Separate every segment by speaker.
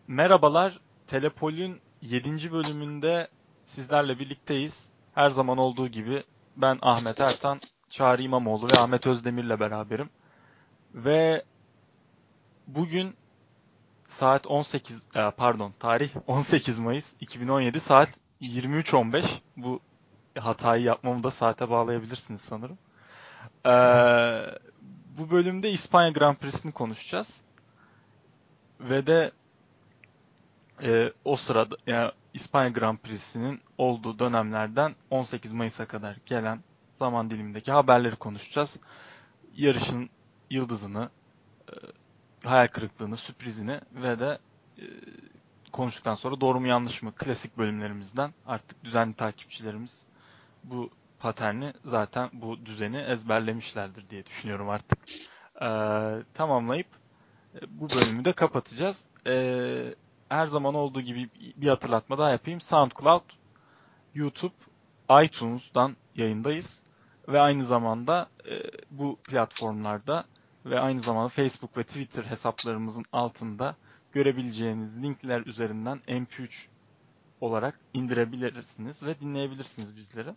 Speaker 1: Merhabalar, Telepol'ün 7. bölümünde sizlerle birlikteyiz. Her zaman olduğu gibi ben Ahmet Ertan, Çağrı İmamoğlu ve Ahmet Özdemir'le beraberim. Ve bugün tarih 18 Mayıs 2017 saat 23.15. Bu hatayı yapmamı da saate bağlayabilirsiniz sanırım. Bu bölümde İspanya Grand Prix'sini konuşacağız. Ve de o sırada yani İspanya Grand Prix'sinin olduğu dönemlerden 18 Mayıs'a kadar gelen zaman dilimindeki haberleri konuşacağız. Yarışın yıldızını, e, hayal kırıklığını, sürprizini ve de e, konuştuktan sonra doğru mu yanlış mı klasik bölümlerimizden artık düzenli takipçilerimiz bu paterni zaten bu düzeni ezberlemişlerdir diye düşünüyorum artık. Tamamlayıp bu bölümü de kapatacağız. Her zaman olduğu gibi bir hatırlatma daha yapayım. SoundCloud, YouTube, iTunes'dan yayındayız. Ve aynı zamanda bu platformlarda ve aynı zamanda Facebook ve Twitter hesaplarımızın altında görebileceğiniz linkler üzerinden MP3 olarak indirebilirsiniz ve dinleyebilirsiniz bizleri.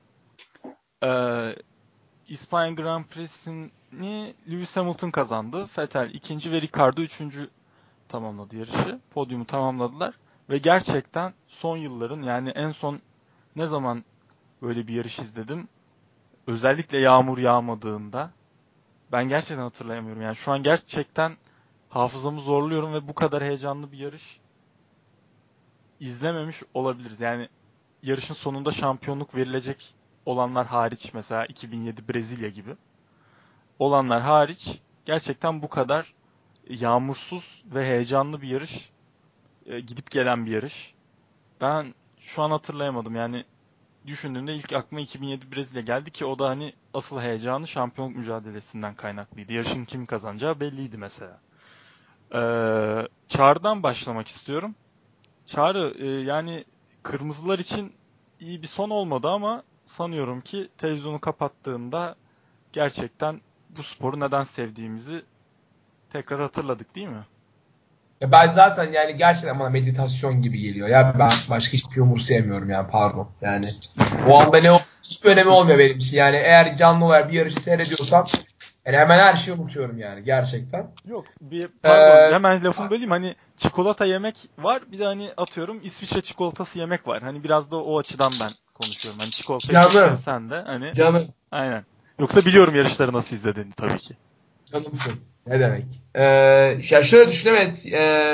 Speaker 1: İspanya Grand Prix'sini Lewis Hamilton kazandı. Vettel ikinci ve Ricciardo üçüncü tamamladı yarışı. Podyumu tamamladılar. Ve gerçekten son yılların yani en son ne zaman böyle bir yarış izledim? Özellikle yağmur yağmadığında ben gerçekten hatırlayamıyorum. Yani şu an gerçekten hafızamı zorluyorum ve bu kadar heyecanlı bir yarış izlememiş olabiliriz. Yani yarışın sonunda şampiyonluk verilecek olanlar hariç mesela 2007 Brezilya gibi olanlar hariç gerçekten bu kadar yağmursuz ve heyecanlı bir yarış, gidip gelen bir yarış. Ben şu an hatırlayamadım yani düşündüğümde ilk aklıma 2007 Brezilya geldi ki o da hani asıl heyecanı şampiyonluk mücadelesinden kaynaklıydı. Yarışın kim kazanacağı belliydi mesela. Çağrı'dan başlamak istiyorum. Çağrı yani kırmızılar için iyi bir son olmadı ama sanıyorum ki televizyonu kapattığında gerçekten bu sporu neden sevdiğimizi tekrar hatırladık değil mi?
Speaker 2: Ya ben zaten yani gerçekten bana meditasyon gibi geliyor. Ya ben başka hiçbir şey umursayamıyorum yani pardon. Yani o anda ne olduğu hiçbir önemi olmuyor benim için. Yani eğer canlı olarak bir yarışı seyrediyorsam yani hemen her şeyi unutuyorum yani gerçekten.
Speaker 1: Yok bir pardon
Speaker 2: Ee,
Speaker 1: hemen lafımı böleyim hani çikolata yemek var bir de hani atıyorum İsviçre çikolatası yemek var. Hani biraz da o açıdan ben konuşuyorum. Hani çikolatayı çok
Speaker 2: canım,
Speaker 1: sevsen de hani
Speaker 2: canım,
Speaker 1: aynen. Yoksa biliyorum yarışları nasıl izlediğini tabii ki.
Speaker 2: canımsın. Ne demek? Ya şöyle düşün evet.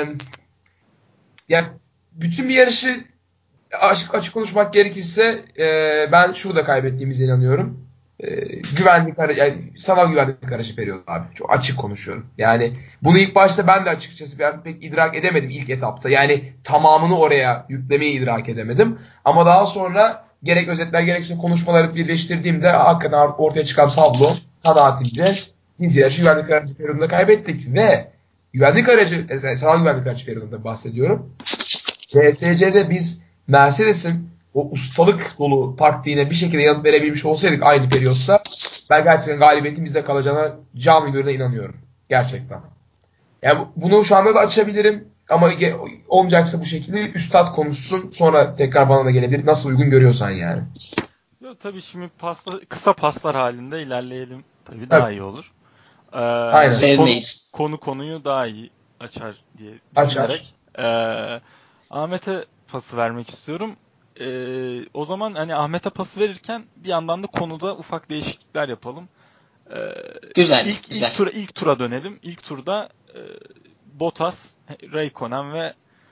Speaker 2: Ya bütün bir yarışı açık konuşmak gerekirse ben şurada kaybettiğimize inanıyorum. Güvenlik aracı, yani sanal güvenlik aracı periyodu abi. Çok açık konuşuyorum. Yani bunu ilk başta ben de açıkçası ben pek idrak edemedim ilk etapta. Yani tamamını oraya yüklemeyi idrak edemedim. Ama daha sonra gerek özetler gerekse konuşmaları birleştirdiğimde hakikaten ortaya çıkan tablo kanaatimce biz yarışı güvenlik aracı periyodunda kaybettik ve güvenlik aracı, sanal güvenlik aracı periyodunda bahsediyorum. DSC'de biz Mercedes'in o ustalık dolu taktiğine bir şekilde yanıt verebilmiş olsaydık aynı periyotta ben gerçekten galibiyetin bizde kalacağına canı gönülden inanıyorum. Gerçekten. Yani bunu şu anda da açabilirim ama olmayacaksa bu şekilde üstad konuşsun sonra tekrar bana da gelebilir. Nasıl uygun görüyorsan yani.
Speaker 1: Yok tabii şimdi kısa paslar halinde ilerleyelim. Tabii daha
Speaker 2: Tabii.
Speaker 1: iyi olur.
Speaker 2: Aynen.
Speaker 3: Sevmeyiz.
Speaker 1: Konuyu daha iyi açar diye
Speaker 2: Açar.
Speaker 1: düşünerek Ahmet'e pası vermek istiyorum. O zaman hani Ahmet'e pası verirken bir yandan da konuda ufak değişiklikler yapalım. Ee,
Speaker 3: Güzel,
Speaker 1: ilk
Speaker 3: güzel.
Speaker 1: tura dönelim. İlk turda Bottas, Raikkonen ve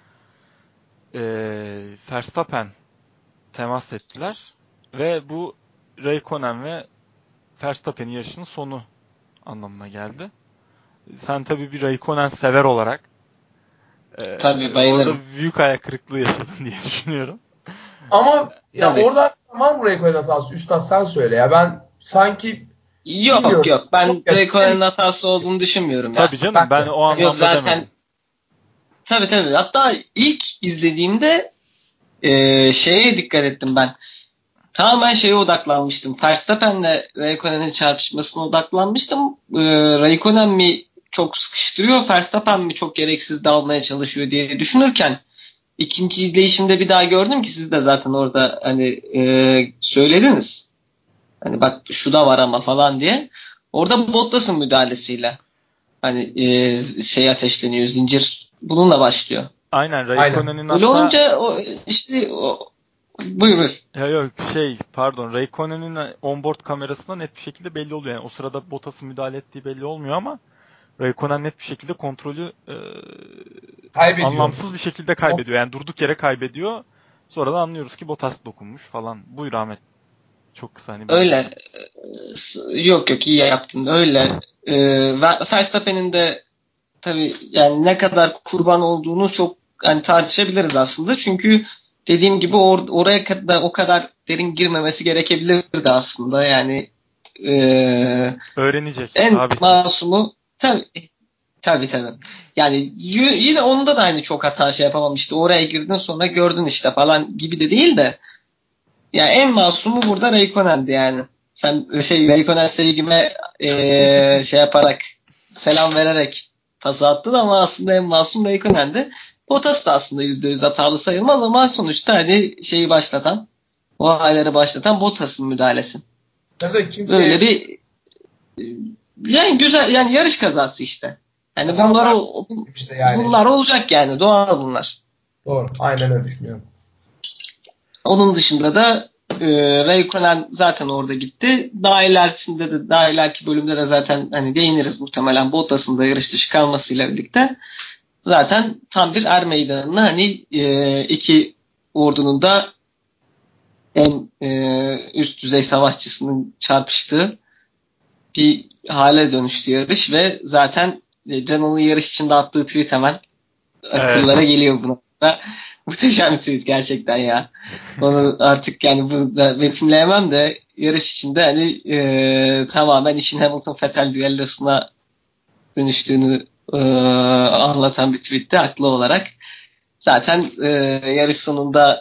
Speaker 1: Verstappen temas ettiler ve bu Raikkonen ve Verstappen'in yarışının sonu anlamına geldi. Sen tabii bir Raikkonen sever olarak
Speaker 3: Tabii
Speaker 1: orada
Speaker 3: bayılırım.
Speaker 1: büyük ayak kırıklığı yaşadın diye düşünüyorum.
Speaker 2: Ama ya
Speaker 3: Tabii.
Speaker 2: orada var mı Raycon hatası? Üstad sen söyle ya. Ben sanki
Speaker 3: Yok
Speaker 2: bilmiyorum.
Speaker 3: yok. Ben
Speaker 2: Çok yaşlı.
Speaker 3: Raikkonen'in hatası olduğunu düşünmüyorum
Speaker 1: Tabii
Speaker 3: ya.
Speaker 1: canım
Speaker 2: Ben
Speaker 1: ben
Speaker 2: de.
Speaker 1: o
Speaker 2: Ben de.
Speaker 3: Yok
Speaker 1: anlamda demedim.
Speaker 3: zaten tabii. Hatta ilk izlediğimde şeye dikkat ettim ben. Tamamen şeye odaklanmıştım. Verstappen'le Raikkonen'in çarpışmasına odaklanmıştım. Raikkonen mi çok sıkıştırıyor, Verstappen mi çok gereksiz dalmaya çalışıyor diye düşünürken ikinci izleyişimde bir daha gördüm ki siz de zaten orada hani söylediniz. Hani bak şu da var ama falan diye. Orada Bottas'ın müdahalesiyle hani ateşleniyor, zincir bununla başlıyor.
Speaker 1: Aynen,
Speaker 2: Aynen.
Speaker 1: Raikkonen'in
Speaker 3: Öyle
Speaker 1: hatta
Speaker 3: olunca buyur.
Speaker 1: yok pardon, Raikkonen'in onboard kamerasında net bir şekilde belli oluyor. Yani o sırada Bottas'ın müdahale ettiği belli olmuyor ama Raikkonen net bir şekilde kontrolü
Speaker 2: Kaybediyor.
Speaker 1: anlamsız bir şekilde kaybediyor. Yani durduk yere kaybediyor. Sonra da anlıyoruz ki Bottas dokunmuş falan. Buyur Ahmet. Çok kısa hani ben.
Speaker 3: Öyle. Yok iyi yaptın. Öyle. Verstappen'in de tabii yani ne kadar kurban olduğunu çok hani tartışabiliriz aslında. Çünkü dediğim gibi oraya kadar o kadar derin girmemesi gerekebilirdi aslında. Yani
Speaker 1: Öğrenecek
Speaker 3: en
Speaker 1: abisi.
Speaker 3: masumu tabii. Yani yine onda da hani çok hata yapamamıştı. Oraya girdin sonra gördün işte falan gibi de değil de yani en masumu burada Raikkonen'di yani. Sen Raikkonen sevgime yaparak selam vererek pas attın ama aslında en masum Raikkonen'di. Bottas da aslında %100 hatalı sayılmaz ama sonuçta hani olayları başlatan Bottas'ın müdahalesi.
Speaker 2: Tabii kimse
Speaker 3: Böyle bir yani güzel yani yarış kazası işte. Yani
Speaker 2: işte yani.
Speaker 3: bunlar olacak yani doğal bunlar.
Speaker 2: Doğru. Aynen öyle düşünüyorum.
Speaker 3: Onun dışında da Raikkonen zaten orada gitti. Daha ileriki bölümde de zaten hani değiniriz muhtemelen Bottas'ın da yarış dışı kalmasıyla birlikte. Zaten tam bir er meydanına hani iki ordunun da en üst düzey savaşçısının çarpıştığı bir hale dönüştü yarış ve zaten Renault'un yarış içinde attığı tweet hemen akıllara geliyor bu noktada. Muhteşem bir tweet gerçekten ya. Onu artık yani burada betimleyemem de yarış içinde hani tamamen işin Hamilton-Vettel düellosuna dönüştüğünü anlatan bir tweetti haklı olarak. Zaten yarış sonunda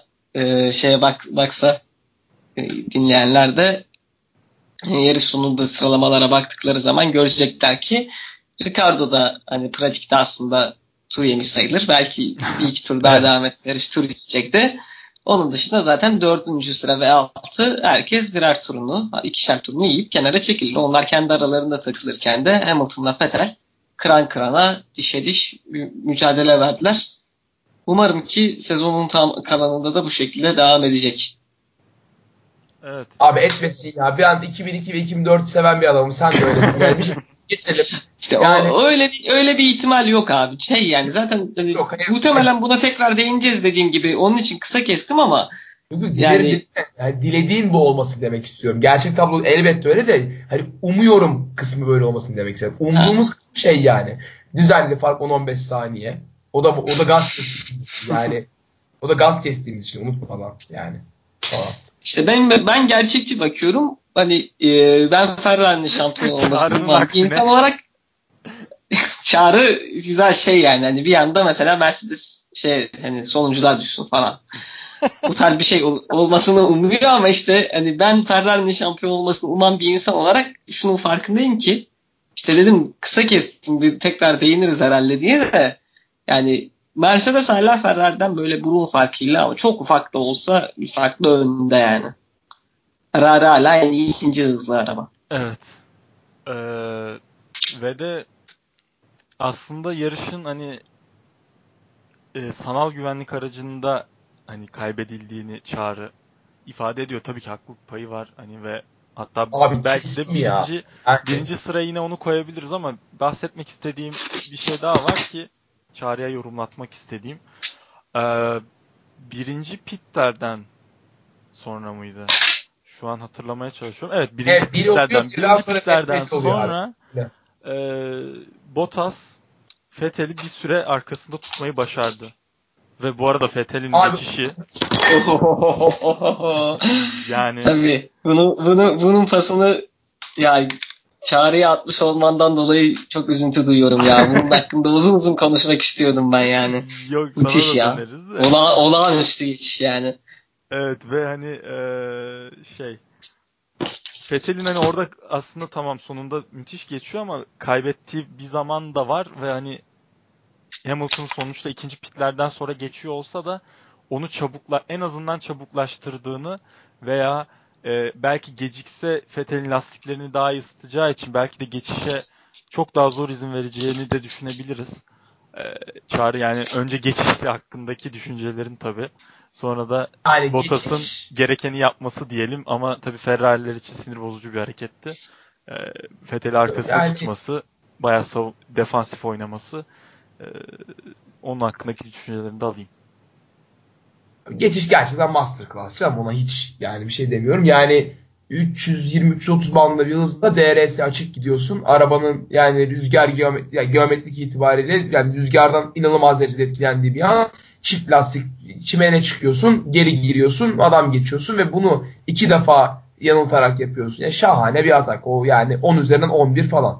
Speaker 3: baksa dinleyenler de yarış sonunda sıralamalara baktıkları zaman görecekler ki Ricardo da hani pratikte aslında tur yemiş sayılır. Belki bir iki tur daha devam etse yarış tur gidecekti. Onun dışında zaten 4. sıra ve 6 herkes birer turunu, ikişer turunu yiyip kenara çekildi. Onlar kendi aralarında takılırken de Hamilton'la Vettel kıran kırana, dişe diş mücadele verdiler. Umarım ki sezonun tam kalanında da bu şekilde devam edecek.
Speaker 1: Evet.
Speaker 2: Abi etmesin ya. Bir an 2002 ve 2004 seven bir adamım. Sen de öylesin. Yani bir şey geçelim.
Speaker 3: İşte
Speaker 2: Yani
Speaker 3: öyle bir ihtimal yok abi. Yani zaten
Speaker 2: yok.
Speaker 3: muhtemelen buna tekrar değineceğiz dediğim gibi. Onun için kısa kestim ama yani
Speaker 2: dilediğin bu olması demek istiyorum. Gerçek tablo elbette öyle de hani umuyorum kısmı böyle olmasını demek istiyorum. Umduğumuz kısım yani. Düzenli fark 10-15 saniye. O da gaz kestiğimiz için. Yani o da gaz kestiğimiz için unutma lan yani. Falan.
Speaker 3: İşte ben gerçekçi bakıyorum. Hani ben Ferrari'nin şampiyon olmasını
Speaker 1: Çağrı'nın
Speaker 3: uman bir
Speaker 1: aksine.
Speaker 3: insan olarak Çağrı güzel yani hani bir yanda mesela Mercedes hani sonuncular düşsün falan. Bu tarz bir şey olmasını umuyor ama işte hani ben Ferrari'nin şampiyon olmasını uman bir insan olarak şunun farkındayım ki işte dedim kısa kestim bir tekrar değiniriz herhalde diye de yani Mercedes hala Ferrari'den böyle burun farkıyla ama çok ufak da olsa bir farklı önünde yani. Ferrari hala en iyi ikinci hızlı araba.
Speaker 1: Evet. Ve de aslında yarışın hani sanal güvenlik aracında hani kaybedildiğini Çağrı ifade ediyor. Tabii ki haklılık payı var hani ve hatta
Speaker 2: Abi
Speaker 1: belki de
Speaker 2: kesin ya.
Speaker 1: birinci sıraya yine onu koyabiliriz ama bahsetmek istediğim bir şey daha var ki Çağrı'ya yorumlatmak istediğim. Birinci pitlerden sonra mıydı? Şu an hatırlamaya çalışıyorum. Evet,
Speaker 2: Evet, biri oluyor, bir daha sonra
Speaker 1: pitlerden
Speaker 2: Vettel oluyor abi.
Speaker 1: sonra e, Bottas Vettel'i bir süre arkasında tutmayı başardı. Ve bu arada Vettel'in
Speaker 2: Abi
Speaker 1: geçişi yani
Speaker 3: Tabii. Bunun pasını yani Çağrı'ya atmış olmandan dolayı çok üzüntü duyuyorum ya. Bunun hakkında uzun konuşmak istiyordum ben yani.
Speaker 1: yok, sana
Speaker 3: Müthiş
Speaker 1: da
Speaker 3: ya.
Speaker 1: döneriz de.
Speaker 3: Olağanüstü geçiş yani.
Speaker 1: Evet ve hani Vettel'in hani orada aslında tamam sonunda müthiş geçiyor ama kaybettiği bir zaman da var ve hani Hamilton sonuçta ikinci pitlerden sonra geçiyor olsa da onu en azından çabuklaştırdığını veya belki gecikse Vettel'in lastiklerini daha iyi ısıtacağı için belki de geçişe çok daha zor izin vereceğini de düşünebiliriz. Çağrı yani önce geçişle hakkındaki düşüncelerin tabii. Sonra da
Speaker 2: Yani
Speaker 1: Bottas'ın gerekeni yapması diyelim ama tabii Ferrari'ler için sinir bozucu bir hareketti. Vettel'i arkasında
Speaker 2: yani
Speaker 1: tutması, bayağı defansif oynaması. Ee, Onun hakkındaki düşüncelerini de alayım.
Speaker 2: geçiş gerçekten masterclass canım, ona hiç yani bir şey demiyorum. Yani 320-330 bandında bir hızla DRS açık gidiyorsun. Arabanın yani rüzgar yani geometrik itibariyle yani rüzgardan inanılmaz derecede etkilendiği bir an çift lastik çimene çıkıyorsun, geri giriyorsun, adam geçiyorsun ve bunu 2 defa yanıltarak yapıyorsun. Yani şahane bir atak. O yani 10 üzerinden 11 falan.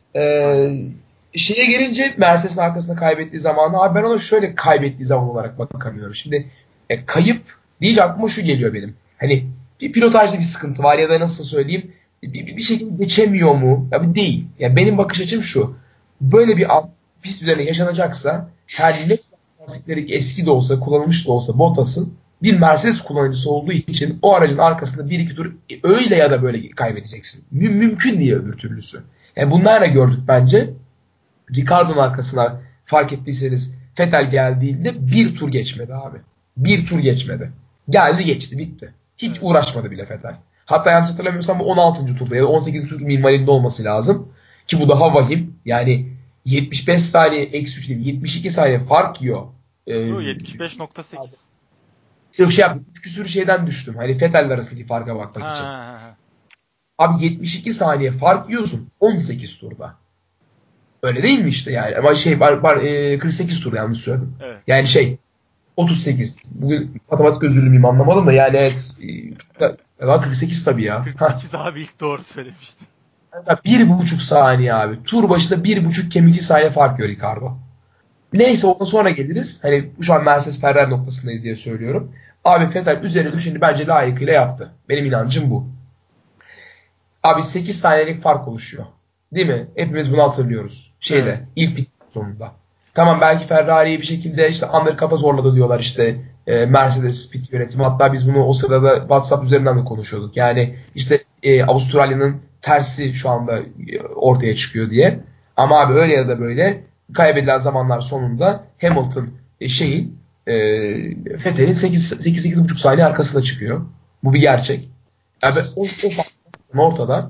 Speaker 2: Şeye gelince Mercedes'in arkasında kaybettiği zamanı abi ben ona şöyle kaybettiği zaman olarak bakamıyorum. Şimdi kayıp deyince aklıma şu geliyor benim. Hani bir pilotajda bir sıkıntı var ya da nasıl söyleyeyim bir şekilde geçemiyor mu? Ya bir değil. Ya benim bakış açım şu. Böyle bir pist üzerine yaşanacaksa her ne lastikleri eski de olsa kullanılmış da olsa Bottas'ın bir Mercedes kullanıcısı olduğu için o aracın arkasında bir iki tur öyle ya da böyle kaybedeceksin. Mümkün değil öbür türlüsü. Yani bunlarla gördük bence. Ricardo'nun arkasına fark ettiyseniz Vettel geldiğinde bir tur geçmedi abi. Bir tur geçmedi. Geldi geçti bitti. Hiç uğraşmadı bile Vettel. Hatta yanlış hatırlamıyorsam bu 16. turda ya da 18. tur minvalinde olması lazım. Ki bu daha vahim. Yani 75 saniye eksi 3 değil 72 saniye fark yiyor.
Speaker 1: Yo 75.8.
Speaker 2: Yok şey yaptım. 3 küsür şeyden düştüm. Hani Vettel'le arasındaki farka bakmak için. Abi 72 saniye fark yiyorsun 18 turda. Öyle değil mi işte yani? Ama 48 turda yanlış söyledim.
Speaker 1: Evet.
Speaker 2: Yani 38. Bugün matematik özürlü müyüm anlamadım da yani evet. Lan 48 tabii ya.
Speaker 1: 48 abi ilk doğru söylemiştin.
Speaker 2: 1,5 saniye abi. Tur başında 1,5 kemikli saniye fark yiyor Ricardo. Neyse ondan sonra geliriz. Hani şu an Mercedes Ferrari noktasındayız diye söylüyorum. Abi Vettel üzerine düşeni bence layıkıyla yaptı. Benim inancım bu. Abi 8 saniyelik fark oluşuyor. Değil mi? Hepimiz bunu hatırlıyoruz. İlk pit sonunda. Tamam belki Ferrari'yi bir şekilde işte undercut'a zorladı diyorlar işte Mercedes pit yönetimi. Hatta biz bunu o sırada WhatsApp üzerinden de konuşuyorduk. Yani işte Avustralya'nın tersi şu anda ortaya çıkıyor diye. Ama abi öyle ya da böyle kaybedilen zamanlar sonunda Hamilton Vettel'in 8-8,5 saniye arkasına çıkıyor. Bu bir gerçek. Yani o ortada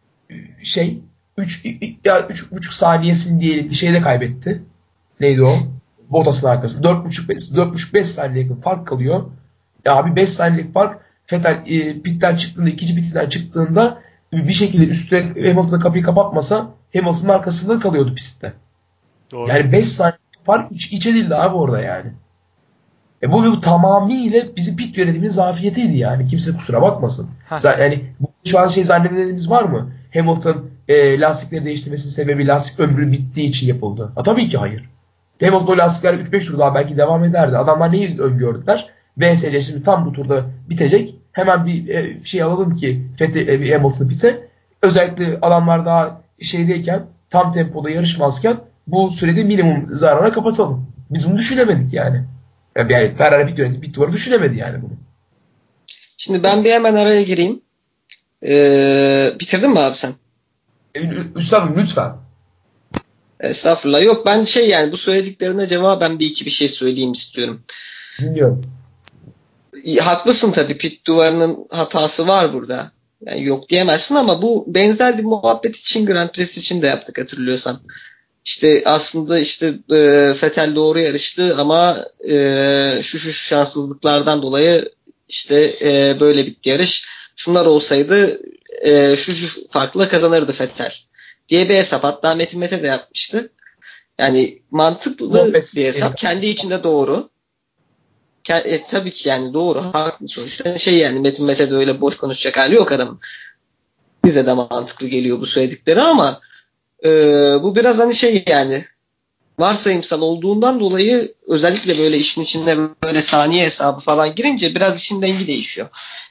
Speaker 2: 3,5 saniyesini diyelim bir şeyde kaybetti. Neydi o? Bottas'ın arkası. 4,5-5 saniye yakın fark kalıyor. Ya abi 5 saniyelik fark Vettel pitten çıktığında, ikinci pittten çıktığında bir şekilde üstüne Hamilton'a kapıyı kapatmasa Hamilton'ın arkasında kalıyordu pistte.
Speaker 1: Doğru.
Speaker 2: Yani 5 saniye fark hiç edildi abi orada yani. Bu tamamıyla bizim pit yönetiminin zafiyetiydi yani. Kimse kusura bakmasın. Yani şu an zannedenlerimiz var mı? Hamilton lastikleri değiştirmesinin sebebi lastik ömrü bittiği için yapıldı. Tabii ki hayır. Hamilton o lastikler 3-5 tur daha belki devam ederdi. Adamlar neyi öngördüler? VSC şimdi tam bu turda bitecek. Hemen bir şey alalım ki Hamilton'ı bite. Özellikle adamlar daha şeydeyken tam tempoda yarışmazken bu sürede minimum zarara kapatalım. Biz bunu düşünemedik yani. Yani Ferrari pit yönetimi pit duvarı düşünemedi yani bunu.
Speaker 3: Şimdi ben bir hemen araya gireyim. Bitirdin mi abi sen?
Speaker 2: Üstadım lütfen.
Speaker 3: Estağfurullah. Yok ben yani bu söylediklerine cevaben bir şey söyleyeyim istiyorum.
Speaker 2: Dinliyorum.
Speaker 3: Haklısın tabii pit duvarının hatası var burada. Yani yok diyemezsin ama bu benzer bir muhabbet için Grand Prix için de yaptık hatırlıyorsan. İşte aslında Vettel doğru yarıştı ama şu şanssızlıklardan dolayı böyle bitti yarış. Şunlar olsaydı şu farkla kazanırdı Vettel diye bir hesap. Hatta Metin Mete de yapmıştı. Yani mantıklı bir hesap. Kendi içinde doğru. Tabii ki yani doğru. Haklı sonuçta. Yani Metin Mete de öyle boş konuşacak hali yok adamın. Bize de mantıklı geliyor bu söyledikleri ama bu biraz hani yani varsayımsal olduğundan dolayı özellikle böyle işin içinde böyle saniye hesabı falan girince biraz işin rengi değişiyor.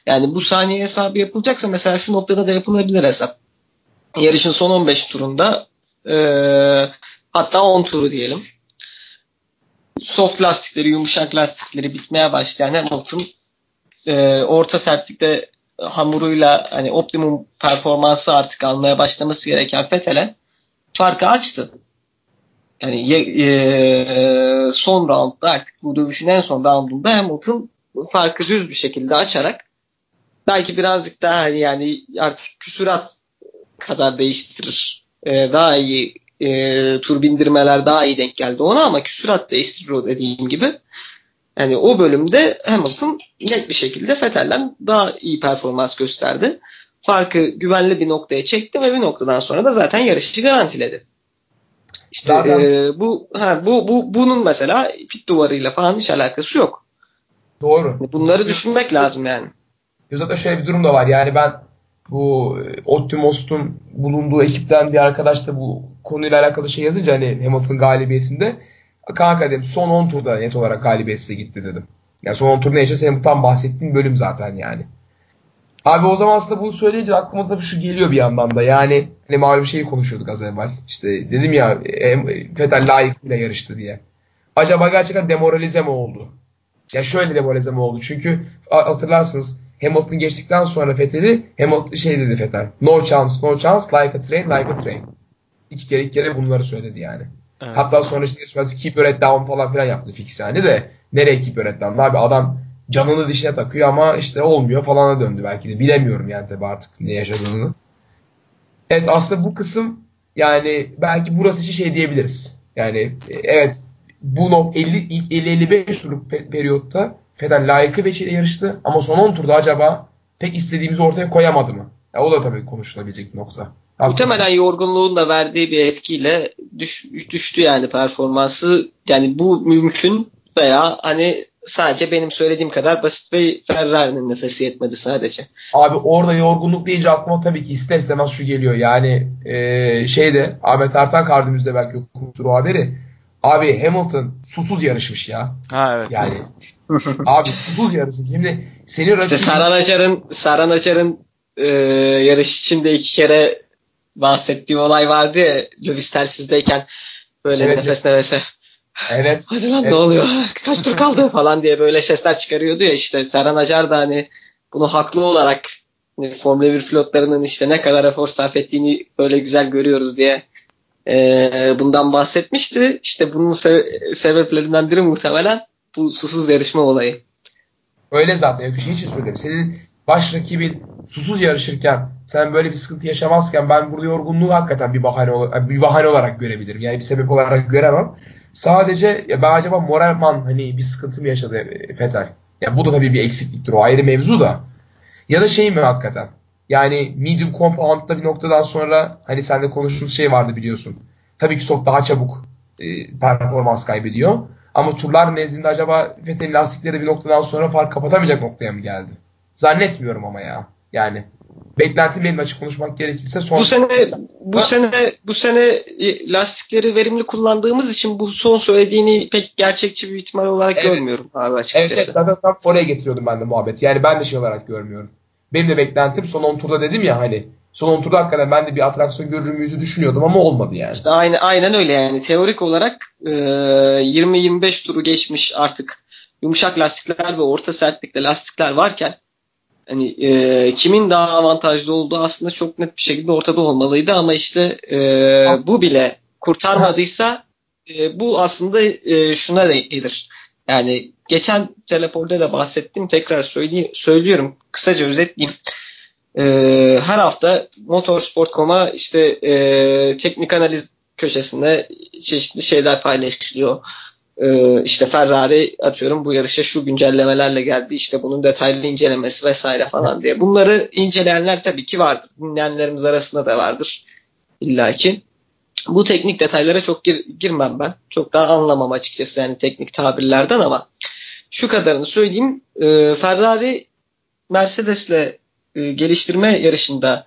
Speaker 3: Yani bu saniye hesabı yapılacaksa mesela şu noktada da yapılabilir hesap. Yarışın son 15 turunda hatta 10 turu diyelim. Soft lastikleri, yumuşak lastikleri bitmeye başlayan Hamilton orta sertlikte hamuruyla hani optimum performansı artık almaya başlaması gereken Vettel'e farkı açtı. Yani son roundda artık bu dövüşün en son roundunda Hamilton farkı düz bir şekilde açarak belki birazcık daha hani yani artık küsurat kadar değiştirir. Daha iyi tur bindirmeler daha iyi denk geldi ona ama küsurat değiştirir o dediğim gibi. Yani o bölümde Hamilton net bir şekilde Vettel'den daha iyi performans gösterdi. Farkı güvenli bir noktaya çekti ve bir noktadan sonra da zaten yarışı garantiledi. İşte
Speaker 2: zaten
Speaker 3: bunun mesela pit duvarıyla falan hiç alakası yok.
Speaker 2: doğru.
Speaker 3: Bunları düşünmek lazım yani.
Speaker 2: Zaten şöyle bir durum da var. Yani ben bu Optimus'un bulunduğu ekipten bir arkadaş da bu konuyla alakalı şey yazınca hani Hamilton galibiyetinde kanka dedim son 10 turda net olarak galibiyetsiz gitti dedim. Yani son 10 tur neyse senin bu tam bahsettiğin bölüm zaten yani. Abi o zaman aslında bunu söyleyince aklıma da şu geliyor bir yandan da. Yani hani malum şeyi konuşuyorduk az evvel. İşte dedim ya Vettel layıkıyla yarıştı diye. Acaba gerçekten demoralize mi oldu? Ya şöyle demoralize mi oldu? Çünkü hatırlarsınız Hamilton geçtikten sonra Vettel'i Hamilton şey dedi Vettel. No chance, no chance, like a train, like a train. İki kere bunları söyledi yani.
Speaker 1: Evet.
Speaker 2: Hatta sonra işte keep your head down falan filan yaptı fix yani de. Nereye keep your head down? Abi adam canını dişine takıyor ama işte olmuyor falana döndü belki de. Bilemiyorum yani tabii artık ne yaşadığını. Evet aslında bu kısım yani belki burası için şey diyebiliriz. Yani evet bu ilk 50-55 turluk periyotta Vettel layıkı veçiyle yarıştı ama son 10 turda acaba pek istediğimizi ortaya koyamadı mı? Ya o da tabii konuşulabilecek bir nokta. Haklısın.
Speaker 3: Muhtemelen yorgunluğun da verdiği bir etkiyle düştü yani performansı. Yani bu mümkün veya hani sadece benim söylediğim kadar basit ve Ferrari'nin nefesi yetmedi sadece.
Speaker 2: Abi orada yorgunluk deyince aklıma tabii ki ister istemez şu geliyor. Yani şeyde Ahmet Ertan kardemizde belki okumuştur o haberi. Abi Hamilton susuz yarışmış ya.
Speaker 1: Ha evet.
Speaker 2: Yani abi susuz yarışmış. Şimdi senin
Speaker 3: İşte
Speaker 2: rakibin...
Speaker 3: Saran Acar'ın yarış içinde 2 kere bahsettiği olay vardı ya Lewis telsizdeyken böyle
Speaker 2: Evet,
Speaker 3: nefes nefese
Speaker 2: evet,
Speaker 3: hadi lan ne
Speaker 2: evet.
Speaker 3: oluyor kaç tur kaldı falan diye böyle sesler çıkarıyordu ya işte Saran Acar da hani bunu haklı olarak hani Formula 1 pilotlarının işte ne kadar efor sarf ettiğini böyle güzel görüyoruz diye bundan bahsetmişti. İşte bunun sebeplerinden biri muhtemelen bu susuz yarışma olayı.
Speaker 2: Öyle zaten. Yok, şey için söyleyeyim. Senin baş rakibin susuz yarışırken sen böyle bir sıkıntı yaşamazken ben burada yorgunluğu hakikaten bir bahane olarak görebilirim. Yani bir sebep olarak göremem. Sadece ya ben acaba moralman hani bir sıkıntı mı yaşadı Vettel? Ya bu da tabii bir eksikliktir. O ayrı mevzu da. Ya da şey mi hakikaten? Yani medium compound'da bir noktadan sonra hani seninle konuştuğumuz şey vardı biliyorsun. Tabii ki soft daha çabuk performans kaybediyor. Ama turlar nezdinde acaba Vettel'in lastikleri bir noktadan sonra fark kapatamayacak noktaya mı geldi? Zannetmiyorum ama ya. Yani beklentim benim açık konuşmak gerekirse son
Speaker 3: Bu sene lastikleri verimli kullandığımız için bu son söylediğini pek gerçekçi bir ihtimal olarak
Speaker 2: evet,
Speaker 3: görmüyorum abi
Speaker 2: evet
Speaker 3: açıkçası.
Speaker 2: zaten tam oraya getiriyordum ben de muhabbet. Yani ben de şey olarak görmüyorum. Benim de beklentim son 10 turda dedim ya hani son 10 turda hakikaten ben de bir atraksiyon görür müyüzü düşünüyordum ama olmadı yani.
Speaker 3: İşte aynen öyle yani teorik olarak 20-25 turu geçmiş artık yumuşak lastikler ve orta sertlikte lastikler varken hani kimin daha avantajlı olduğu aslında çok net bir şekilde ortada olmalıydı ama işte bu bile kurtarmadıysa bu aslında şuna gelir. Yani geçen telepolde de bahsettim tekrar söylüyorum kısaca özetleyeyim. Her hafta Motorsport.com'a işte teknik analiz köşesinde çeşitli şeyler paylaşılıyor. İşte Ferrari atıyorum bu yarışa şu güncellemelerle geldi. İşte bunun detaylı incelemesi vesaire falan diye. Bunları inceleyenler tabii ki vardır. Dinleyenlerimiz arasında da vardır illaki. Bu teknik detaylara çok girmem ben. Çok daha anlamam açıkçası yani teknik tabirlerden ama şu kadarını söyleyeyim. Ferrari Mercedes'le geliştirme yarışında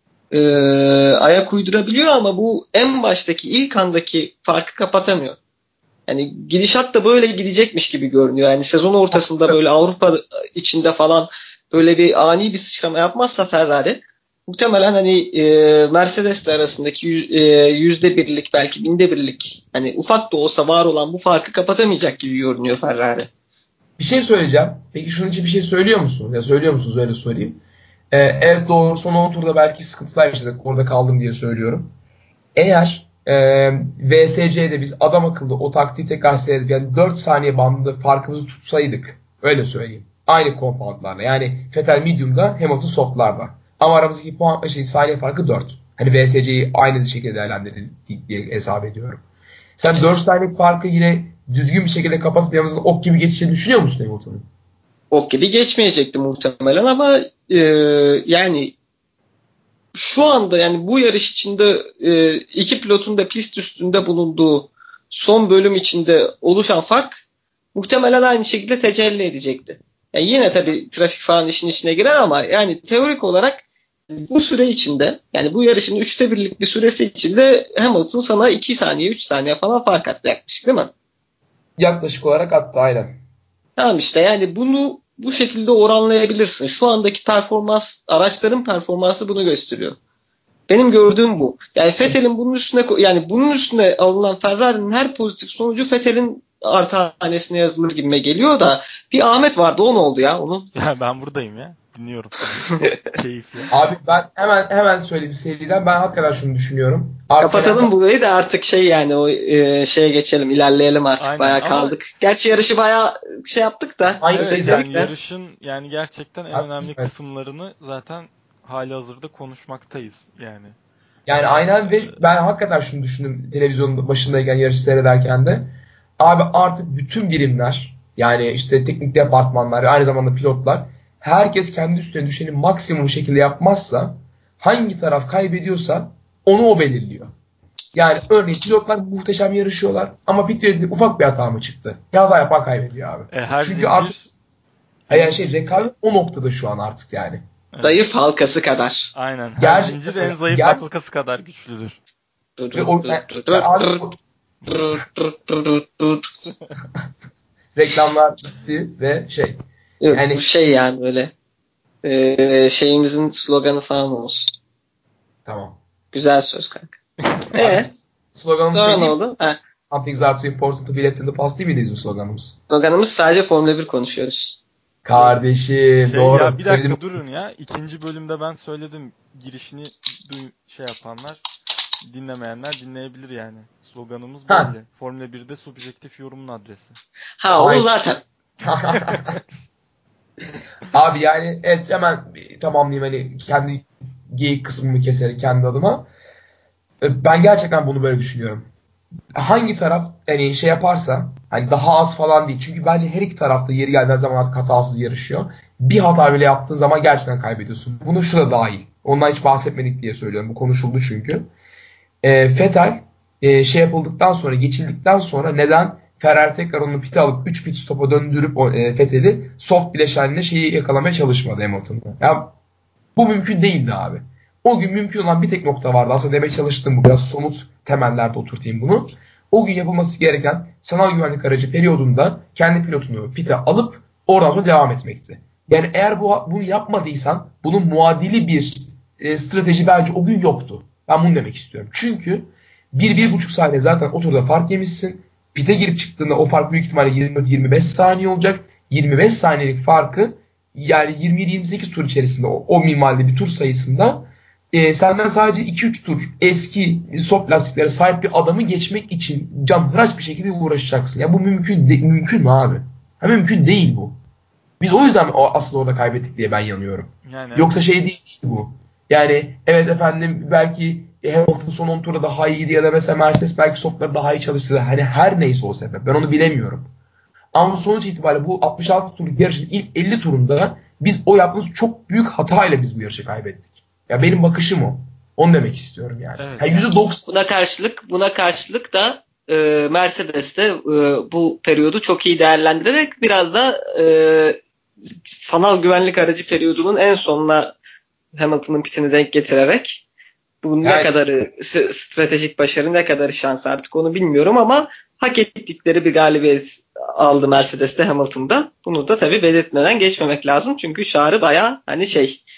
Speaker 3: ayak uydurabiliyor ama bu en baştaki ilk andaki farkı kapatamıyor. Yani gidişat da böyle gidecekmiş gibi görünüyor. Yani sezon ortasında böyle Avrupa içinde falan böyle bir ani bir sıçrama yapmazsa Ferrari, muhtemelen hani Mercedes'le arasındaki %1'lik belki %1000'lik hani ufak da olsa var olan bu farkı kapatamayacak gibi görünüyor Ferrari.
Speaker 2: Bir şey söyleyeceğim. Peki şunun için bir şey söylüyor musun? Ya söylüyor musunuz, öyle sorayım. Evet, doğru, son 10 turda belki sıkıntılar yaşadık. Orada kaldım diye söylüyorum. Eğer VSC'de biz adam akıllı o taktiği tekrar seyredip yani 4 saniye bandında farkımızı tutsaydık, öyle söyleyeyim. Aynı compoundlarla, yani Vettel medium'da, Hamilton soft'larda. Ama aramızdaki saniye farkı 4. Hani VSC'yi aynı şekilde değerlendirildiği diye hesap ediyorum. Sen 4 saniyelik farkı yine düzgün bir şekilde kapatıp yanımızda ok gibi geçeceğini düşünüyor musun Hamilton'ın?
Speaker 3: Ok gibi geçmeyecekti muhtemelen ama yani şu anda yani bu yarış içinde iki pilotun da pist üstünde bulunduğu son bölüm içinde oluşan fark muhtemelen aynı şekilde tecelli edecekti. Yani yine tabii trafik falan işin içine girer ama yani teorik olarak bu süre içinde, yani bu yarışın 1/3'lik bir süresi içinde Hamilton sana 2 saniye 3 saniye falan fark attı yaklaşık, değil mi?
Speaker 2: Yaklaşık olarak attı, aynen.
Speaker 3: Tamam işte, yani bunu bu şekilde oranlayabilirsin. Şu andaki performans, araçların performansı bunu gösteriyor. Benim gördüğüm bu. Yani Vettel'in bunun üstüne alınan Ferrari'nin her pozitif sonucu Vettel'in artı hanesine yazılır gibime geliyor da bir Ahmet vardı, o ne oldu ya onun?
Speaker 1: Ya ben buradayım ya. Dinliyorum seni. Keyifli.
Speaker 2: Abi ben hemen söyleyeyim seriden. Ben hakikaten şunu düşünüyorum. Artık
Speaker 3: Kapatalım burayı da artık yani o şeye geçelim, ilerleyelim artık.
Speaker 1: Aynen,
Speaker 3: Bayağı
Speaker 1: ama
Speaker 3: kaldık. Gerçi yarışı bayağı yaptık da.
Speaker 2: aynı
Speaker 1: evet,
Speaker 2: şey
Speaker 1: yani
Speaker 2: zaten.
Speaker 1: yarışın yani gerçekten en önemli
Speaker 2: Evet.
Speaker 1: kısımlarını zaten halihazırda konuşmaktayız yani.
Speaker 2: Yani aynen, ve ben hakikaten şunu düşündüm televizyonun başındayken, yarışı seyrederken de. Abi artık bütün birimler, yani işte teknik departmanlar ve aynı zamanda pilotlar, herkes kendi üstüne düşeni maksimum şekilde yapmazsa, hangi taraf kaybediyorsa onu o belirliyor. Yani örneğin pilotlar muhteşem yarışıyorlar ama pit yönetiminde ufak bir hata mı çıktı? Ya hata yapan kaybediyor abi.
Speaker 1: Her
Speaker 2: Çünkü artık
Speaker 1: zincir
Speaker 2: yani rekabet o noktada şu an artık yani.
Speaker 1: evet,
Speaker 3: Zayıf halkası kadar.
Speaker 1: aynen, her zincir
Speaker 2: Gerçekten
Speaker 1: en
Speaker 2: öyle.
Speaker 1: zayıf halkası kadar güçlüdür.
Speaker 2: Ve abi reklamlar bitti ve
Speaker 3: Bu
Speaker 2: yani
Speaker 3: yani böyle şeyimizin sloganı falan olsun.
Speaker 2: tamam.
Speaker 3: Güzel söz kanka.
Speaker 2: Abi sloganımız
Speaker 3: Sonra ne
Speaker 2: değil mi?
Speaker 3: oldu?
Speaker 2: Something's are too important to be left in the past değil miydi bizim sloganımız?
Speaker 3: Sloganımız sadece Formula 1 konuşuyoruz.
Speaker 2: Kardeşim
Speaker 1: Ya
Speaker 2: doğru.
Speaker 1: bir
Speaker 2: Sevdim.
Speaker 1: dakika durun ya. İkinci bölümde ben söyledim. Girişini yapanlar, dinlemeyenler dinleyebilir yani. Sloganımız
Speaker 2: Ha,
Speaker 1: belli. Formula 1'de subjektif yorumun adresi.
Speaker 3: O
Speaker 2: aynen.
Speaker 3: zaten.
Speaker 2: Abi yani evet, hemen tamamlayayım hani kendi geyik kısmımı keserek kendi adıma. Ben gerçekten bunu böyle düşünüyorum. Hangi taraf hani yaparsa, hani daha az falan değil. Çünkü bence her iki tarafta yeri geldiği zaman artık hatasız yarışıyor. Bir hata bile yaptığın zaman gerçekten kaybediyorsun. Bunu şu da dahil. Ondan hiç bahsetmedik diye söylüyorum. Bu konuşuldu çünkü. Vettel yapıldıktan sonra, geçildikten sonra neden Ferrari tekrar onu pite alıp 3 pit stop'a döndürüp Vettel'i soft bileşenle yakalamaya çalışmadı Hamilton'da. Ya bu mümkün değildi abi. O gün mümkün olan bir tek nokta vardı. Aslında demeye çalıştım, bu biraz somut temellerde oturtayım bunu. O gün yapılması gereken sanal güvenlik aracı periyodunda kendi pilotunu pite alıp oradan sonra devam etmekti. Yani eğer bunu yapmadıysan bunun muadili bir strateji bence o gün yoktu. Ben bunu demek istiyorum. Çünkü 1-1,5 saniye zaten o turda fark yemişsin. Pite girip çıktığında o fark büyük ihtimalle 24-25 saniye olacak. 25 saniyelik farkı, yani 27-28 tur içerisinde o minvalde bir tur sayısında senden sadece 2-3 tur eski soft lastiklere sahip bir adamı geçmek için canhıraş bir şekilde uğraşacaksın. Ya bu mümkün mü abi? Ha, mümkün değil bu. Biz o yüzden aslında orada kaybettik diye ben yanıyorum.
Speaker 1: Yani evet.
Speaker 2: Yoksa değil bu. Yani evet efendim, belki Hamilton son 10 turda daha iyiydi ya da mesela Mercedes belki softları daha iyi çalıştı. Hani her neyse o sebep. Ben onu bilemiyorum. Ama sonuç itibariyle bu 66 turluk yarışın ilk 50 turunda biz o yaptığımız çok büyük hatayla biz bu yarışı kaybettik. Ya benim bakışım o. Onu demek istiyorum yani.
Speaker 1: Evet,
Speaker 2: Yani
Speaker 1: yani.
Speaker 2: %90.
Speaker 3: Buna karşılık da Mercedes de bu periyodu çok iyi değerlendirerek biraz da sanal güvenlik aracı periyodunun en sonuna Hamilton'ın pitini denk getirerek, bu ne
Speaker 2: Yani
Speaker 3: kadarı stratejik başarı, ne kadarı şans, artık onu bilmiyorum ama hak ettikleri bir galibiyet aldı Mercedes'te Hamilton'da. Bunu da tabii belirtmeden geçmemek lazım. Çünkü çağrı bayağı hani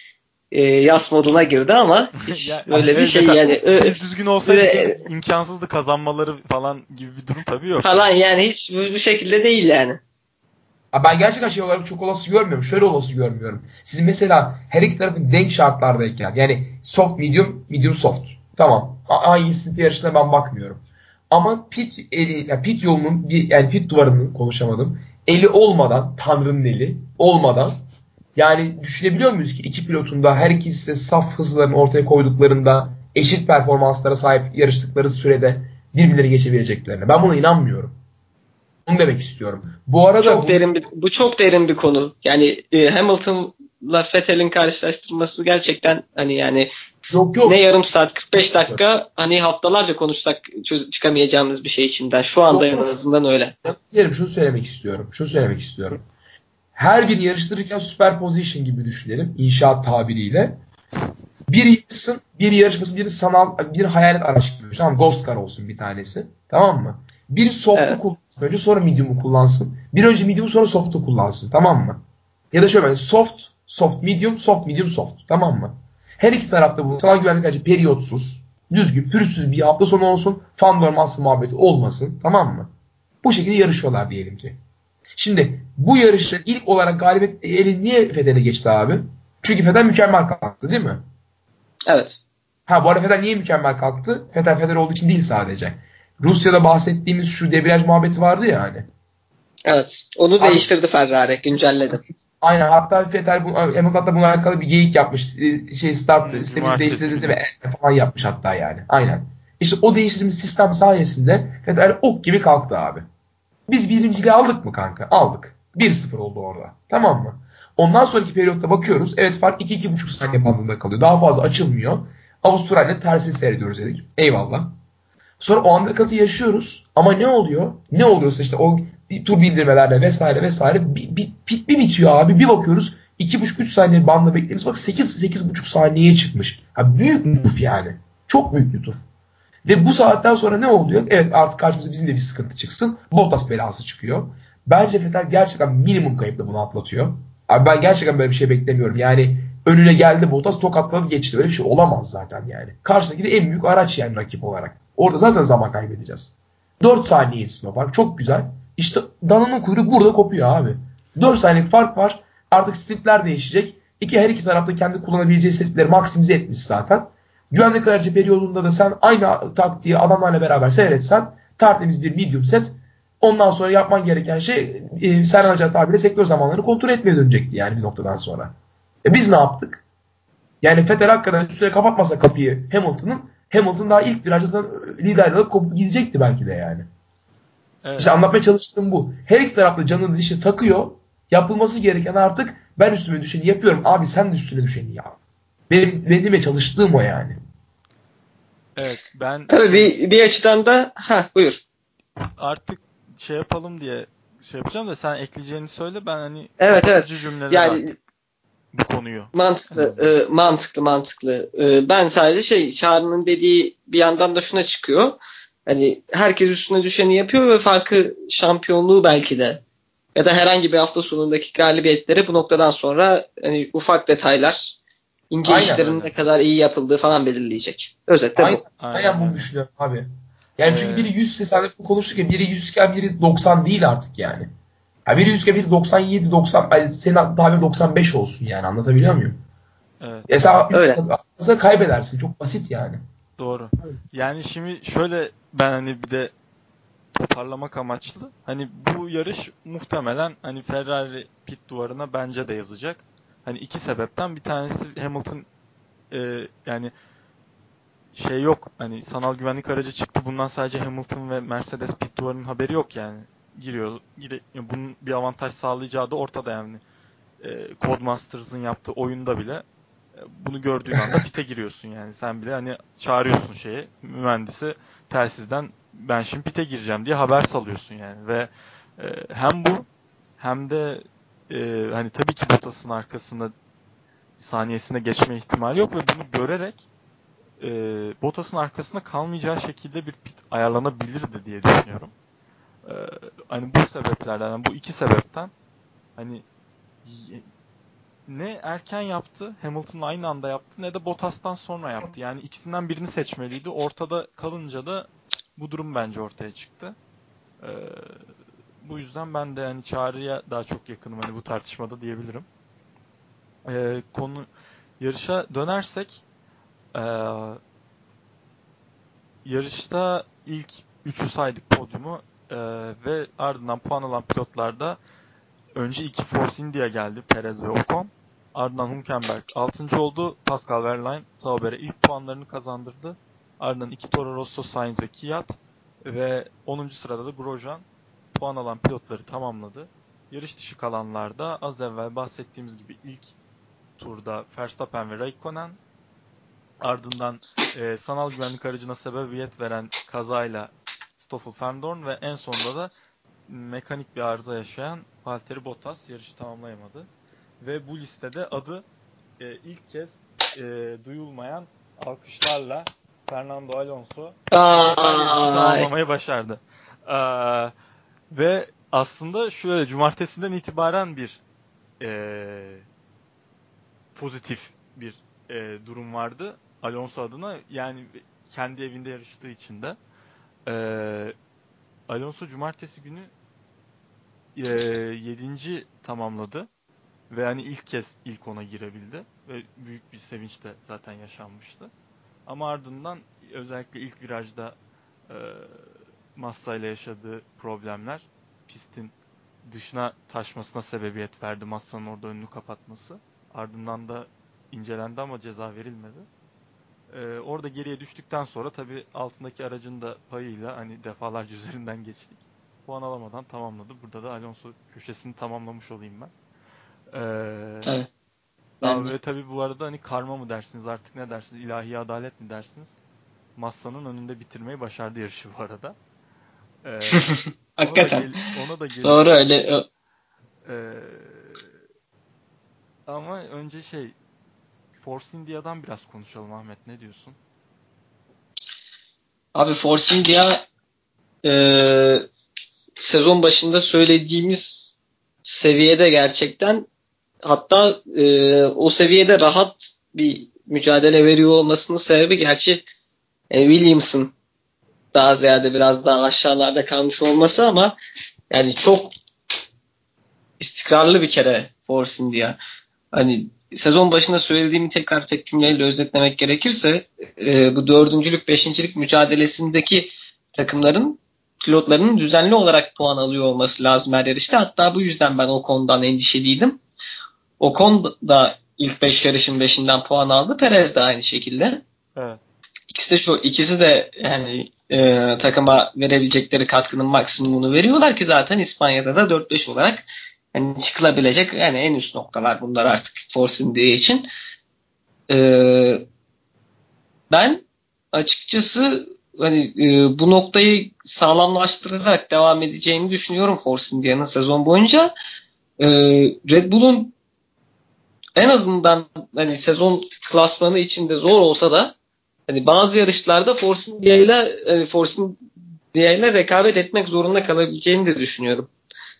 Speaker 3: yas moduna girdi ama hiç böyle bir şey yani.
Speaker 1: Biz düzgün olsaydık imkansızdı kazanmaları falan gibi bir durum tabii yok.
Speaker 3: Falan yani hiç bu şekilde değil yani.
Speaker 2: Ben gerçekten şey olarak çok olası görmüyorum. Şöyle olası görmüyorum. Sizin mesela her iki tarafın denk şartlardayken yani soft medium, medium soft. Tamam. Hangisi yarışına ben bakmıyorum. Ama pit yolunun yani pit duvarının konuşamadım. Eli olmadan, Tanrı'nın eli olmadan yani düşünebiliyor muyuz ki iki pilotun da her ikisi de saf hızlarını ortaya koyduklarında eşit performanslara sahip yarıştıkları sürede birbirleri geçebileceklerine. Ben buna inanmıyorum. Onu demek istiyorum. Bu arada
Speaker 3: bu çok derin bir konu. Yani Hamilton'la Vettel'in karşılaştırması gerçekten hani yani
Speaker 2: yok.
Speaker 3: Ne yarım saat 45 dakika hani haftalarca konuşsak çıkamayacağımız bir şey içinden. Şu anda en azından öyle.
Speaker 2: Şunu söylemek istiyorum. Her bir yarıştırırken superposition gibi düşünelim. İnşaat tabiriyle. Bir yarışmasın, biri sanal, bir hayalet araç gibi. Tamam, Ghost Car olsun bir tanesi. Tamam mı? Biri soft'u kullansın önce, sonra medium'u kullansın. Bir önce medium'u sonra soft'u kullansın. Tamam mı? Ya da şöyle soft, medium, soft. Tamam mı? Her iki tarafta bu sanal güvenlik aracı periyotsuz, düzgün, pürüzsüz bir hafta sonu olsun. Fandom aslı muhabbeti olmasın. Tamam mı? Bu şekilde yarışıyorlar diyelim ki. Şimdi bu yarışta ilk olarak galibiyet eli niye Vettel'e geçti abi? Çünkü Vettel mükemmel kalktı değil mi?
Speaker 3: Evet.
Speaker 2: Bu arada Vettel niye mükemmel kalktı? Vettel olduğu için değil sadece. Rusya'da bahsettiğimiz şu debriyaj muhabbeti vardı ya hani.
Speaker 3: Evet. Onu değiştirdi Ferrari. Güncelledi.
Speaker 2: Aynen. Hatta Vettel Hamilton'da bununla alakalı bir geyik yapmış. Start sistemimizi değiştirdiğimizde mi falan yapmış hatta yani. Aynen. İşte o değiştirdiğimiz sistem sayesinde Vettel ok gibi kalktı abi. Biz birinciliği aldık mı kanka? Aldık. 1-0 oldu orada. Tamam mı? Ondan sonraki periyotta bakıyoruz. Evet, fark 2-2,5 saniye bandında kalıyor. Daha fazla açılmıyor. Avustralya tersini seyrediyoruz dedik. Eyvallah. Sonra o Amerika'yı yaşıyoruz. Ama ne oluyor? Ne oluyorsa işte o tur bildirmelerle vesaire bir bitiyor abi. Bir bakıyoruz 2,5-3 saniye bandında beklediğimiz bak 8-8,5 saniyeye çıkmış. Büyük lütuf yani. Çok büyük lütuf. Ve bu saatten sonra ne oluyor? Evet, artık karşımıza bizim de bir sıkıntı çıksın. Bottas belası çıkıyor. Bence Vettel gerçekten minimum kayıpla bunu atlatıyor. Abi ben gerçekten böyle bir şey beklemiyorum. Yani önüne geldi Bottas, tokatladı geçti. Öyle bir şey olamaz zaten yani. Karşıdaki de en büyük araç yani rakip olarak. Orada zaten zaman kaybedeceğiz. 4 saniye isim var. Çok güzel. İşte dananın kuyruğu burada kopuyor abi. 4 saniyelik fark var. Artık stripler değişecek. Her iki tarafta kendi kullanabileceği stripleri maksimize etmiş zaten. Güvenlik aracı periyodunda da sen aynı taktiği adamlarla beraber seyretsen tertemiz bir medium set. Ondan sonra yapman gereken şey Serhan Hoca tabiriyle sektör zamanlarını kontrol etmeye dönecekti yani bir noktadan sonra. Biz ne yaptık? Yani Vettel hakikaten üstüne kapatmasa kapıyı Hamilton daha ilk virajdan liderle alıp kopup gidecekti belki de yani. Evet. İşte anlatmaya çalıştığım bu. Her iki tarafta canını dişe takıyor. Yapılması gereken artık ben üstüme düşeni yapıyorum. Abi sen de üstüne düşeni yap. Benim çalıştığım o yani.
Speaker 1: Evet, ben
Speaker 3: tabii bir açıdan da buyur.
Speaker 1: Artık yapalım diye yapacağım da sen ekleyeceğini söyle, ben hani
Speaker 3: evet.
Speaker 1: cümleler
Speaker 3: yani,
Speaker 1: artık bu konuyu.
Speaker 3: Mantıklı. Ben sadece Çağrı'nın dediği bir yandan da şuna çıkıyor. Hani herkes üstüne düşeni yapıyor ve farkı şampiyonluğu belki de ya da herhangi bir hafta sonundaki galibiyetleri bu noktadan sonra hani ufak detaylar, ince işlerin ne kadar iyi yapıldığı falan belirleyecek. Özetle bu.
Speaker 2: Aynen bunu düşünüyorum abi. Yani çünkü biri 100 ise sen de konuştuk ya, biri 100 iken biri 90 değil artık yani. Biri 100 iken biri 97, 90, senin tabiri 95 olsun yani, anlatabiliyor muyum?
Speaker 1: Evet.
Speaker 2: Sen kaybedersin. Çok basit yani.
Speaker 1: Doğru. Yani şimdi şöyle, ben hani bir de toparlamak amaçlı, hani bu yarış muhtemelen hani Ferrari pit duvarına bence de yazacak. Hani iki sebepten, bir tanesi Hamilton yani yok, hani sanal güvenlik aracı çıktı, bundan sadece Hamilton ve Mercedes pit duvarının haberi yok yani. Bunun bir avantaj sağlayacağı da ortada yani. Codemasters'ın yaptığı oyunda bile bunu gördüğün anda pite giriyorsun yani. Sen bile hani çağırıyorsun mühendisi telsizden, ben şimdi pite gireceğim diye haber salıyorsun yani. Ve hem bu hem de hani tabii ki Bottas'ın arkasında saniyesine geçme ihtimali yok ve bunu görerek Bottas'ın arkasında kalmayacağı şekilde bir pit ayarlanabilirdi diye düşünüyorum. Hani bu sebeplerden, yani bu iki sebepten hani ne erken yaptı, Hamilton aynı anda yaptı, ne de Bottas'tan sonra yaptı. Yani ikisinden birini seçmeliydi. Ortada kalınca da bu durum bence ortaya çıktı. Bu yüzden ben de hani Çağrı'ya daha çok yakınım hani bu tartışmada diyebilirim. Konu yarışa dönersek, yarışta ilk 3'ü saydık podyumu, ve ardından puan alan pilotlarda önce 2 Force India geldi, Perez ve Ocon. Ardından Hülkenberg 6. oldu. Pascal Wehrlein Sauber'e ilk puanlarını kazandırdı. Ardından 2 Toro Rosso, Sainz ve Kvyat ve 10. sırada da Grosjean puan alan pilotları tamamladı. Yarış dışı kalanlarda az evvel bahsettiğimiz gibi ilk turda Verstappen ve Raikkonen, ardından sanal güvenlik aracına sebebiyet veren kazayla Stoffel Vandoorne ve en sonunda da mekanik bir arıza yaşayan Valtteri Bottas yarışı tamamlayamadı. Ve bu listede adı ilk kez duyulmayan alkışlarla Fernando Alonso yarışı
Speaker 3: Ay.
Speaker 1: tamamlamayı başardı. Ve aslında şöyle, cumartesinden itibaren bir pozitif bir durum vardı Alonso adına. Yani kendi evinde yarıştığı için de. Alonso cumartesi günü 7. tamamladı. Ve hani ilk kez ilk 10'a girebildi. Ve büyük bir sevinç de zaten yaşanmıştı. Ama ardından özellikle ilk virajda e, Massa ile yaşadığı problemler pistin dışına taşmasına sebebiyet verdi. Massa'nın orada önünü kapatması. Ardından da incelendi ama ceza verilmedi. Orada geriye düştükten sonra tabii altındaki aracın da payıyla hani defalarca üzerinden geçtik. Puan alamadan tamamladı. Burada da Alonso köşesini tamamlamış olayım ben.
Speaker 3: Evet, ben
Speaker 1: Ve
Speaker 3: de.
Speaker 1: tabii bu arada hani karma mı dersiniz, artık ne dersiniz, ilahi adalet mi dersiniz? Massa'nın önünde bitirmeyi başardı yarışı bu arada. Ona da
Speaker 3: Hakikaten.
Speaker 1: ona da
Speaker 3: Doğru
Speaker 1: geleceğim.
Speaker 3: öyle.
Speaker 1: Ee, Ama önce Force India'dan biraz konuşalım Ahmet, ne diyorsun?
Speaker 3: Abi Force India e, sezon başında söylediğimiz seviyede gerçekten, hatta o seviyede rahat bir mücadele veriyor olmasının sebebi gerçi Williams'ın daha ziyade biraz daha aşağılarda kalmış olması, ama yani çok istikrarlı bir kere Force India. Hani sezon başında söylediğimi tekrar tek cümleyle özetlemek gerekirse bu dördüncülük, beşincilik mücadelesindeki takımların pilotlarının düzenli olarak puan alıyor olması lazım her yarışta. Hatta bu yüzden ben o konudan endişeliydim. Ocon da ilk 5 yarışın 5'inden puan aldı. Perez de aynı şekilde.
Speaker 1: Evet.
Speaker 3: İkisi de yani takıma verebilecekleri katkının maksimumunu veriyorlar ki zaten İspanya'da da 4-5 olarak yani çıkılabilecek yani en üst noktalar bunlar artık Force India için. E, Ben açıkçası hani bu noktayı sağlamlaştırarak devam edeceğini düşünüyorum Force India'nın sezon boyunca. E, Red Bull'un en azından hani sezon klasmanı içinde zor olsa da hani bazı yarışlarda Force India ile rekabet etmek zorunda kalabileceğini de düşünüyorum.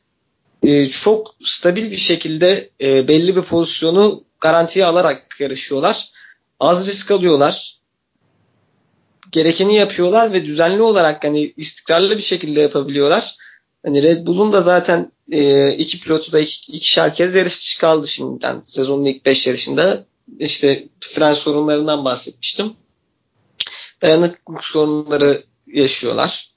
Speaker 3: Çok stabil bir şekilde belli bir pozisyonu garantiye alarak yarışıyorlar. Az risk alıyorlar. Gerekeni yapıyorlar ve düzenli olarak hani istikrarlı bir şekilde yapabiliyorlar. Hani Red Bull'un da zaten iki pilotu da ikişer kez yarış dışı kaldı şimdiden. Sezonun ilk 5 yarışında işte fren sorunlarından bahsetmiştim. Dayanıklık sorunları yaşıyorlar.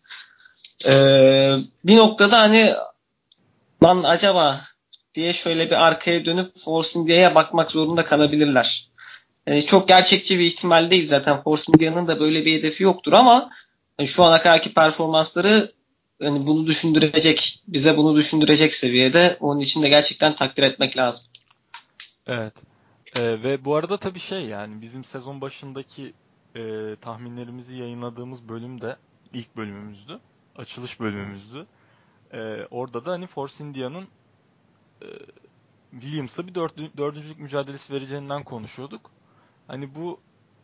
Speaker 3: Bir noktada hani lan acaba diye şöyle bir arkaya dönüp Force India'ya bakmak zorunda kalabilirler. Çok gerçekçi bir ihtimal değil zaten. Force India'nın da böyle bir hedefi yoktur ama şu ana kadarki performansları hani bunu düşündürecek, bize bunu düşündürecek seviyede. Onun için de gerçekten takdir etmek lazım.
Speaker 1: Evet. Ve bu arada tabii yani bizim sezon başındaki tahminlerimizi yayınladığımız bölüm de ilk bölümümüzdü. Açılış bölümümüzdü. Orada da hani Force India'nın e, Williams'la bir dördüncülük mücadelesi vereceğinden konuşuyorduk. Hani bu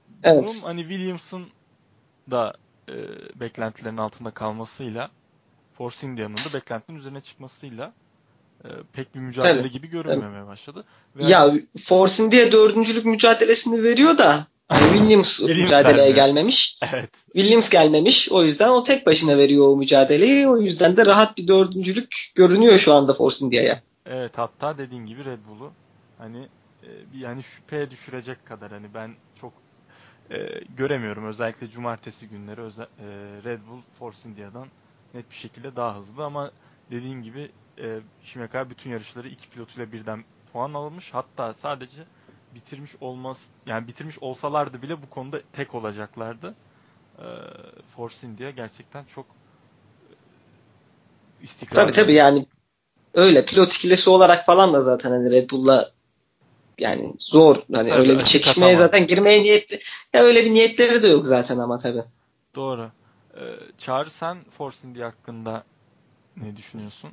Speaker 1: durum
Speaker 3: Evet.
Speaker 1: hani Williams'ın da beklentilerin altında kalmasıyla Force India'nın da beklentinin üzerine çıkmasıyla pek bir mücadele
Speaker 3: Tabii,
Speaker 1: gibi
Speaker 3: tabii.
Speaker 1: görünmemeye başladı. Ve
Speaker 3: Ya Force India dördüncülük mücadelesini veriyor da Williams
Speaker 1: Williams
Speaker 3: mücadeleye
Speaker 1: vermiyor.
Speaker 3: gelmemiş.
Speaker 1: Evet.
Speaker 3: Williams gelmemiş. O yüzden o tek başına veriyor o mücadeleyi. O yüzden de rahat bir dördüncülük görünüyor şu anda Force India'ya.
Speaker 1: Evet, hatta dediğin gibi Red Bull'u hani bir yani şüpheye düşürecek kadar hani ben çok göremiyorum. Özellikle cumartesi günleri Red Bull Force India'dan net bir şekilde daha hızlı ama dediğin gibi şimdiye kadar bütün yarışları iki pilotuyla birden puan almış. Hatta sadece bitirmiş olsalardı bile bu konuda tek olacaklardı. E, Force India gerçekten çok
Speaker 3: Tabii
Speaker 1: istikrarlı bir
Speaker 3: tabii,
Speaker 1: ekip.
Speaker 3: yani öyle pilot ikilisi olarak falan da zaten hani Red Bull'la yani zor. Hani
Speaker 1: Tabii
Speaker 3: öyle bir
Speaker 1: açık
Speaker 3: çekişmeye zaten
Speaker 1: atamazlar.
Speaker 3: girmeye niyetli. Ya öyle bir niyetleri de yok zaten ama tabii.
Speaker 1: Doğru. Çağrı, sen Force India hakkında ne düşünüyorsun?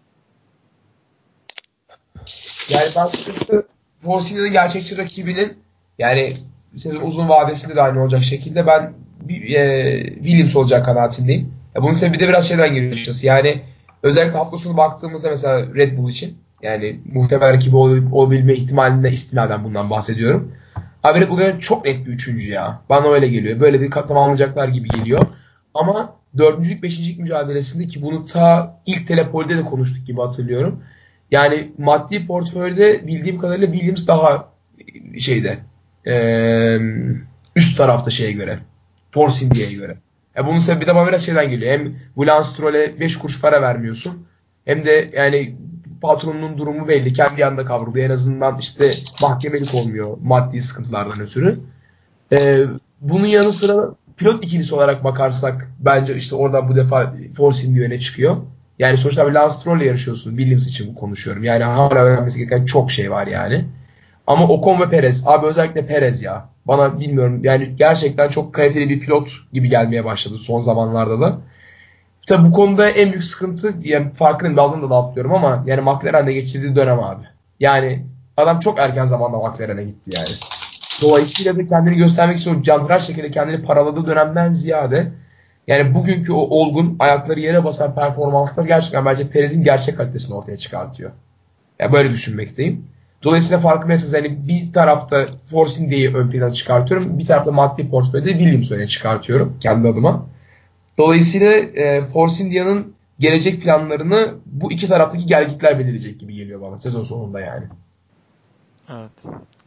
Speaker 2: Yani ben açıkçası Force gerçekçi rakibinin yani sezon uzun vadesinde de aynı olacak şekilde ben Williams olacak kanaatindeyim. Bunun sebebi de biraz şeyden geliyor açıkçası. Yani özellikle hafta sonu baktığımızda mesela Red Bull için yani muhtemel rakibi olabilme ihtimaline istinaden bundan bahsediyorum. Abi Red Bull yani çok net bir üçüncü ya. Bana öyle geliyor. Böyle bir tamamlayacaklar gibi geliyor. Ama dördüncülük, beşincilik mücadelesinde ki bunu ta ilk Telepol'de de konuştuk gibi hatırlıyorum. Yani maddi portföyde bildiğim kadarıyla Williams daha şeyde eee, üst tarafta şeye göre. Force India'ya göre. Bunun sebebi de bana biraz şeyden geliyor. Hem Lance Stroll'e 5 kuruş para vermiyorsun. Hem de yani patronunun durumu belli. Kendi yanında kavruluyor. En azından işte mahkemelik olmuyor maddi sıkıntılardan ötürü. Bunun yanı sıra pilot ikilisi olarak bakarsak bence işte oradan bu defa Force India öne çıkıyor. Yani sonuçta bir Lance Stroll'le yarışıyorsun. Williams için konuşuyorum. Yani hala öğrenmesi gereken çok şey var yani. Ama Ocon ve Perez. Abi özellikle Perez ya. Bana bilmiyorum yani gerçekten çok kaliteli bir pilot gibi gelmeye başladı son zamanlarda da. Tabi bu konuda en büyük sıkıntı yani farkındayım daldan da atlıyorum ama yani McLaren'de geçirdiği dönem abi. Yani adam çok erken zamanda McLaren'e gitti yani. Dolayısıyla da kendini göstermek için o canhıraş şekilde kendini paraladığı dönemden ziyade yani bugünkü o olgun ayakları yere basan performanslar gerçekten bence Perez'in gerçek kalitesini ortaya çıkartıyor. Yani böyle düşünmekteyim. Dolayısıyla farkındaysanız hani bir tarafta Force India'yı ön plana çıkartıyorum. Bir tarafta maddi portföyde Williams öne çıkartıyorum kendi adıma. Dolayısıyla Force India'nın gelecek planlarını bu iki taraftaki gelgitler belirleyecek gibi geliyor bana sezon sonunda yani.
Speaker 1: Evet.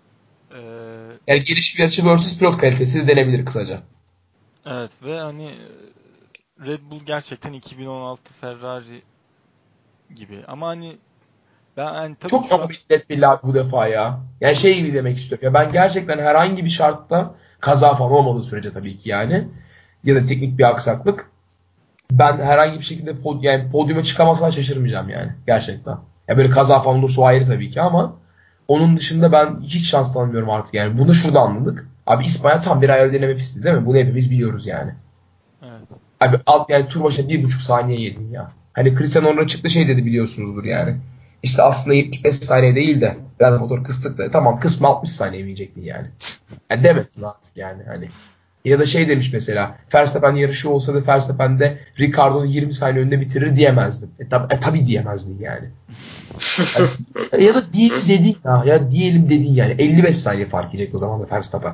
Speaker 1: Ee,
Speaker 2: Yani geliş yarışı versus pilot kalitesi de denebilir kısaca.
Speaker 1: evet ve hani Red Bull gerçekten 2016 Ferrari gibi. Ama hani ben hani tabii
Speaker 2: Çok
Speaker 1: şu
Speaker 2: ama
Speaker 1: an
Speaker 2: millet billahi bu defa ya. Yani şey gibi demek istiyorum. Ya ben gerçekten herhangi bir şartta kaza falan olmadığı sürece tabii ki yani ya da teknik bir aksaklık ben herhangi bir şekilde yani podyuma çıkamasına şaşırmayacağım yani gerçekten. Ya böyle kaza falan olursa o ayrı tabii ki ama onun dışında ben hiç şans tanımıyorum artık yani. Bunu şurada anladık. Abi İspanya tam bir aerodinamik pisti değil mi? Bunu hepimiz biliyoruz yani.
Speaker 1: evet.
Speaker 2: Abi alt yani tur başına 1,5 saniye yedin ya. Hani Cristiano Ronaldo çıktı şey dedi biliyorsunuzdur yani. İşte aslında 75 saniye değil de ben motor kıstık da tamam kısmı 60 saniye yiyecektin yani. Yani demedin artık yani hani. Ya da şey demiş mesela Verstappen yarışı olsa da Verstappen'de Ricardo'nu 20 saniye önünde bitirir diyemezdim. Tabii diyemezdin yani. Yani ya da dedin ya diyelim dedin yani 55 saniye fark edecek o zaman da Verstappen.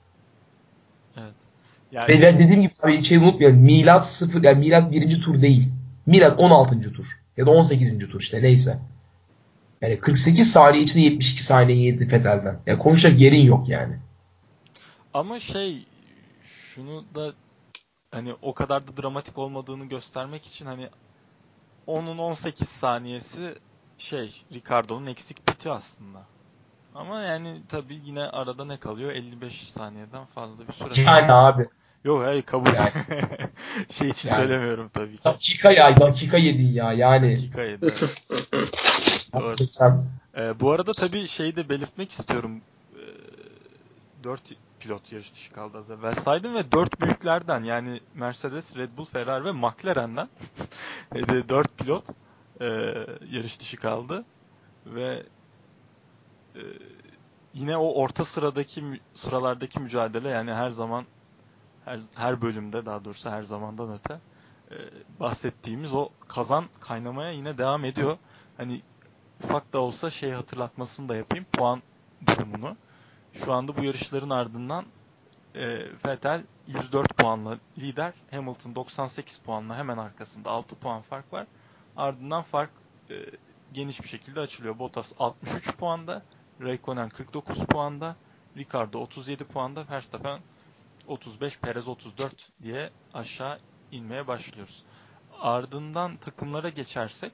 Speaker 1: Evet. Ya
Speaker 2: Ve dediğim gibi abi şey unutmayalım. Milat sıfır yani milat birinci tur değil. Milat 16. tur. Ya da 18. tur işte neyse. Yani 48 saniye içinde 72 saniye yedi Fethel'den. Ya konuşacak yerin yok yani.
Speaker 1: ama şunu da hani o kadar da dramatik olmadığını göstermek için hani onun 18 saniyesi Ricardo'nun eksik piti aslında. Ama yani tabii yine arada ne kalıyor? 55 saniyeden fazla bir süre
Speaker 2: Yani
Speaker 1: kalıyor.
Speaker 2: abi.
Speaker 1: Yok, hayır, kabul.
Speaker 2: Yani,
Speaker 1: Şey için
Speaker 2: yani
Speaker 1: söylemiyorum tabii ki.
Speaker 2: dakika yedin ya yani.
Speaker 1: Dakika 7, evet. Doğru.
Speaker 2: Gerçekten.
Speaker 1: Bu arada tabii şeyi de belirtmek istiyorum. 4 pilot yarış dışı kaldı az evvel saydım ve 4 büyüklerden yani Mercedes, Red Bull, Ferrari ve McLaren'den 4 pilot e, yarış dışı kaldı ve e, yine o orta sıralardaki mücadele yani her zaman her bölümde daha doğrusu her zamandan öte bahsettiğimiz o kazan kaynamaya yine devam ediyor. Hani ufak da olsa hatırlatmasını da yapayım. Puan durumunu. Şu anda bu yarışların ardından Vettel 104 puanla lider. Hamilton 98 puanla hemen arkasında 6 puan fark var. Ardından fark geniş bir şekilde açılıyor. Bottas 63 puanda, Raikkonen 49 puanda, Ricciardo 37 puanda, Verstappen 35, Perez 34 diye aşağı inmeye başlıyoruz. Ardından takımlara geçersek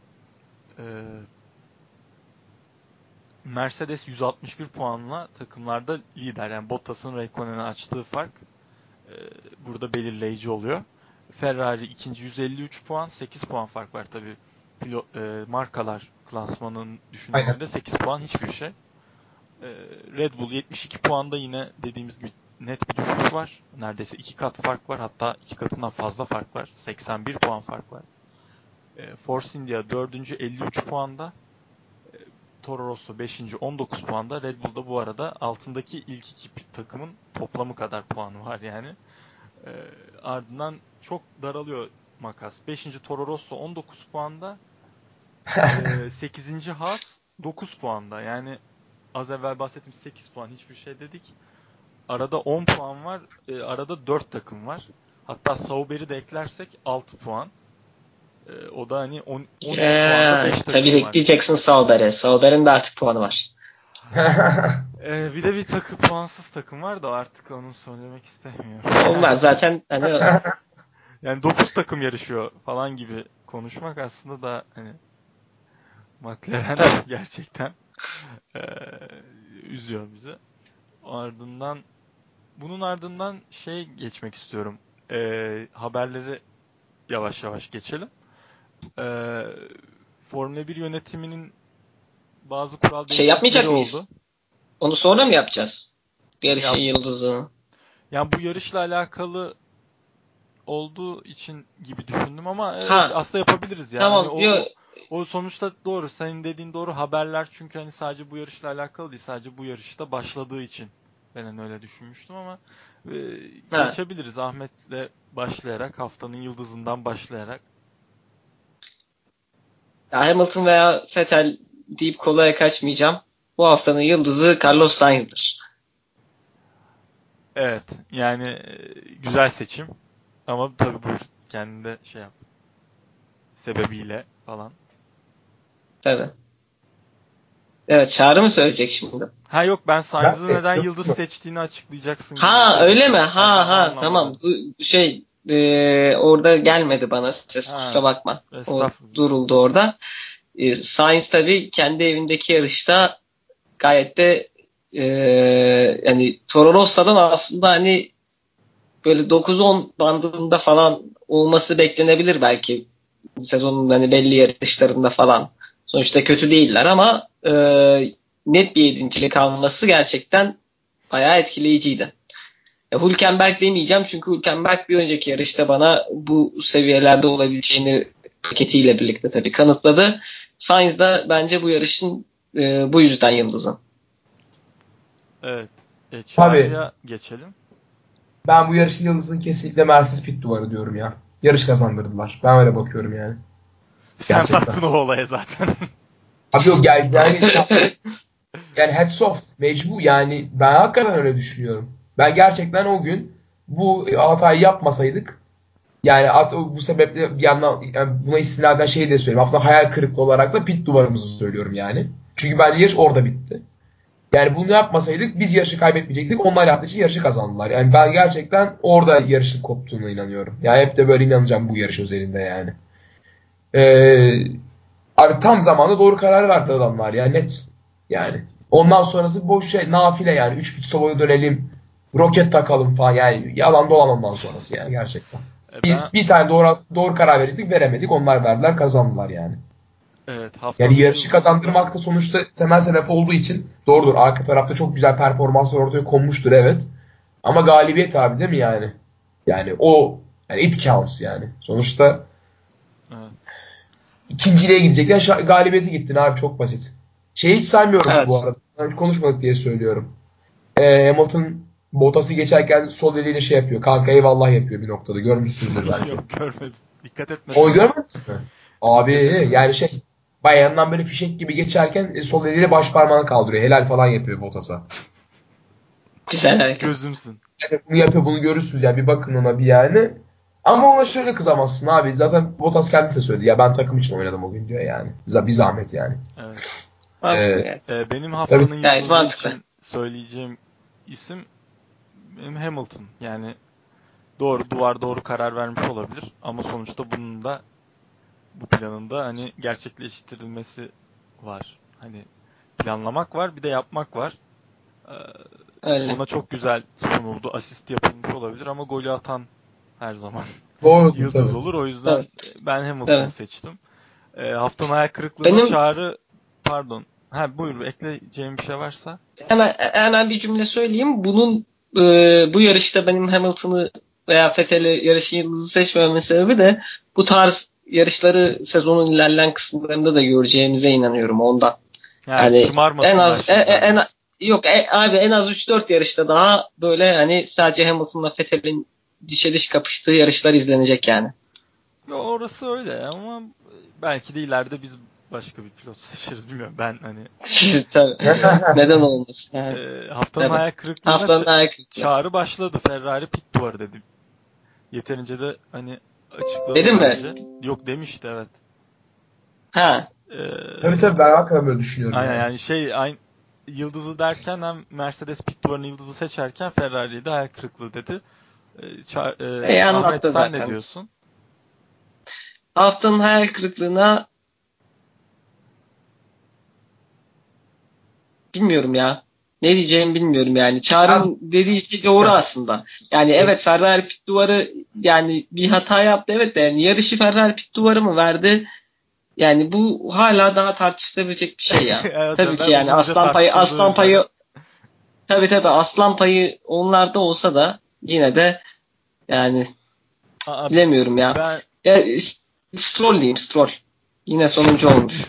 Speaker 1: Mercedes 161 puanla takımlarda lider. Yani Bottas'ın Raikkonen'e açtığı fark burada belirleyici oluyor. Ferrari ikinci 153 puan, 8 puan fark var tabii. Markalar klasmanın düşündüğünde 8 puan hiçbir şey. Red Bull 72 puanda yine dediğimiz gibi net bir düşüş var. Neredeyse 2 kat fark var. Hatta 2 katından fazla fark var. 81 puan fark var. Force India 4. 53 puanda. Toro Rosso 5. 19 puanda. Red Bull'da bu arada altındaki ilk iki takımın toplamı kadar puanı var yani. Ardından çok daralıyor makas. 5. Toro Rosso 19 puanda. 8. Haas 9 puanda. Yani az evvel bahsettiğim 8 puan hiçbir şey dedik. Arada 10 puan var. Arada 4 takım var. Hatta Sauber'i de eklersek 6 puan. O da hani 13 puanda 5 takım
Speaker 3: tabii
Speaker 1: var.
Speaker 3: ekleyeceksin Sauber'e. Sauber'in de artık puanı var.
Speaker 1: Bir de bir puansız takım var da artık onu söylemek istemiyorum.
Speaker 3: Olmaz zaten hani
Speaker 1: yani 9 takım yarışıyor falan gibi konuşmak aslında da hani McLaren gerçekten üzüyor bizi. Bunun ardından geçmek istiyorum. Haberleri yavaş yavaş geçelim. Formula 1 yönetiminin bazı kural değişiklikleri
Speaker 3: yapmayacak mıyız?
Speaker 1: oldu.
Speaker 3: Onu sonra mı yapacağız? Yarışın yıldızı.
Speaker 1: Yani bu yarışla alakalı olduğu için gibi düşündüm ama aslında yapabiliriz ya.
Speaker 3: Tamam.
Speaker 1: Hani o sonuçta doğru. Senin dediğin doğru. Haberler çünkü hani sadece bu yarışla alakalı değil. Sadece bu yarışta başladığı için ben öyle düşünmüştüm ama geçebiliriz Ahmet'le başlayarak, haftanın yıldızından başlayarak.
Speaker 3: Ya Hamilton veya Vettel deyip kolaya kaçmayacağım. Bu haftanın yıldızı Carlos Sainz'dır.
Speaker 1: Evet. Yani güzel seçim. Ama tabii buyur kendinde yap. Sebebiyle falan.
Speaker 3: Tabii. Evet, Çağrı mı söyleyecek şimdi?
Speaker 1: Yok ben Sainz'ı neden yıldız seçtiğini açıklayacaksın gibi.
Speaker 3: Öyle mi? Tamam. Orada gelmedi bana ses, kusura bakma. O duruldu orada. Sainz tabii kendi evindeki yarışta gayet de yani Toro Rosso'dan aslında hani böyle 9-10 bandında falan olması beklenebilir belki sezonun hani belli yarışlarında falan. Sonuçta kötü değiller ama net bir yedincilik alması gerçekten bayağı etkileyiciydi. Hülkenberg demeyeceğim çünkü Hülkenberg bir önceki yarışta bana bu seviyelerde olabileceğini paketiyle birlikte tabii kanıtladı. Sainz da bence bu yarışın bu yüzden yıldızı.
Speaker 1: Evet. Çağrı'ya geçelim.
Speaker 2: Ben bu yarışın yıldızını kesinlikle Mercedes pit duvarı diyorum ya. Yarış kazandırdılar. Ben öyle bakıyorum yani.
Speaker 1: Sen baktın o olaya zaten.
Speaker 2: Abi yani heads off mecbur yani ben hakikaten öyle düşünüyorum. Ben gerçekten o gün bu hatayı yapmasaydık yani bu sebeple bir yandan yani buna istinaden de söyleyeyim. Aslında hayal kırıklığı olarak da pit duvarımızı söylüyorum yani. Çünkü bence yarış orada bitti. Yani bunu yapmasaydık biz yarışı kaybetmeyecektik. Onlar yaptığı için yarışı kazandılar. Yani ben gerçekten orada yarışın koptuğuna inanıyorum. Yani hep de böyle inanacağım bu yarış özelinde yani. Abi tam zamanda doğru karar verdi adamlar ya net. Yani ondan sonrası boş nafile yani. 3 pit stop'a dönelim. Roket takalım falan yani. Yalan dolan ondan sonrası yani gerçekten. Biz bir tane doğru karar verecektik veremedik. Onlar verdiler kazandılar yani.
Speaker 1: Evet,
Speaker 2: yani yarışı kazandırmak da sonuçta temel sebep olduğu için doğrudur. Arka tarafta çok güzel performanslar ortaya konmuştur evet. Ama galibiyet abi değil mi yani? Yani o yani it counts yani. Sonuçta ikinciliğe gidecekler. Galibiyete gittin abi çok basit. Hiç saymıyorum bu arada. Ben konuşmadık diye söylüyorum. Hamilton Bottas'ı geçerken sol eliyle yapıyor. Kanka eyvallah yapıyor bir noktada. Görmüşsündür belki.
Speaker 1: Yok görmedim. Dikkat etmedim.
Speaker 2: O görmediniz mi? Abi yani bayandan böyle fişek gibi geçerken sol eliyle baş parmağını kaldırıyor. Helal falan yapıyor Bottas'a.
Speaker 3: Güzel hareket.
Speaker 1: Gözümsün.
Speaker 2: Yani bunu yapıyor, bunu görürsünüz ya, bir bakın ona bir yani. Ama ona şöyle kızamazsın abi. Zaten Bottas kendisi de söyledi ya, ben takım için oynadım o gün diyor yani. Bir zahmet yani.
Speaker 1: Evet.
Speaker 3: Mantıklı yani.
Speaker 1: Benim haftanın
Speaker 2: Tabii.
Speaker 3: Yani
Speaker 1: yıldızı
Speaker 3: mantıklı.
Speaker 1: için söyleyeceğim isim benim Hamilton. Yani doğru karar vermiş olabilir ama sonuçta bunun da bu planın da hani gerçekleştirilmesi var. Hani planlamak var, bir de yapmak var. Ee,
Speaker 3: Öyle.
Speaker 1: Ona çok güzel sunuldu. Asist yapılmış olabilir ama golü atan her zaman
Speaker 2: Doğru
Speaker 1: yıldız
Speaker 2: tabii.
Speaker 1: olur. O yüzden ben Hamilton'ı
Speaker 3: Evet.
Speaker 1: seçtim. Haftanın hayal kırıklığına
Speaker 3: Benim
Speaker 1: pardon. Buyur, ekleyeceğim bir şey varsa.
Speaker 3: hemen bir cümle söyleyeyim. Bunun bu yarışta benim Hamilton'ı veya Vettel'i yarışın yıldızı seçmememin sebebi de bu tarz yarışları sezonun ilerleyen kısımlarında da göreceğimize inanıyorum ondan. Yani en
Speaker 1: Şımarmasınlar
Speaker 3: az
Speaker 1: şimdiden.
Speaker 3: yok abi en az 3-4 yarışta daha böyle hani sadece Hamilton'la Vettel'in dişe diş kapıştığı yarışlar izlenecek yani.
Speaker 1: Yo, orası öyle ama belki de ileride biz başka bir pilot seçeriz, bilmiyorum. Ben hani
Speaker 3: Tabii. Neden olmasın?
Speaker 1: haftanın hayal kırıklığına
Speaker 3: Haftanın hayal kırıklığı.
Speaker 1: çağrı başladı. Ferrari pit duvarı dedi. Yeterince de hani açıkladı
Speaker 3: Dedim mi?
Speaker 1: bence. Yok demişti, evet.
Speaker 3: Ha.
Speaker 2: Tabii ben hakikaten böyle düşünüyorum
Speaker 1: Aynen
Speaker 2: yani.
Speaker 1: yani aynı yıldızı derken hem Mercedes pit duvarının yıldızı seçerken Ferrari'yi de hayal kırıklığı dedi. Ahmet,
Speaker 3: Anlattı
Speaker 1: sen ne
Speaker 3: zaten.
Speaker 1: diyorsun?
Speaker 3: Haftanın hayal kırıklığına bilmiyorum ya. Ne diyeceğimi bilmiyorum yani. Çağrı'nın dediği şey doğru aslında. Yani evet Ferrari pit duvarı yani bir hata yaptı, evet de yani yarışı Ferrari pit duvarı mı verdi? Yani bu hala daha tartışılabilecek bir şey ya.
Speaker 1: Evet,
Speaker 3: Tabii ki
Speaker 1: ben
Speaker 3: yani
Speaker 1: uzunca tartışıldığı üzerine.
Speaker 3: tabii aslan payı onlarda olsa da yine de yani bilemiyorum ya.
Speaker 1: Ben
Speaker 3: Ya Stroll diyeyim, Stroll. Yine sonuncu olmuş.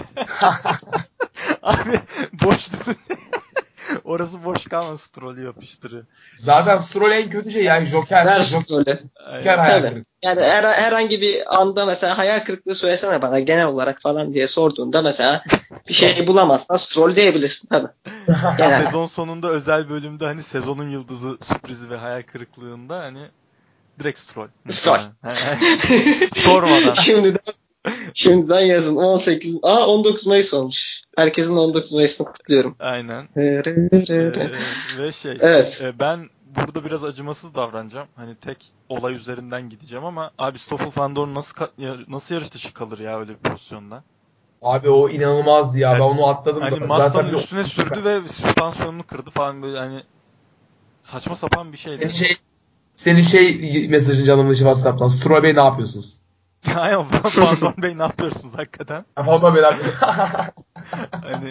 Speaker 1: Abi boş dur. Orası boş kalma, Stroll'ü yapıştırıyor.
Speaker 2: Zaten Stroll en kötü şey yani
Speaker 3: Ver
Speaker 2: Joker
Speaker 3: Stroll'ü.
Speaker 2: hayal
Speaker 3: Tabii.
Speaker 2: kırıklığı.
Speaker 3: Yani herhangi bir anda mesela hayal kırıklığı söylesene bana genel olarak falan diye sorduğunda mesela bir şey bulamazsan Stroll diyebilirsin tabii. Genel.
Speaker 1: Sezon sonunda özel bölümde hani sezonun yıldızı sürprizi ve hayal kırıklığında hani direkt Stroll.
Speaker 3: Stroll.
Speaker 1: Sormadan.
Speaker 3: Şimdiden yazın 19 Mayıs olmuş. Herkesin 19 Mayıs'ını kutluyorum.
Speaker 1: Aynen. Ve
Speaker 3: Evet.
Speaker 1: ben burada biraz acımasız davranacağım. Hani tek olay üzerinden gideceğim ama abi Stoffel Van Dorn nasıl yarış dışı kalır ya öyle bir pozisyonda?
Speaker 2: Abi o inanılmazdı ya.
Speaker 1: Yani,
Speaker 2: Ben onu atladım
Speaker 1: hani
Speaker 2: da. Zaten
Speaker 1: Massa'nın üstüne sürdü ve süspansiyonunu kırdı falan, böyle hani saçma sapan bir şeydi.
Speaker 2: Senin mesajın canımın içi WhatsApp'tan. Stroll Bey ne yapıyorsunuz?
Speaker 1: Aynen, Van Dorn Bey ne yapıyorsunuz hakikaten?
Speaker 2: Van Bey ne yapıyorsunuz?
Speaker 1: Hani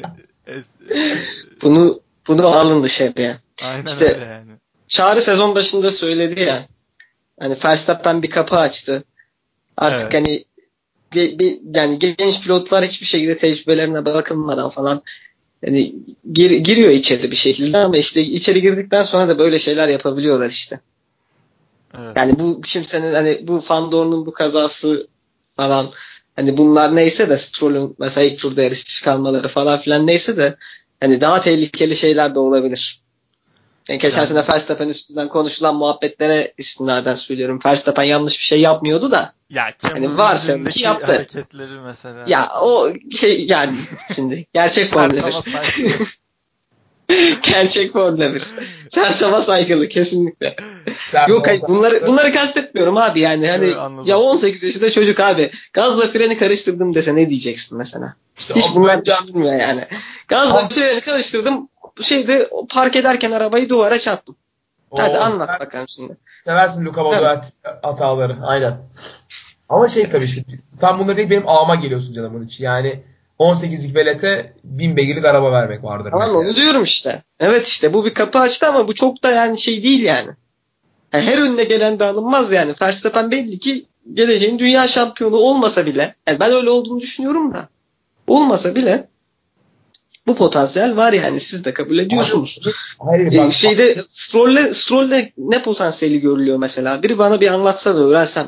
Speaker 3: Bunu alın dışarıya.
Speaker 1: aynen
Speaker 3: İşte
Speaker 1: öyle yani.
Speaker 3: Çağrı sezon başında söyledi ya. Hani Verstappen bir kapı açtı. Artık
Speaker 1: Evet.
Speaker 3: hani yani genç pilotlar hiçbir şekilde tecrübelerine bakılmadan falan hani giriyor içeri bir şekilde ama işte içeri girdikten sonra da böyle şeyler yapabiliyorlar işte.
Speaker 1: Evet.
Speaker 3: Yani bu kimsenin hani bu Fandor'un bu kazası falan hani bunlar neyse de Stroll'ün mesela ilk turda yarış dışı kalmaları falan filan neyse de hani daha tehlikeli şeyler de olabilir. Yani geçen sene Verstappen üstünden konuşulan muhabbetlere istinaden söylüyorum. Verstappen yanlış bir şey yapmıyordu da
Speaker 1: Ya
Speaker 3: hani
Speaker 1: Cameron
Speaker 3: varsayalım ki
Speaker 1: üzerindeki
Speaker 3: yaptı.
Speaker 1: hareketleri mesela.
Speaker 3: Ya o şey yani şimdi gerçek
Speaker 1: Sert
Speaker 3: Formula
Speaker 1: ama
Speaker 3: 1.
Speaker 1: saygılı.
Speaker 3: Gerçek Formula 1. Sert ama saygılı kesinlikle.
Speaker 2: Sert
Speaker 3: Yok hayır,
Speaker 2: olsa.
Speaker 3: bunları kastetmiyorum abi yani hani ya
Speaker 1: Anladım.
Speaker 3: 18 yaşında çocuk abi gazla freni karıştırdım dese ne diyeceksin mesela?
Speaker 2: İşte
Speaker 3: Hiç
Speaker 2: o
Speaker 3: bunlar
Speaker 2: böyle
Speaker 3: düşünülmüyor yani. Gazla freni karıştırdım park ederken arabayı duvara çarptım. Hadi
Speaker 2: o
Speaker 3: anlat bakalım şimdi.
Speaker 2: seversin Luca
Speaker 3: Tabii.
Speaker 2: Modert hataları. Aynen. Ama tabii işte tam bunları değil, benim ağıma geliyorsun canımın içi. Yani 18'lik velete 1000 beygirlik araba vermek vardır
Speaker 3: Tamam
Speaker 2: mesela.
Speaker 3: onu diyorum işte. Evet işte bu bir kapı açtı ama bu çok da yani şey değil yani. Yani her önüne gelen de alınmaz yani. Verstappen belli ki geleceğin dünya şampiyonu olmasa bile yani ben öyle olduğunu düşünüyorum da olmasa bile bu potansiyel var yani siz de kabul ediyorsunuz.
Speaker 2: Hayır bak.
Speaker 3: Stroll'le ne potansiyeli görülüyor mesela? Biri bana bir anlatsa da öğrensem ya.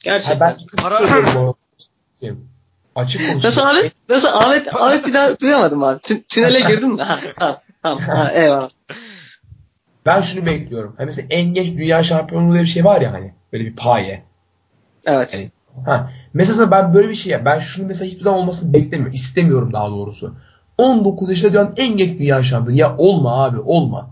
Speaker 3: Gerçekten.
Speaker 2: Ben söylüyorum bu. Açık konuşayım.
Speaker 3: Nasıl abi? Nasıl Ahmet bir daha duyamadım abi. Tünele girdin mi? Tamam. Eyvallah.
Speaker 2: Ben şunu bekliyorum. Hani mesela en genç dünya şampiyonluğu diye bir şey var ya hani. Böyle bir paye.
Speaker 3: Evet.
Speaker 2: Yani, mesela ben böyle bir şey ben şunu mesela hiçbir zaman olmasını beklemiyorum. İstemiyorum daha doğrusu. 19 yaşında dünyanın en genç dünya şampiyonu. Ya olma abi olma.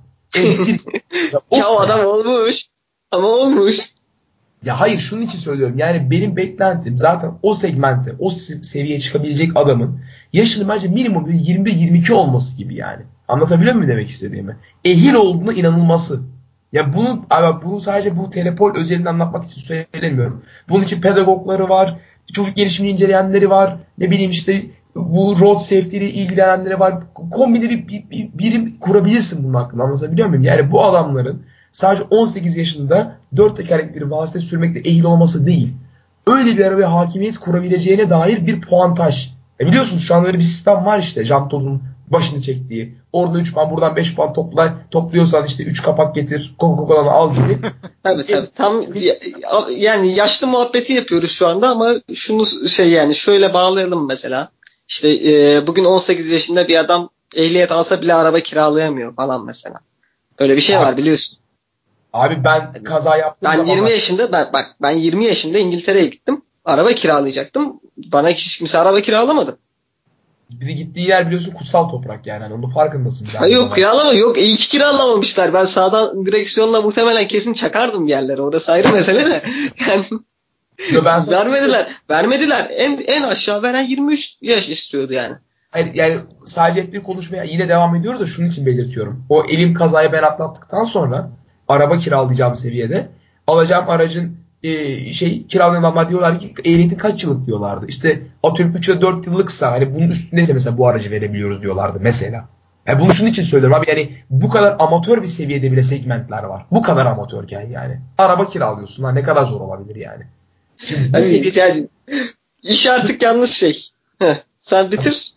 Speaker 3: Ya o adam olmuş. Ama olmuş.
Speaker 2: Ya hayır şunun için söylüyorum. Yani benim beklentim zaten o segmente, o seviyeye çıkabilecek adamın yaşının bence minimum 21-22 olması gibi yani. Anlatabiliyor muyum demek istediğimi? Ehil olduğuna inanılması. Ya bunu sadece bu telepol özelinde anlatmak için söylemiyorum. Bunun için pedagogları var, çocuk gelişimini inceleyenleri var, ne bileyim işte bu road safety ile ilgilenenleri var. Kombine bir birim kurabilirsin bunun hakkında, anlatabiliyor muyum? Yani bu adamların sadece 18 yaşında 4 tekerlekli bir vasıta sürmekle ehil olması değil. Öyle bir arabaya hakimiyet kurabileceğine dair bir puantaj. Biliyorsunuz şu anda böyle bir sistem var işte. Jean Todt'un başını çektiği. Orada 3 puan buradan 5 puan topluyorsan işte 3 kapak getir. Coca-Cola'nı al gibi.
Speaker 3: Tabii. Tam yani yaşlı muhabbeti yapıyoruz şu anda ama şunu yani şöyle bağlayalım mesela. İşte bugün 18 yaşında bir adam ehliyet alsa bile araba kiralayamıyor falan mesela. Öyle bir şey var biliyorsun.
Speaker 2: Abi ben kaza yaptığım zaman...
Speaker 3: Ben 20 yaşında İngiltere'ye gittim. Araba kiralayacaktım. Bana hiç kimse araba kiralamadı.
Speaker 2: Bir de gittiği yer biliyorsun kutsal toprak yani. Hani onun farkındasın.
Speaker 3: Yok kiralama yok. İyi ki kiralamamışlar. Ben sağdan direksiyonla muhtemelen kesin çakardım yerlere. Orası ayrı mesele de. Yani
Speaker 2: Yo,
Speaker 3: vermediler. En aşağı veren 23 yaş istiyordu yani.
Speaker 2: Hayır, yani sadece hep bir konuşmaya yine devam ediyoruz da şunun için belirtiyorum. O elim kazayı ben atlattıktan sonra araba kiralayacağım seviyede alacağım aracın kiralayan adamlar diyorlar ki ehliyetin kaç yıllık diyorlardı. İşte atıyorum 3 ya 4 yıllıksa hani bunun üstündeyse mesela bu aracı verebiliyoruz diyorlardı mesela. Yani bunu şunun için söylüyorum abi, yani bu kadar amatör bir seviyede bile segmentler var. Bu kadar amatörken yani. Araba kiralıyorsun ha, ne kadar zor olabilir yani. Şimdi bu seviyede...
Speaker 3: Yani iş artık yanlış şey. Sen bitir.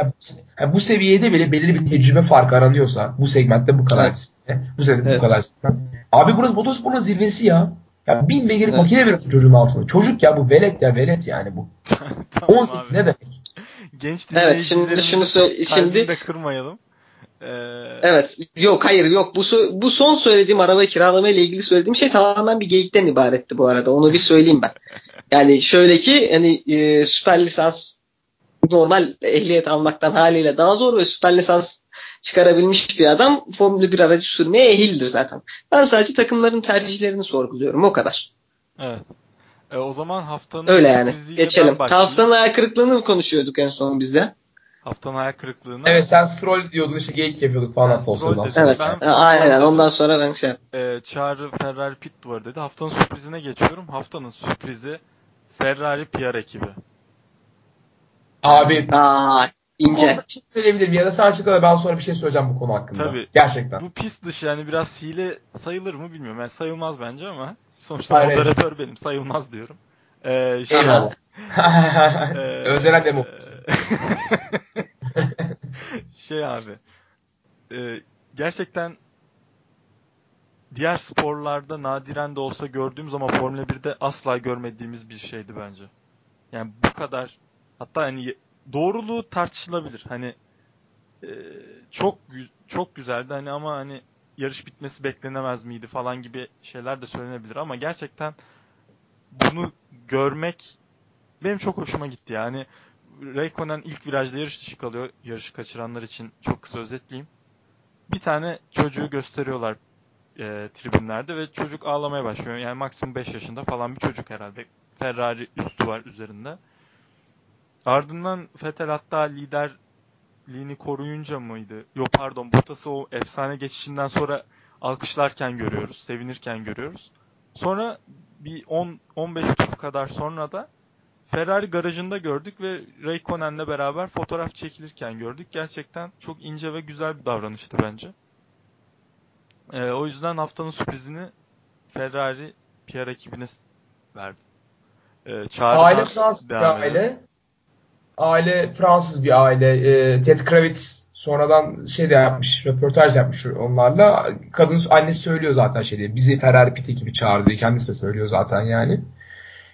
Speaker 2: Bu seviyede bile belirli bir tecrübe farkı aranıyorsa bu segmentte bu kadar bu segmentte bu kadar abi burası motosporun zirvesi ya. Ya bin beygirlik makine veriyorsun çocuğun altına. Çocuk ya bu velet ya velet yani bu.
Speaker 1: Tamam
Speaker 2: 18
Speaker 1: abi.
Speaker 2: ne demek?
Speaker 1: Genç
Speaker 3: Şimdi
Speaker 1: kalbini de kırmayalım.
Speaker 3: Evet. Yok hayır yok. Bu son söylediğim araba kiralama ile ilgili söylediğim şey tamamen bir geyikten ibaretti bu arada. Onu bir söyleyeyim ben. Yani şöyle ki hani süper lisans normal ehliyet almaktan haliyle daha zor ve süper lisans çıkarabilmiş bir adam Formula 1 aracı sürmeye ehildir zaten. Ben sadece takımların tercihlerini sorguluyorum. O kadar.
Speaker 1: Evet. O zaman haftanın
Speaker 3: Öyle yani.
Speaker 1: sürpriziyle
Speaker 3: Geçelim.
Speaker 1: ben başlayayım.
Speaker 3: Haftanın ayak kırıklığını mı konuşuyorduk en son bize?
Speaker 1: Haftanın ayak kırıklığına.
Speaker 2: Evet, sen Stroll diyordun işte, geyik yapıyorduk falan
Speaker 1: Stroll dedin.
Speaker 3: Evet. Aynen. Ondan sonra ben
Speaker 1: Çağrı Ferrari pit duvarı dedi. Haftanın sürprizine geçiyorum. Haftanın sürprizi Ferrari PR ekibi.
Speaker 2: Abi bu
Speaker 3: ince.
Speaker 2: konuda bir şey söyleyebilirim ya da sen açıkla da ben sonra bir şey söyleyeceğim bu konu hakkında.
Speaker 1: Tabii.
Speaker 2: Gerçekten.
Speaker 1: Bu pist dışı yani biraz hile sayılır mı bilmiyorum. Yani sayılmaz bence ama sonuçta moderatör benim, sayılmaz diyorum.
Speaker 2: Eyvallah. Özenen demokrasi.
Speaker 1: Abi. Gerçekten diğer sporlarda nadiren de olsa gördüğümüz ama Formula 1'de asla görmediğimiz bir şeydi bence. Yani bu kadar, hatta hani doğruluğu tartışılabilir. Hani çok güzeldi hani ama hani yarış bitmesi beklenemez miydi falan gibi şeyler de söylenebilir ama gerçekten bunu görmek benim çok hoşuma gitti. Yani Raikkonen ilk virajda yarış dışı kalıyor. Yarışı kaçıranlar için çok kısa özetleyeyim. Bir tane çocuğu gösteriyorlar tribünlerde ve çocuk ağlamaya başlıyor. Yani maksimum 5 yaşında falan bir çocuk herhalde. Ferrari üstü var üzerinde. Ardından Vettel hatta liderliğini koruyunca mıydı? Yok pardon, Bottas'ı o efsane geçişinden sonra alkışlarken görüyoruz. Sevinirken görüyoruz. Sonra bir 10-15 tur kadar sonra da Ferrari garajında gördük ve Raikkonen'le beraber fotoğraf çekilirken gördük. Gerçekten çok ince ve güzel bir davranıştı bence. O yüzden haftanın sürprizini Ferrari PR ekibine verdim.
Speaker 2: Aile Fransız bir
Speaker 1: edelim.
Speaker 2: aile. Aile Fransız bir aile. Ted Kravitz sonradan de yapmış, röportaj yapmış onlarla. Kadın annesi söylüyor zaten bizi Ferrari pit ekibi çağırdı diye. Kendisi de söylüyor zaten yani.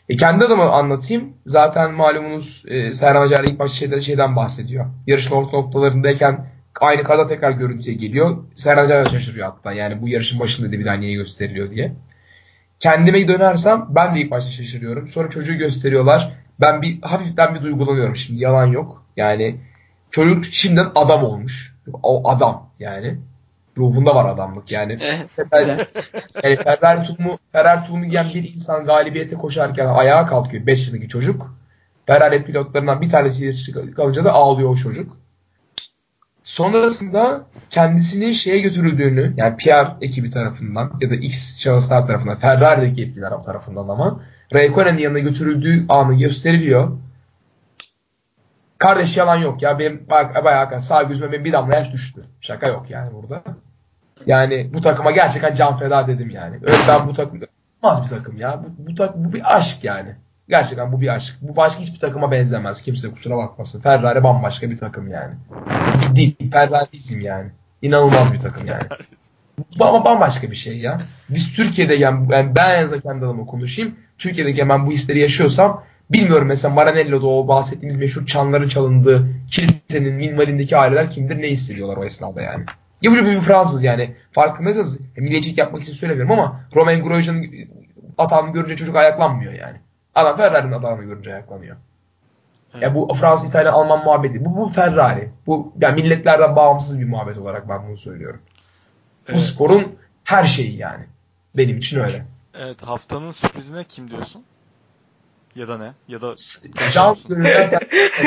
Speaker 2: Kendi adımı anlatayım. Zaten malumunuz Serhan Acar ilk başta şeyden bahsediyor. Yarışın orta noktalarındayken aynı kaza tekrar görüntüye geliyor. Serhan Acar da şaşırıyor hatta. Yani bu yarışın başında dedi bir daha niye gösteriliyor diye. Kendime dönersem ben de ilk başta şaşırıyorum. Sonra çocuğu gösteriyorlar. Ben hafiften bir duygulanıyorum şimdi. Yalan yok. Yani çocuk şimdiden adam olmuş. O adam yani. Ruhunda var adamlık yani.
Speaker 3: Güzel.
Speaker 2: Yani Ferrari tulumu giyen bir insan galibiyete koşarken ayağa kalkıyor. 5 yaşındaki çocuk. Ferrari pilotlarından bir tanesi kalınca da ağlıyor o çocuk. Sonrasında kendisinin şeye götürüldüğünü, yani PR ekibi tarafından ya da X şahıslar tarafından, Ferrari'deki yetkililer tarafından ama Raikkonen'in yanına götürüldüğü anı gösteriliyor. Kardeş yalan yok ya. Benim bayağı sağ gözüme benim bir damla yaş düştü. Şaka yok yani burada. Yani bu takıma gerçekten can feda dedim yani. Öyle ben bu takım olmaz bir takım ya. Bu bir aşk yani. Gerçekten bu bir aşk. Bu başka hiçbir takıma benzemez. Kimse kusura bakmasın. Ferrari bambaşka bir takım yani. Değil. Ferrari'izm yani. İnanılmaz bir takım yani. Bu ama bambaşka bir şey ya. Biz Türkiye'de yani ben en azından kendi adıma konuşayım. Türkiye'deki ben bu hisleri yaşıyorsam bilmiyorum mesela Maranello'da o bahsettiğimiz meşhur çanların çalındığı kilisenin minvalindeki aileler kimdir ne hissediyorlar o esnada yani. Ya bu bir Fransız yani. Farkındaysanız milliyetçilik yapmak için söylemiyorum ama Romain Grosjean'ın atağını görünce çocuk ayaklanmıyor yani. Adam Ferrari'nin atağını görünce ayaklanıyor.
Speaker 1: Evet.
Speaker 2: Ya bu Fransız, İtalyan, Alman muhabbeti. Bu Ferrari. Bu yani milletlerden bağımsız bir muhabbet olarak ben bunu söylüyorum. Bu
Speaker 1: Evet.
Speaker 2: sporun her şeyi yani. Benim için öyle.
Speaker 1: Evet, haftanın sürprizine kim diyorsun? Ya da ne? Ya da
Speaker 2: Can gönülden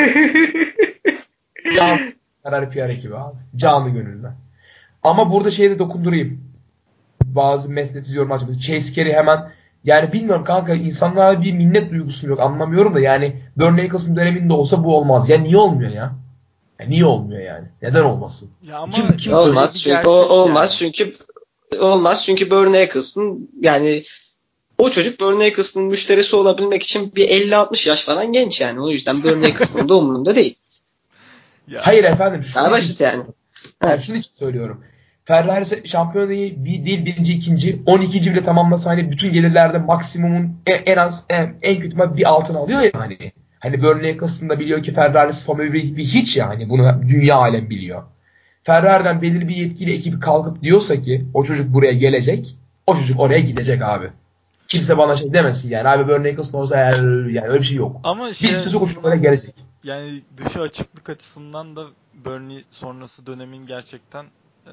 Speaker 2: Can Ferrari PR ekibi abi. Canlı gönülden. Ama burada şeye de dokundurayım. Bazı mesnetsiz yorum açması. Chase Carey hemen yani bilmiyorum kanka insanlara bir minnet duygusu yok anlamıyorum da yani Bernie Eccleston döneminde olsa bu olmaz. Ya niye olmuyor ya? Ya niye olmuyor yani? Neden olmasın?
Speaker 1: ya ama
Speaker 2: Kim
Speaker 3: Olmaz
Speaker 1: bir
Speaker 3: çünkü
Speaker 1: gerçek
Speaker 3: olmaz
Speaker 1: yani.
Speaker 3: çünkü olmaz çünkü Bernie Eccleston yani o çocuk Bernie Eccleston'ın müşterisi olabilmek için bir 50-60 yaş falan genç yani. O yüzden Bernie Eccleston'ın da umurunda değil.
Speaker 1: Ya
Speaker 2: Hayır efendim
Speaker 3: Daha basit yani.
Speaker 2: şunun için söylüyorum. Ferrari şampiyonayı değil birinci ikinci 12. bile tamamlasa hani bütün gelirlerde maksimumun en az en kötü bir altın alıyor ya hani. Hani Bernie Eccleston da biliyor ki Ferrari Formula 1 bir hiç yani bunu dünya alem biliyor. Ferrari'den belirli bir yetkili ekibi kalkıp diyorsa ki o çocuk buraya gelecek, o çocuk oraya gidecek abi. Kimse bana şey demesin yani abi Bernie Eccleston olsa yani öyle bir şey yok.
Speaker 1: ama
Speaker 2: Biz istiyorsak o çocuk oraya gelecek.
Speaker 1: yani dışı açıklık açısından da Bernie sonrası dönemin gerçekten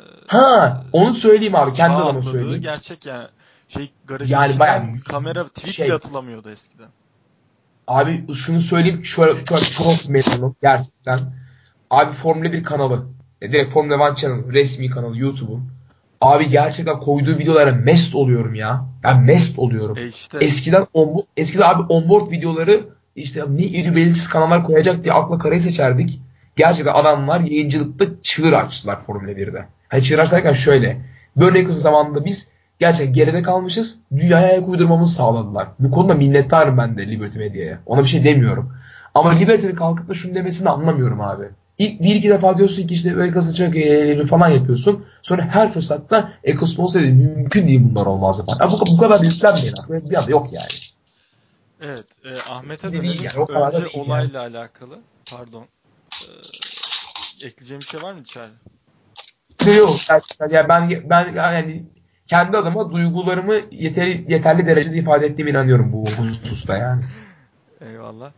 Speaker 2: Onu söyleyeyim abi
Speaker 1: çağ
Speaker 2: kendi adıma
Speaker 1: atladığı
Speaker 2: söyleyeyim.
Speaker 1: gerçek yani garajın
Speaker 2: Yani bayağı
Speaker 1: içinden kamera tweet bile atılamıyordu eskiden.
Speaker 2: Abi şunu söyleyeyim şöyle çok memnunum gerçekten. Abi Formula 1 kanalı. Direkt Formula 1 Channel resmi kanalı YouTube'un. Abi gerçekten koyduğu videolara mest oluyorum ya. Ben mest oluyorum.
Speaker 1: İşte
Speaker 2: Eskiden abi onboard videoları işte ne iri belirsiz kanallar koyacak diye akla karayı seçerdik. Gerçekten adamlar yayıncılıkta çığır açtılar Formula 1'de. Hani çığır açtılarken şöyle. Böyle kısa zamanda biz gerçekten geride kalmışız. Dünyaya ayak uydurmamızı sağladılar. Bu konuda minnettarım ben de Liberty Media'ya. Ona bir şey demiyorum. Ama Liberty'nin kalkıp da şunu demesini anlamıyorum abi. İlk bir iki defa diyorsun ki işte Vegas'ı çok falan yapıyorsun. Sonra her fırsatta Eccleston olsaydı mümkün değil bunlar olmazdı. Bu kadar yüklenmeyin artık. Bir anda yok yani.
Speaker 1: evet, Ahmet'e
Speaker 2: Şimdi değil
Speaker 1: dönelim.
Speaker 2: yani. O kadar da
Speaker 1: Önce
Speaker 2: değil yani.
Speaker 1: olayla alakalı. Pardon. Ekleyeceğim bir şey var mı Çağrı?
Speaker 2: Yok. Yani ben yani kendi adıma duygularımı yeterli derecede ifade ettiğime inanıyorum bu hususta yani.
Speaker 1: Eyvallah.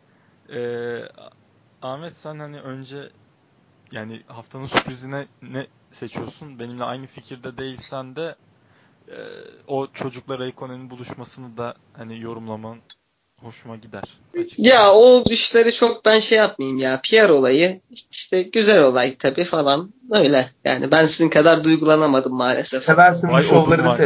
Speaker 1: Ahmet sen hani önce yani haftanın sürprizine ne seçiyorsun? Benimle aynı fikirde değilsen de o çocukla Raikkonen'in buluşmasını da hani yorumlaman hoşuma gider açıkçası.
Speaker 3: Ya o işleri çok ben şey yapmayayım ya. PR olayı işte güzel olay tabii falan. Öyle. Yani ben sizin kadar duygulanamadım maalesef.
Speaker 2: Seversin bu
Speaker 1: Vay odun
Speaker 2: şovları da
Speaker 1: vay.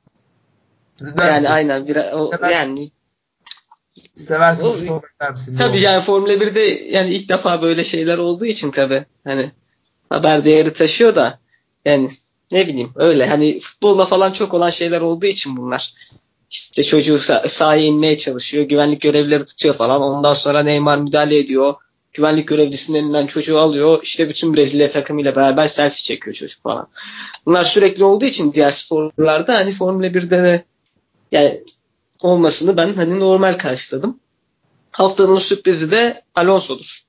Speaker 3: Yani aynen yani
Speaker 2: Seversin bu
Speaker 3: o,
Speaker 2: şovları der misin? Ne
Speaker 3: tabii
Speaker 2: olur.
Speaker 3: yani Formula 1'de yani ilk defa böyle şeyler olduğu için tabii hani haber değeri taşıyor da yani ne bileyim öyle hani futbolla falan çok olan şeyler olduğu için bunlar. İşte çocuğu sahaya inmeye çalışıyor. Güvenlik görevlileri tutuyor falan. Ondan sonra Neymar müdahale ediyor. Güvenlik görevlisinin elinden çocuğu alıyor. İşte bütün Brezilya takımıyla beraber selfie çekiyor çocuk falan. Bunlar sürekli olduğu için diğer sporlarda hani Formula 1'de de yani olmasını ben hani normal karşıladım. Haftanın sürprizi de Alonso'dur.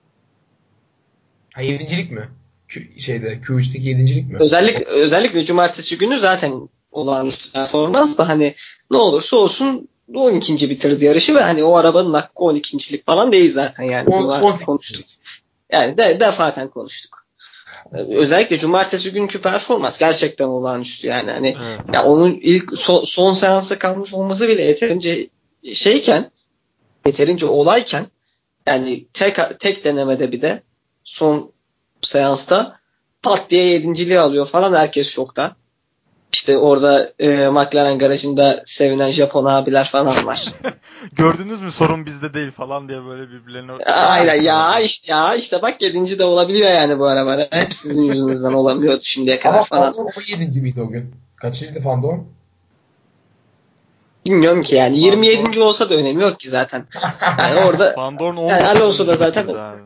Speaker 2: Ha, yedincilik mi? Q3'teki yedincilik mi?
Speaker 3: Özellikle cumartesi günü zaten olağanüstü performans da hani ne olursa olsun 12. bitirdi yarışı ve hani o arabanın hakkı 12.lik falan değil zaten yani. Bunu konuştuk. Yani defaten konuştuk. Özellikle cumartesi günkü performans gerçekten olağanüstü yani hani
Speaker 1: Evet.
Speaker 3: ya onun ilk son seansa kalmış olması bile yeterince olayken yani tek denemede bir de son seansta pat diye yedinciliği alıyor falan, herkes şokta. İşte orada McLaren garajında sevinen Japon abiler falan var.
Speaker 1: Gördünüz mü, sorun bizde değil falan diye böyle birbirlerine
Speaker 3: Aynen ya işte bak 7. de olabiliyor yani bu araba. Hep sizin yüzünüzden olamıyordu şimdiye kadar
Speaker 2: Ama
Speaker 3: falan.
Speaker 2: Fandor 17. miydi o gün? Kaçıncıydı Fandor?
Speaker 3: Bilmiyorum ki yani 27. olsa da önemi yok ki zaten. Yani orada
Speaker 1: Fandor'un
Speaker 3: yani
Speaker 1: 19.
Speaker 3: Alonso da zaten
Speaker 1: abi.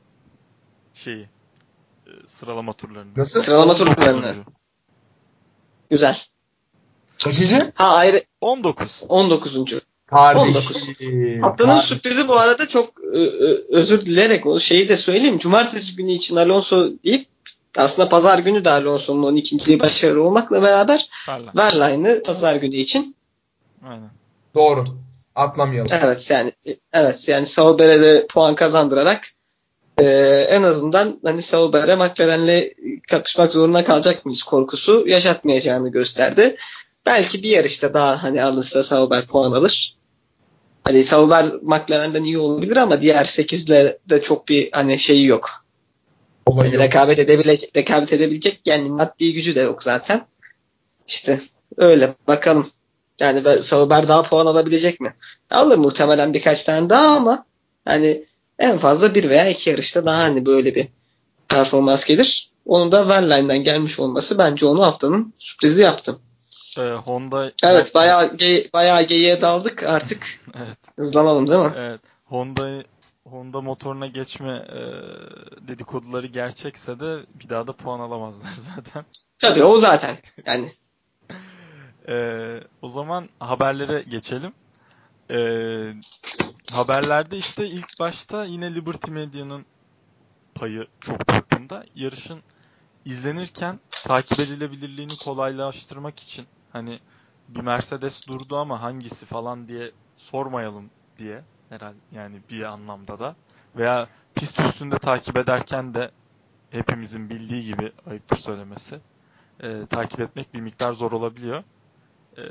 Speaker 1: Sıralama turlarını.
Speaker 2: Nasıl?
Speaker 3: sıralama
Speaker 1: 19.
Speaker 3: turlarını güzel.
Speaker 2: Kaçıncı?
Speaker 3: Ha ayrı
Speaker 1: 19.
Speaker 3: 19.
Speaker 2: Kardeşim.
Speaker 3: Haftanın sürprizi bu arada çok özür dileyerek o şeyi de söyleyeyim. Cumartesi günü için Alonso deyip aslında pazar günü de Alonso'nun 12. başarılı olmakla beraber Verlaine'ı pazar günü için.
Speaker 1: Aynen.
Speaker 2: Doğru. Atlamayalım.
Speaker 3: Evet yani Sauber'e de puan kazandırarak en azından hani Sauber'e McLaren'le kapışmak zorunda kalacak mıyız korkusu yaşatmayacağını gösterdi. Belki bir yarışta daha hani alırsa Sauber puan alır. Hani Sauber McLaren'den iyi olabilir ama diğer 8'le de çok bir hani şeyi yok.
Speaker 2: Olayı
Speaker 3: Yani
Speaker 2: yok.
Speaker 3: rekabet edebilecek yani maddi gücü de yok zaten. İşte öyle bakalım. Yani Sauber daha puan alabilecek mi? Alır muhtemelen birkaç tane daha ama hani en fazla bir veya iki yarışta daha hani böyle bir performans gelir. Onu da Verlaine'den gelmiş olması bence onu haftanın sürprizi yaptı.
Speaker 1: Honda.
Speaker 3: Evet bayağı geyiğe daldık artık.
Speaker 1: Evet.
Speaker 3: Hızlanalım değil mi?
Speaker 1: Evet. Honda motoruna geçme dedikoduları gerçekse de bir daha da puan alamazlar zaten.
Speaker 3: Tabii o zaten. Yani
Speaker 1: O zaman haberlere geçelim. Haberlerde işte ilk başta yine Liberty Media'nın payı çok büyük bunda. Yarışın izlenirken takip edilebilirliğini kolaylaştırmak için hani bir Mercedes durdu ama hangisi falan diye sormayalım diye herhalde, yani bir anlamda da, veya pist üstünde takip ederken de hepimizin bildiği gibi, ayıptır söylemesi, takip etmek bir miktar zor olabiliyor. E,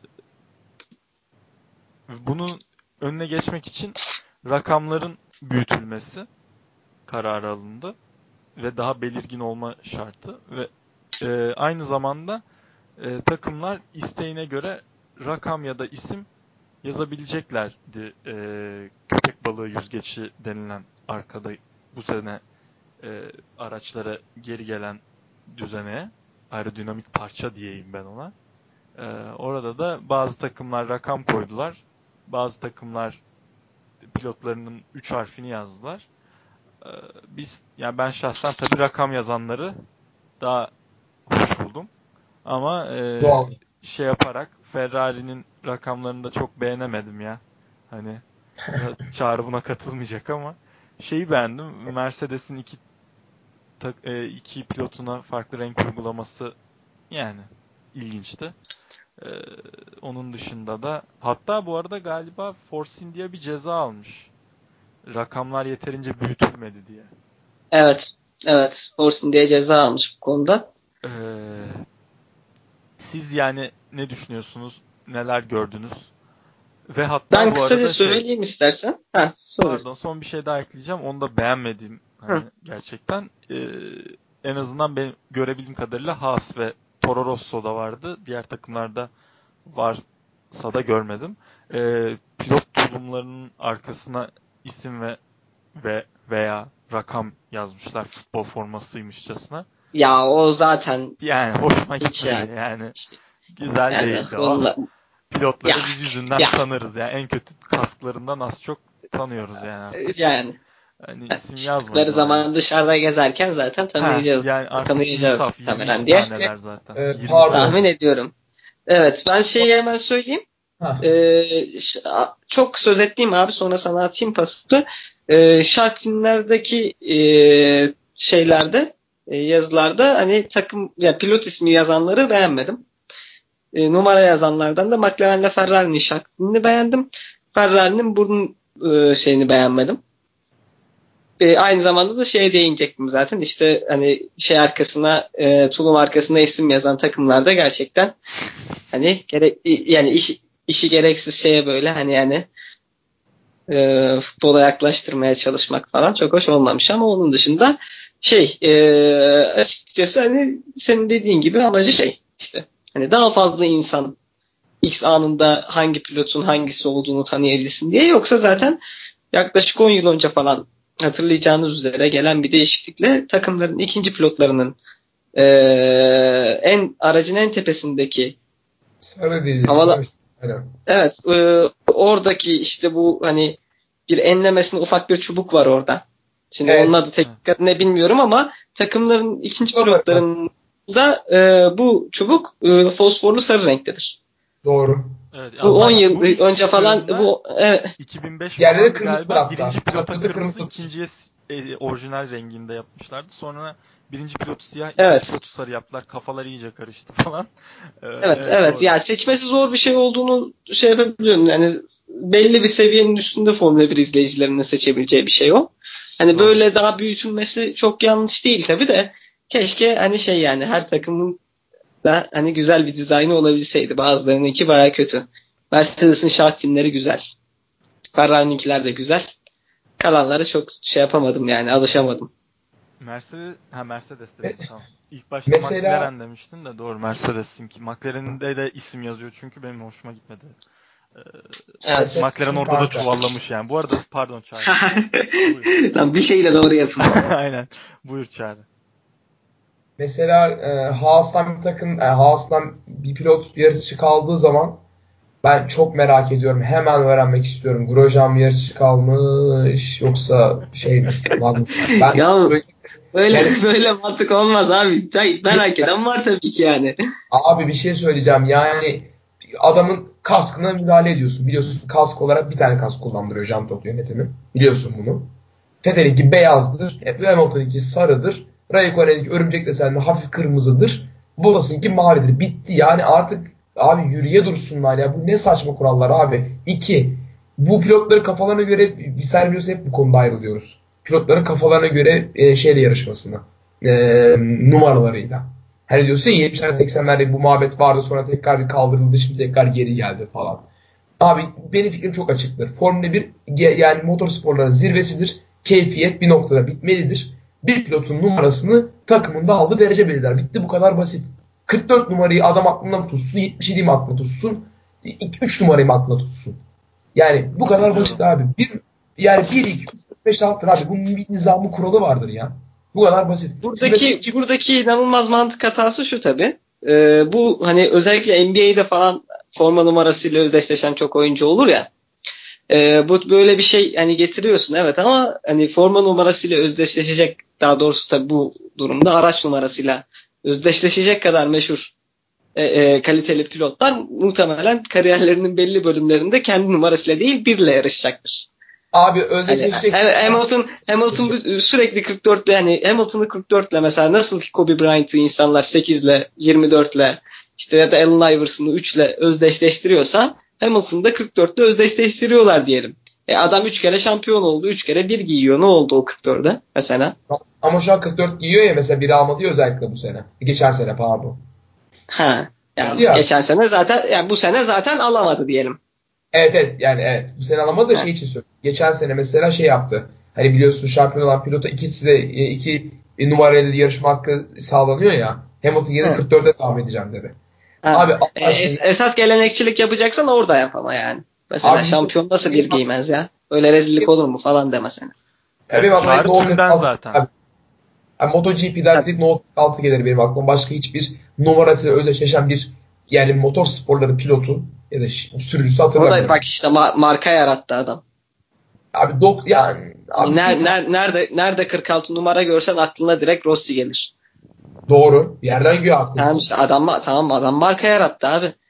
Speaker 1: Bunun önüne geçmek için rakamların büyütülmesi kararı alındı ve daha belirgin olma şartı ve aynı zamanda takımlar isteğine göre rakam ya da isim yazabileceklerdi. Köpek balığı yüzgeci denilen arkada bu sene araçlara geri gelen düzene, aerodinamik parça diyeyim ben ona. Orada da bazı takımlar rakam koydular. Bazı takımlar pilotlarının 3 harfini yazdılar. Yani ben şahsen tabii rakam yazanları daha hoş buldum. Ama
Speaker 2: Doğal.
Speaker 1: şey yaparak Ferrari'nin rakamlarını da çok beğenemedim ya. Hani Çağrı buna katılmayacak ama şeyi beğendim. Mercedes'in iki pilotuna farklı renk uygulaması yani ilginçti. Onun dışında da hatta bu arada galiba Force India bir ceza almış. Rakamlar yeterince büyütülmedi diye.
Speaker 3: evet. Force diye ceza almış bu konuda.
Speaker 1: Ee, Siz yani ne düşünüyorsunuz? Neler gördünüz? Ve hatta
Speaker 3: Ben
Speaker 1: bu
Speaker 3: kısaca
Speaker 1: arada
Speaker 3: söyleyeyim istersen.
Speaker 1: pardon, son bir şey daha ekleyeceğim. Onu da beğenmediğim hani gerçekten en azından ben görebildiğim kadarıyla Haas ve Toro Rosso'da vardı. Diğer takımlarda varsa da görmedim. Pilot tulumlarının arkasına isim veya rakam yazmışlar, futbol formasıymışçasına.
Speaker 3: Ya o zaten
Speaker 1: Yani hoşuma
Speaker 3: hiç
Speaker 1: gitmedi yani. Güzel
Speaker 3: yani
Speaker 1: değildi o.
Speaker 3: ya
Speaker 1: Pilotları biz yüzünden
Speaker 3: ya
Speaker 1: tanırız yani. En kötü kasklarından az çok tanıyoruz yani artık.
Speaker 3: yani
Speaker 1: Hani isim
Speaker 3: çıktıkları
Speaker 1: yazmayın oraya.
Speaker 3: zaman dışarıda gezerken zaten
Speaker 1: Yani artık
Speaker 3: tanıyacağız
Speaker 1: insaf,
Speaker 3: muhtemelen
Speaker 1: 22
Speaker 3: diye
Speaker 1: taneler zaten. 20
Speaker 2: Pardon.
Speaker 3: tahmin
Speaker 1: tane.
Speaker 3: ediyorum. Evet ben şeyi hemen söyleyeyim. Çok söz ettiğim abi, sonra sana atayım pası. Shark şeylerde, yazılarda hani takım ya pilot ismi yazanları beğenmedim. Numara yazanlardan da McLaren'le Ferrari'nin Shark'ini beğendim. Ferrari'nin burun şeyini beğenmedim. Aynı zamanda da şeye değinecektim zaten. İşte hani şey arkasına, tulum arkasına isim yazan takımlarda gerçekten hani yani işi gereksiz şeye böyle hani yani futbola yaklaştırmaya çalışmak falan çok hoş olmamış, ama onun dışında açıkçası hani senin dediğin gibi amacı işte hani daha fazla insan X anında hangi pilotun hangisi olduğunu tanıyabilsin diye. Yoksa zaten yaklaşık 10 yıl önce falan, hatırlayacağınız üzere, gelen bir değişiklikle takımların ikinci pilotlarının aracın en tepesindeki
Speaker 2: Sarı değil.
Speaker 3: havalı,
Speaker 2: Aynen.
Speaker 3: evet, oradaki işte bu hani bir enlemesine ufak bir çubuk var orada. Şimdi
Speaker 2: Evet.
Speaker 3: onun adı tekrar ne bilmiyorum, ama takımların ikinci
Speaker 2: Doğru.
Speaker 3: pilotlarında bu çubuk fosforlu sarı renktedir.
Speaker 1: Evet,
Speaker 3: Bu 10 yıl
Speaker 1: bu ilk
Speaker 3: önce falan
Speaker 1: çıktığında
Speaker 3: bu
Speaker 1: 2005
Speaker 2: Yerleri
Speaker 1: falandı
Speaker 2: kırmızı
Speaker 1: galiba.
Speaker 2: hatta.
Speaker 1: Birinci pilota
Speaker 2: Çatıda
Speaker 1: kırmızı,
Speaker 2: kırmızı.
Speaker 1: ikinciye orijinal renginde yapmışlardı. Sonra birinci pilotu siyah, ikinci
Speaker 3: evet.
Speaker 1: pilotu sarı yaptılar. Kafalar iyice karıştı falan.
Speaker 3: Evet.
Speaker 1: Doğru.
Speaker 3: Yani seçmesi zor bir şey olduğunu şey yapabiliyorum. Yani belli bir seviyenin üstünde Formula 1 izleyicilerinin seçebileceği bir şey o. Hani
Speaker 1: Doğru.
Speaker 3: böyle daha büyütülmesi çok yanlış değil tabii de, keşke hani yani her takımın da hani güzel bir dizaynı olabilseydi. Bazılarınınki baya kötü. Mercedes'in Shark filmleri güzel. Ferrari'ninkiler de güzel. Kalanları çok şey yapamadım, yani alışamadım.
Speaker 1: Mercedes dedin, tamam. İlk başta
Speaker 2: Mesela
Speaker 1: McLaren demiştin de, doğru, Mercedes'inki. McLaren'de de isim yazıyor çünkü benim hoşuma gitmedi.
Speaker 3: Evet.
Speaker 1: McLaren orada da çuvallamış yani. Bu arada pardon Çağrı. Buyur.
Speaker 3: Lan bir şeyi de doğru yapın.
Speaker 1: Aynen. Buyur Çağrı.
Speaker 2: Mesela Haas'tan bir pilot yarışçı kaldığı zaman ben çok merak ediyorum. Hemen öğrenmek istiyorum. Grosjean mı yarışçı kalmış yoksa şey mi? Magnussen. Ben
Speaker 3: Ya böyle
Speaker 2: yani
Speaker 3: böyle mantık olmaz abi. Merak eden var tabii ki yani.
Speaker 2: abi bir şey söyleyeceğim. Yani adamın kaskına müdahale ediyorsun. Biliyorsun kask olarak bir tane kask kullandırıyor Jantot yönetimi. Biliyorsun bunu. Vettel'inki beyazdır. Hamilton'inki sarıdır. Raikkonen'inki örümcek desenli hafif kırmızıdır. Bottas'ınki mavidir. Bitti. Yani artık abi yürüye dursunlar ya. Bu ne saçma kurallar abi. İki, bu pilotları kafalarına göre biz biliyorsun hep bu konuda ayrılıyoruz. Pilotların kafalarına göre şeyle yarışmasını. Numaralarıyla. Hani diyorsun ya 70'ler 80'lerde bu muhabbet vardı, sonra tekrar bir kaldırıldı, şimdi tekrar geri geldi falan. Abi benim fikrim çok açıktır. Formula 1 yani motorsporların zirvesidir. Keyfiyet bir noktada bitmelidir. Bir pilotun numarasını takımında aldığı derece belirler. Bitti, bu kadar basit. 44 numarayı adam aklında mı tutsun, 77'yi mi aklında tutsun, 3 numarayı mı aklında tutsun? Yani bu kadar basit abi. Yani 1, 2, 3, 4, 5, 6'dır abi. Bunun bir nizamı kuralı vardır ya. Bu kadar basit.
Speaker 3: Buradaki inanılmaz mantık hatası şu tabii. Bu hani özellikle NBA'de falan forma numarasıyla özdeşleşen çok oyuncu olur ya. Bu böyle bir şey hani getiriyorsun, evet, ama hani forma numarasıyla özdeşleşecek, daha doğrusu tabii bu durumda araç numarasıyla özdeşleşecek kadar meşhur kaliteli pilotlar muhtemelen kariyerlerinin belli bölümlerinde kendi numarasıyla değil birle yarışacaktır.
Speaker 2: Abi
Speaker 3: Hani
Speaker 2: özdeşleşeceksin.
Speaker 3: Hamilton sürekli 44'le, yani Hamilton'ı 44'le mesela, nasıl ki Kobe Bryant'ı insanlar 8'le 24'le işte ya da Allen Iverson'ı 3'le özdeşleştiriyorsa, Hamilton'ı da 44'le özdeşleştiriyorlar diyelim. Adam 3 kere şampiyon oldu. 3 kere bir giyiyor. Ne oldu o 44'e mesela?
Speaker 2: Ama şu an 44 giyiyor ya mesela, biri almadı ya özellikle bu sene. Geçen sene pardon.
Speaker 3: Ha, yani
Speaker 2: Ya.
Speaker 3: geçen sene zaten, yani bu sene zaten alamadı diyelim.
Speaker 2: Evet yani evet. Bu sene alamadı da
Speaker 3: Ha.
Speaker 2: şey için söylüyorum. Geçen sene mesela şey yaptı. Hani biliyorsun şampiyon olan pilota ikisi de iki numarayla yarışma hakkı sağlanıyor ya. Hamilton yine
Speaker 3: Ha.
Speaker 2: 44'e devam edeceğim dedi.
Speaker 3: Ha.
Speaker 2: Abi Allah aşkına.
Speaker 3: Esas gelenekçilik yapacaksan orada yap ama yani. Mesela
Speaker 2: Abi bir şey
Speaker 3: şampiyon nasıl bir
Speaker 2: benim,
Speaker 3: giymez ya? Öyle rezillik olur mu falan demesene.
Speaker 2: benim aklıma ilk
Speaker 1: Çağrı
Speaker 2: No
Speaker 1: tümden
Speaker 2: 46
Speaker 1: zaten.
Speaker 2: abi. Yani MotoGP'den direkt No 46 gelir benim aklıma. Başka hiçbir numarasıyla özdeşleşen bir yani motor sporları pilotu ya da sürücüsü
Speaker 3: O da
Speaker 2: hatırlamıyorum.
Speaker 3: bak işte marka yarattı adam.
Speaker 2: Abi yani
Speaker 3: Yani
Speaker 2: abi bir
Speaker 3: nerede 46 numara görsen aklına direkt Rossi gelir.
Speaker 2: doğru. Yerden göğe
Speaker 3: Tamam
Speaker 2: haklısın.
Speaker 3: işte adam marka yarattı abi.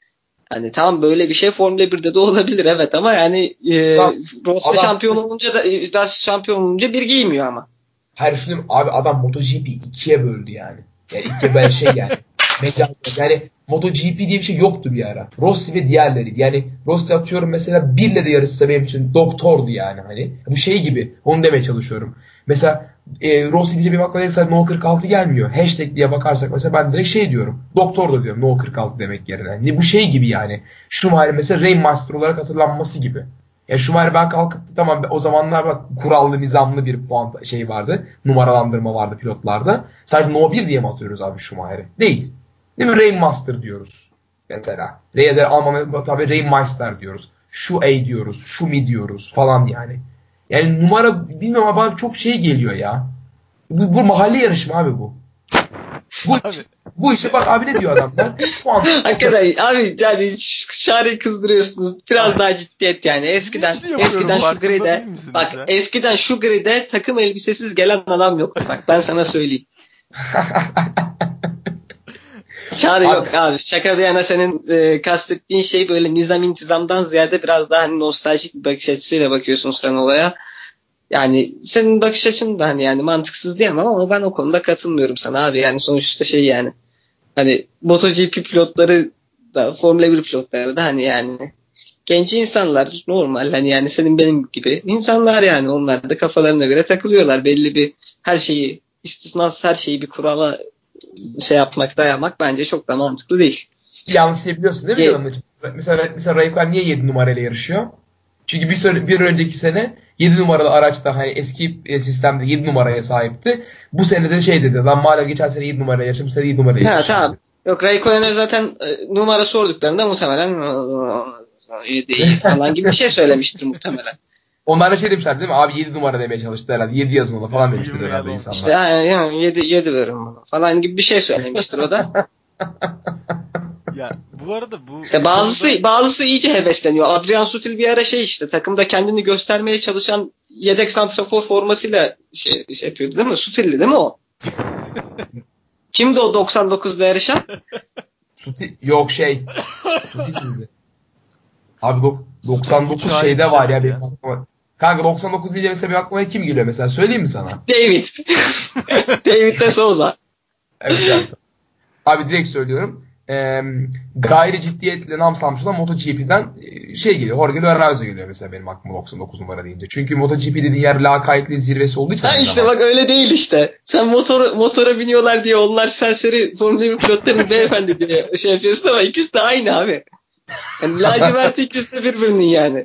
Speaker 3: Hani tamam böyle bir şey Formula 1'de de olabilir evet ama yani Rossi şampiyon olunca da Lassi şampiyon olunca bir giymiyor ama.
Speaker 2: Hayır şunu abi adam MotoGP 2'ye böldü yani. Yani 2'ye ben şey yani. Yani MotoGP diye bir şey yoktu bir ara. Rossi ve diğerleri. Yani Rossi atıyorum mesela birle de yarışsa benim için doktordu yani hani. Bu şey gibi. Onu demeye çalışıyorum. Mesela Rossi diye bir bakmadıysa No 46 gelmiyor. Hashtag diye bakarsak mesela ben direkt şey diyorum. Doktor da diyorum No 46 demek yerine. Yani bu şey gibi yani. Schumacher mesela Rainmaster olarak hatırlanması gibi. Ya Schumacher ben kalkıp tamam o zamanlar bak kurallı nizamlı bir puan şey vardı. Numaralandırma vardı pilotlarda. Sadece No 1 diye mi atıyoruz abi Schumacher'i? Değil. Değil mi? Rainmaster diyoruz. Mesela. R'ye Alman'a tabii Rainmeister diyoruz. Şu A diyoruz. Şu mi diyoruz falan yani. Yani numara bilmiyorum ama bana çok şey geliyor ya. Bu mahalle yarışı mı abi bu? Bu,
Speaker 1: Abi.
Speaker 2: bu işe bak abi ne diyor adamlar? Puan.
Speaker 3: Hakikaten abi yani Şari'yi kızdırıyorsunuz. Biraz daha ciddiyet yani. Eskiden şu grid'e bak
Speaker 1: ya?
Speaker 3: eskiden şu grid'e takım elbisesiz gelen adam yoktu. Bak ben sana söyleyeyim. Çağrı yok abi. Şaka bir yana senin kastettiğin şey böyle nizam intizamdan ziyade biraz daha hani nostaljik bir bakış açısıyla bakıyorsun sen olaya. Yani senin bakış açın da hani yani mantıksız diyemem ama ben o konuda katılmıyorum sana abi. Yani sonuçta şey yani hani MotoGP pilotları da Formula 1 pilotları da hani yani genç insanlar normal hani yani senin benim gibi insanlar yani onlar da kafalarına göre takılıyorlar. Belli bir her şeyi istisnasız her şeyi bir kurala şey yapmak dayamak bence çok da mantıklı değil.
Speaker 2: Yanlış şey biliyorsun değil mi canım? Mesela Raikkonen niye 7 numarayla yarışıyor? Çünkü bir önceki sene 7 numaralı araçta hani eski sistemde 7 numaraya sahipti. Bu sene de şey dedi. Lan madem geçen sene 7 numarayla yarıştım bu sene 7 numarayla
Speaker 3: Ha
Speaker 2: yarışacağım
Speaker 3: tamam.
Speaker 2: dedi.
Speaker 3: Yok Raikkonen'e zaten numara sorduklarında muhtemelen 7 falan gibi bir şey söylemiştir muhtemelen.
Speaker 2: Onlar da şey demişler değil mi? Abi 7 numara demeye çalıştı herhalde. 7 yazın ona falan demiştir
Speaker 1: Yirmi
Speaker 2: herhalde
Speaker 1: yazın.
Speaker 2: insanlar.
Speaker 3: İşte yani 7 verin bana falan gibi bir şey söylemiştir o da.
Speaker 1: Ya bu arada bu
Speaker 3: İşte bazısı iyice hevesleniyor. Adrian Sutil bir ara şey işte takımda kendini göstermeye çalışan yedek santrafor formasıyla şey yapıyordu değil mi? Sutil'li değil mi o? Kimdi o 99'da yarışan?
Speaker 2: Yok şey. Sutil miydi? Abi 99
Speaker 1: Uçağı
Speaker 2: şeyde var ya
Speaker 1: yetişemedi ya.
Speaker 2: benim aklıma. Kanka 99 deyince mesela bir aklıma kim geliyor mesela? Söyleyeyim mi sana?
Speaker 3: David. David de Souza.
Speaker 2: Evet evet. Abi direkt söylüyorum. Gayri ciddiyetle nam salmış olan MotoGP'den şey geliyor. Jorge Lorenzo geliyor mesela benim aklıma 99 numara deyince. Çünkü MotoGP dediğin yer lakaytlığı zirvesi olduğu için
Speaker 3: Ha
Speaker 2: aynı
Speaker 3: işte
Speaker 2: zamanda.
Speaker 3: bak öyle değil işte. Sen motora biniyorlar diye onlar serseri Formula 1 pilotlarını beyefendi diye şey yapıyorsun ama ikisi de aynı abi. Yani lacivert ikisi de birbirinin yani.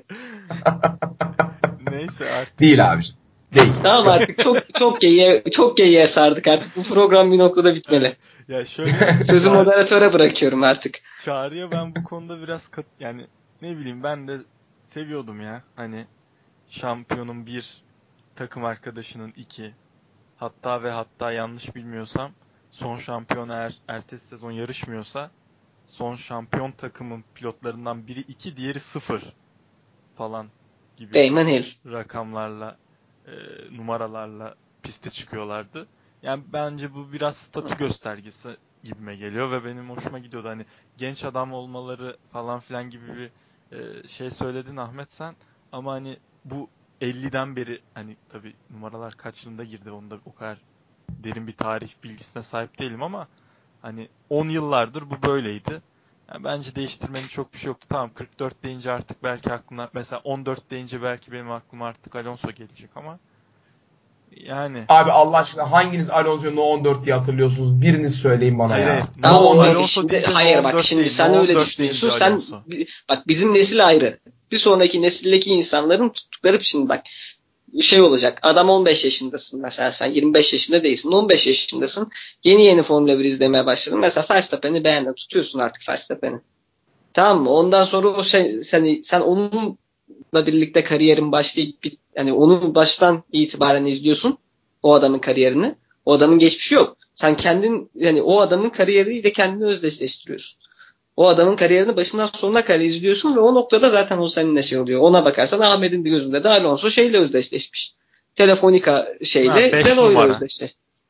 Speaker 1: Neyse artık.
Speaker 2: Değil abiciğim. Değil.
Speaker 3: Tamam artık çok geyiğe sardık artık. Bu program bir noktada bitmeli.
Speaker 1: Evet. Ya şöyle
Speaker 3: Sözü moderatöre bırakıyorum artık.
Speaker 1: Çağrı'ya ben bu konuda biraz yani ne bileyim ben de seviyordum ya. Hani şampiyonun 1, takım arkadaşının 2. Hatta yanlış bilmiyorsam son şampiyon eğer ertesi sezon yarışmıyorsa son şampiyon takımın pilotlarından biri 2, diğeri 0 falan gibi
Speaker 3: Damon Hill.
Speaker 1: rakamlarla, numaralarla piste çıkıyorlardı. Yani bence bu biraz statü göstergesi gibime geliyor ve benim hoşuma gidiyordu. Hani genç adam olmaları falan filan gibi bir şey söyledin Ahmet sen. Ama hani bu 50'den beri hani tabii numaralar kaç yılında girdi onu da o kadar derin bir tarih bilgisine sahip değilim ama hani 10 yıllardır bu böyleydi. Yani bence değiştirmenin çok bir şey yoktu. Tamam 44 deyince artık belki aklına mesela 14 deyince belki benim aklıma artık Alonso gelecek ama yani
Speaker 2: Abi Allah aşkına hanginiz Alonso'yu No 14 diye hatırlıyorsunuz? Biriniz söyleyin bana
Speaker 1: hayır
Speaker 2: ya.
Speaker 1: No
Speaker 3: Ama o
Speaker 1: Alonso
Speaker 3: şimdi
Speaker 1: deyince No
Speaker 3: hayır bak
Speaker 1: 14
Speaker 3: şimdi
Speaker 1: değil.
Speaker 3: sen
Speaker 1: No
Speaker 3: öyle
Speaker 1: 14
Speaker 3: düşünüyorsun.
Speaker 1: deyince Alonso.
Speaker 3: Bak bizim nesil ayrı. Bir sonraki nesildeki insanların tuttukları şimdi bak şey olacak. Adam 15 yaşındasın mesela sen 25 yaşında değilsin. 15 yaşındasın. Yeni Formula 1 izlemeye başladın. Mesela Verstappen'i beğendin. Tutuyorsun artık Verstappen'i. Tamam mı? Ondan sonra o sen onunla birlikte kariyerin başlayıp yani onu baştan itibaren izliyorsun. O adamın kariyerini. O adamın geçmişi yok. Sen kendin yani o adamın kariyeriyle kendini özdeşleştiriyorsun. O adamın kariyerini başından sonuna kadar izliyorsun ve o noktada zaten o seninle şey oluyor. Ona bakarsan Ahmet'in de gözünde de Alonso şeyle özdeşleşmiş. Telefonica
Speaker 1: Ha
Speaker 3: şeyle
Speaker 1: 5
Speaker 3: Renault ile
Speaker 1: numara.
Speaker 3: özdeşleşmiş.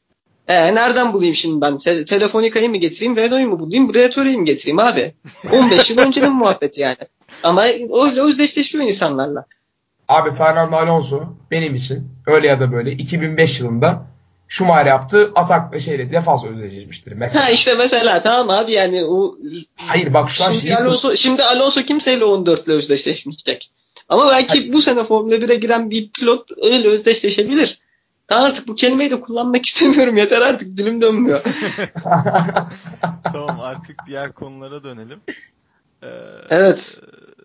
Speaker 3: Nereden bulayım şimdi ben? Telefonica'yı mı getireyim, Renault'u mu bulayım, Briatore'yi mi getireyim abi? 15 yıl öncenin muhabbeti yani. Ama öyle özdeşleşiyor insanlarla.
Speaker 2: Abi Fernando Alonso benim için öyle ya da böyle 2005 yılında Schumacher yaptığı atak defans özdeşleşmiştir mesela.
Speaker 3: İşte mesela tamam abi yani o
Speaker 2: Hayır bak şu an
Speaker 3: şimdi Alonso kimseyle 14'le özdeşleşmeyecek. Ama belki bu sene Formula 1'e giren bir pilot öyle özdeşleşebilir. Artık bu kelimeyi de kullanmak istemiyorum. Yeter artık dilim dönmüyor.
Speaker 1: Tamam artık diğer konulara dönelim.
Speaker 3: Evet.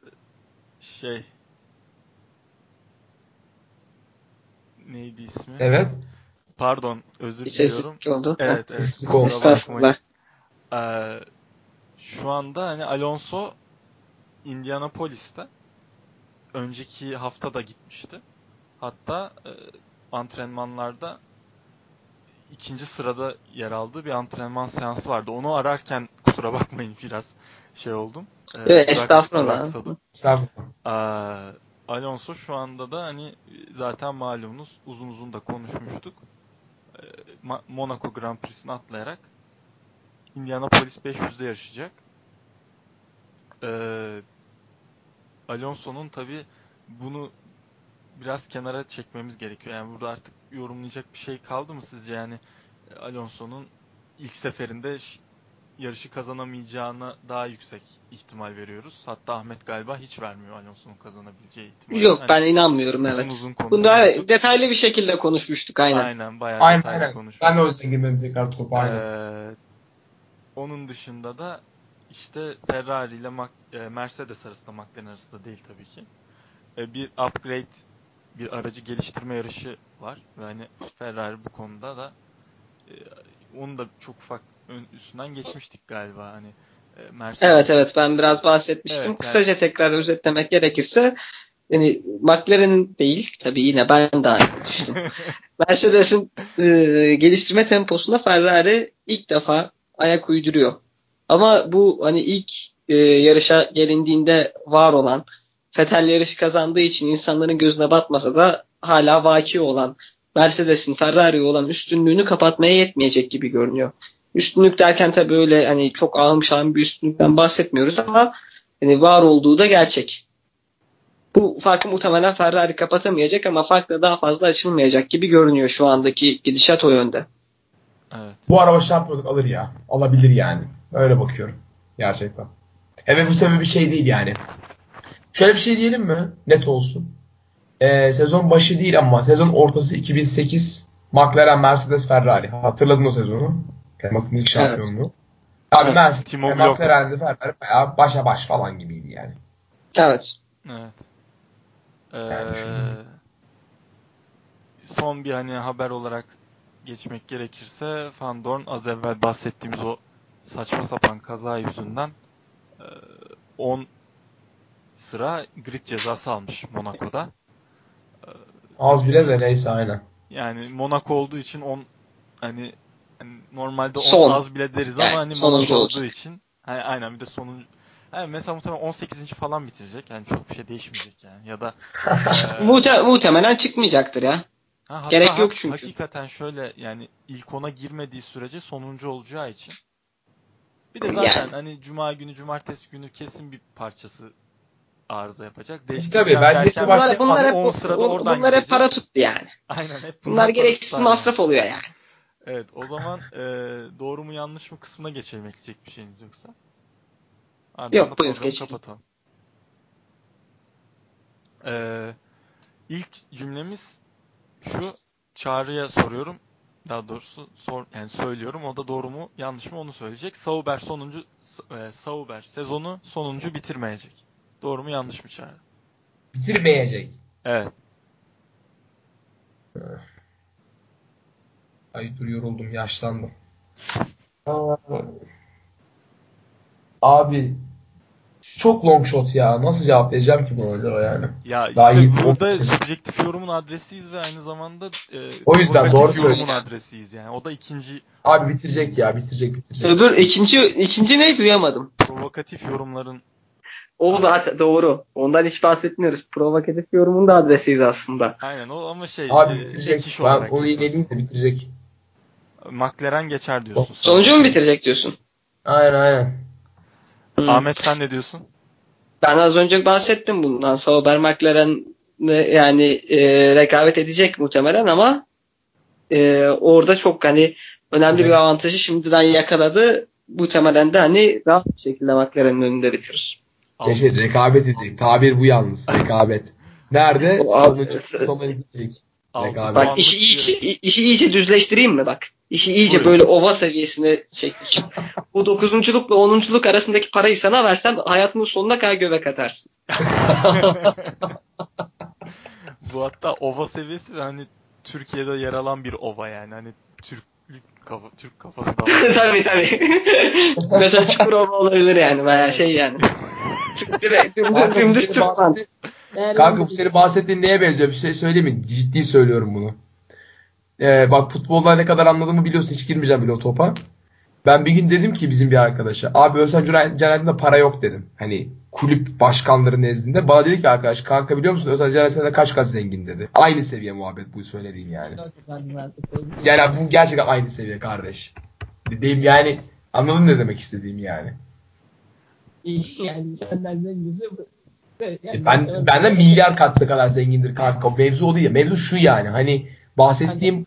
Speaker 1: Neydi ismi?
Speaker 2: Evet.
Speaker 1: Pardon, özür
Speaker 3: Bir
Speaker 1: diliyorum.
Speaker 3: sessizlik oldu.
Speaker 1: Evet,
Speaker 2: Sessizlik oldu.
Speaker 1: kusura bakmayın.
Speaker 3: Estağfurullah.
Speaker 1: Şu anda hani Alonso Indianapolis'te önceki hafta da gitmişti. Hatta antrenmanlarda ikinci sırada yer aldığı bir antrenman seansı vardı. Onu ararken kusura bakmayın biraz oldum.
Speaker 3: Evet, estağfurullah.
Speaker 1: Duraksadım. Alonso şu anda da hani zaten malumunuz uzun uzun da konuşmuştuk. Monaco Grand Prix'sini atlayarak Indianapolis 500'de yarışacak. Alonso'nun tabii bunu biraz kenara çekmemiz gerekiyor. Yani burada artık yorumlayacak bir şey kaldı mı sizce? Yani Alonso'nun ilk seferinde yarışı kazanamayacağına daha yüksek ihtimal veriyoruz. Hatta Ahmet galiba hiç vermiyor Alonso'nun kazanabileceği ihtimali.
Speaker 3: Yok ben inanmıyorum evet.
Speaker 1: Uzun
Speaker 3: Bunda
Speaker 1: konuşmuştuk.
Speaker 3: detaylı bir şekilde konuşmuştuk aynen.
Speaker 1: Aynen bayağı detaylı konuşmuştuk.
Speaker 2: Ben de o yüzden girmedim tekrar topa aynen.
Speaker 1: Onun dışında da işte Ferrari ile Mercedes arasında, McLaren arasında değil tabii ki. Bir upgrade, bir aracı geliştirme yarışı var. Ve hani Ferrari bu konuda da onu da çok ufak üstünden geçmiştik galiba. Hani Mercedes.
Speaker 3: Evet ben biraz bahsetmiştim.
Speaker 1: Evet,
Speaker 3: Kısaca tekrar özetlemek gerekirse yani McLaren'in değil tabii yine ben de aynı düştüm. Mercedes'in geliştirme temposuna Ferrari ilk defa ayak uyduruyor. Ama bu hani ilk yarışa gelindiğinde var olan Vettel yarışı kazandığı için insanların gözüne batmasa da hala vaki olan Mercedes'in Ferrari'ye olan üstünlüğünü kapatmaya yetmeyecek gibi görünüyor. Üstünlük derken tabii öyle hani çok ağım şahım bir üstünlükten bahsetmiyoruz ama hani var olduğu da gerçek. Bu farkı muhtemelen Ferrari kapatamayacak ama fark da daha fazla açılmayacak gibi görünüyor şu andaki gidişat o yönde.
Speaker 1: Evet.
Speaker 2: Bu araba şampiyonluk alır ya. Alabilir yani. Öyle bakıyorum. Gerçekten. Evet bu sebebi bir şey değil yani. Şöyle bir şey diyelim mi? Net olsun. Sezon başı değil ama sezon ortası 2008 McLaren, Mercedes, Ferrari. Hatırladın o sezonu. Hamilton'ın ilk şampiyonluğu.
Speaker 3: Evet.
Speaker 2: Abi Mercedes,
Speaker 1: Timo
Speaker 2: McLaren'de Ferrari bayağı başa baş falan gibiydi yani.
Speaker 3: Evet.
Speaker 1: Evet.
Speaker 2: Yani
Speaker 1: Son bir hani haber olarak geçmek gerekirse Van Dorn az evvel bahsettiğimiz o saçma sapan kaza yüzünden 10 sıra grid cezası almış Monaco'da.
Speaker 2: Az bile de neyse aynen.
Speaker 1: Yani Monaco olduğu için 10 hani normalde 10
Speaker 3: Son.
Speaker 1: az bile deriz
Speaker 3: Yani
Speaker 1: ama hani Monaco olduğu için aynen bir de sonuncu. Yani mesela muhtemelen 18. falan bitirecek. Yani çok bir şey değişmeyecek yani. Ya da
Speaker 3: muhtemelen çıkmayacaktır ya. Gerek yok çünkü.
Speaker 1: Hakikaten şöyle yani ilk ona girmediği sürece sonuncu olacağı için. Bir de zaten
Speaker 3: Yani.
Speaker 1: hani cuma günü, cumartesi günü kesin bir parçası arıza yapacak.
Speaker 2: Tabii bence hepsi
Speaker 3: bunlar hep
Speaker 1: 10 sırada oradan
Speaker 3: bunlar hep
Speaker 1: gidecek.
Speaker 3: para tuttu yani.
Speaker 1: Aynen hep
Speaker 3: bunlar gereksiz masraf yani. Oluyor yani.
Speaker 1: Evet o zaman doğru mu yanlış mı kısmına geçelim ekleyecek bir şeyiniz yoksa. Ardından
Speaker 3: Yok
Speaker 1: da
Speaker 3: buyur
Speaker 1: programı
Speaker 3: geçelim.
Speaker 1: kapatalım. İlk cümlemiz şu, Çağrı'ya soruyorum. Daha doğrusu söylüyorum. O da doğru mu yanlış mı onu söyleyecek. Sauber sezonu sonuncu bitirmeyecek. Doğru mu yanlış mı Çağrı?
Speaker 2: Bitirmeyecek.
Speaker 1: Evet.
Speaker 2: Ay dur yoruldum yaşlandım. Abi çok long shot ya. Nasıl cevap vereceğim ki buna acaba yani?
Speaker 1: Ya
Speaker 2: Daha
Speaker 1: işte
Speaker 2: iyi
Speaker 1: burada
Speaker 2: olmasın.
Speaker 1: subjektif yorumun adresiyiz ve aynı zamanda
Speaker 2: O yüzden doğru
Speaker 1: yorumun
Speaker 2: söylüyorsun.
Speaker 1: adresiyiz yani. O da ikinci.
Speaker 2: Abi bitirecek ya bitirecek.
Speaker 3: Öbür ikinci ne duyamadım.
Speaker 1: Provokatif yorumların.
Speaker 3: O zaten doğru. Ondan hiç bahsetmiyoruz. Provokatif yorumun da adresiyiz aslında.
Speaker 1: Aynen o ama
Speaker 2: Abi
Speaker 1: ek
Speaker 2: bitirecek.
Speaker 1: iş
Speaker 2: Ben
Speaker 1: olarak
Speaker 2: onu
Speaker 1: geçiyoruz.
Speaker 2: ineleyim de bitirecek.
Speaker 1: McLaren geçer diyorsun.
Speaker 3: Sonuncu mu bitirecek diyorsun?
Speaker 2: Aynen.
Speaker 1: Ahmet sen ne diyorsun?
Speaker 3: Ben az önce bahsettim bundan. Sauber McLaren yani rekabet edecek muhtemelen ama orada çok hani önemli bir avantajı şimdiden yakaladı. Muhtemelen de hani rahat bir şekilde McLaren'in önünde bitirir.
Speaker 2: Rekabet edecek. Tabir bu yalnız. Rekabet. Nerede? Sonucu sona gidecek. Rekabet.
Speaker 3: Bak işi iyice düzleştireyim mi bak? İşi iyice böyle ova seviyesine çekmişim. Bu 9'unculukla 10'unculuk arasındaki parayı sana versem hayatının sonuna kadar göbek atarsın.
Speaker 1: Bu hatta ova seviyesi ve hani Türkiye'de yer alan bir ova yani. Hani Türk kafası da var.
Speaker 3: Tabii. Mesela Çukurova olabilir yani. Bayağı şey yani. Dümdüz Türkman.
Speaker 2: Kanka bu senin bahsettiğin neye benziyor? Bir şey söyleyeyim mi? Ciddi söylüyorum bunu. Bak futbolda ne kadar anladığımı biliyorsun. Hiç girmeyeceğim bile o topa. Ben bir gün dedim ki bizim bir arkadaşa. Abi Özcan Caner'de para yok dedim. Hani kulüp başkanları nezdinde. Bana dedi ki arkadaş kanka biliyor musun Özcan Caner senden kaç kat zengin dedi. Aynı seviye muhabbet bu söylediğim yani. Yani bu gerçekten aynı seviye kardeş. Dediğim yani anladın ne demek istediğim yani.
Speaker 4: Yani senden zenginse yani
Speaker 2: Benden milyar katsa kadar zengindir kanka. O mevzu o değil ya. Mevzu şu yani. Hani bahsettiğim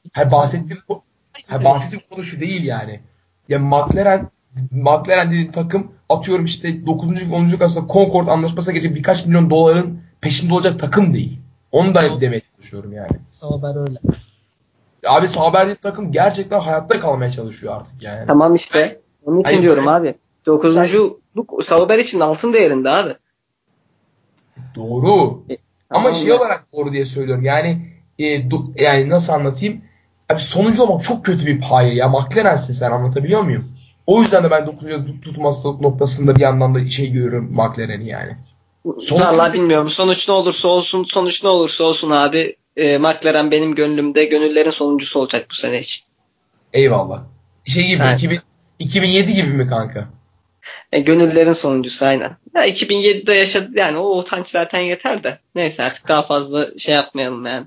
Speaker 2: konu şu değil yani. Ya McLaren dediğin takım atıyorum işte 9. 10. arasında Concord anlaşmasına gelecek birkaç milyon doların peşinde olacak takım değil. Onu da demeye çalışıyorum yani.
Speaker 4: Sauber öyle.
Speaker 2: Abi Sauber dediğin takım gerçekten hayatta kalmaya çalışıyor artık yani.
Speaker 3: Tamam işte. Onun için diyorum abi. 9'unculuk Sauber için altın değerinde abi.
Speaker 2: Doğru. Ama
Speaker 3: Tamam ya.
Speaker 2: olarak doğru diye söylüyorum. Yani yani nasıl anlatayım? Abi sonuncu olmak çok kötü bir paye ya. McLaren'sin sen anlatabiliyor muyum? O yüzden de ben 9. tutması noktasında bir yandan da görüyorum McLaren'i yani.
Speaker 3: Vallahi bilmiyorum. Sonuç ne olursa olsun abi McLaren benim gönlümde gönüllerin sonuncusu olacak bu sene için.
Speaker 2: Eyvallah. Gibi
Speaker 3: evet.
Speaker 2: 2007 gibi mi kanka?
Speaker 3: Gönüllerin sonuncusu aynen. Ya 2007'de yaşadı yani o utanç zaten yeter de. Neyse artık daha fazla şey yapmayalım yani.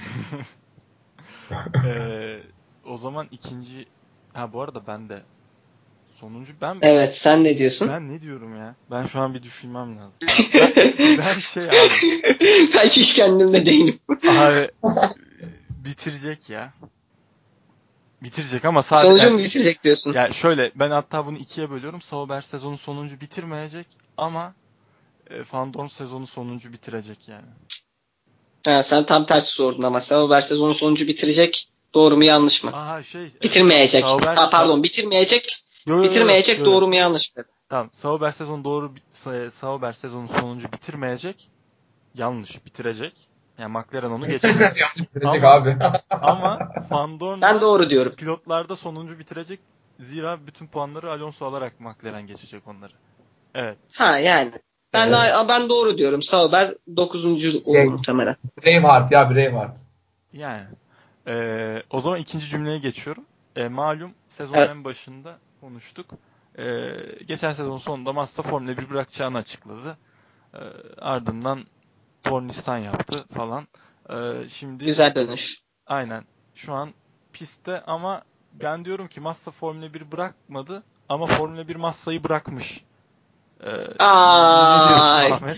Speaker 1: O zaman ikinci bu arada ben de sonuncu
Speaker 3: Evet sen ne diyorsun?
Speaker 1: Ben ne diyorum ya? Ben şu an bir düşünmem lazım. Ben abi.
Speaker 3: Ben hiç kendimde değilim.
Speaker 1: Abi bitirecek ya. Bitirecek ama sadece
Speaker 3: sonucu mu bitirecek diyorsun?
Speaker 1: Yani şöyle ben hatta bunu ikiye bölüyorum. Sauber sezonu sonuncu bitirmeyecek ama Van Dorn sezonu sonuncu bitirecek yani.
Speaker 3: Sen tam tersi sordun ama Sauber sezonu sonuncu bitirecek. Doğru mu yanlış mı? Bitirmeyecek. Bitirmeyecek. Bitirmeyecek doğru mu yanlış mı?
Speaker 1: Tamam. Sauber sezonu sonuncu bitirmeyecek. Yanlış bitirecek. Yani McLaren onu geçecek. ama Van Dorn
Speaker 3: ben doğru diyorum.
Speaker 1: Pilotlarda sonuncu bitirecek. Zira bütün puanları Alonso alarak McLaren geçecek onları. Evet.
Speaker 3: Yani. Ben doğru diyorum. Sauber 9. olur muhtemelen.
Speaker 2: Braveheart.
Speaker 1: Yani. O zaman ikinci cümleye geçiyorum. Malum sezonun en başında konuştuk. Geçen sezon sonunda Massa Formula 1 bırakacağını açıkladı. Ardından Tornistan yaptı falan. Şimdi
Speaker 3: güzel dönüş.
Speaker 1: Aynen. Şu an pistte ama ben diyorum ki Massa Formula 1 bırakmadı ama Formula 1 Massa'yı bırakmış. Ne diyorsun Ahmet?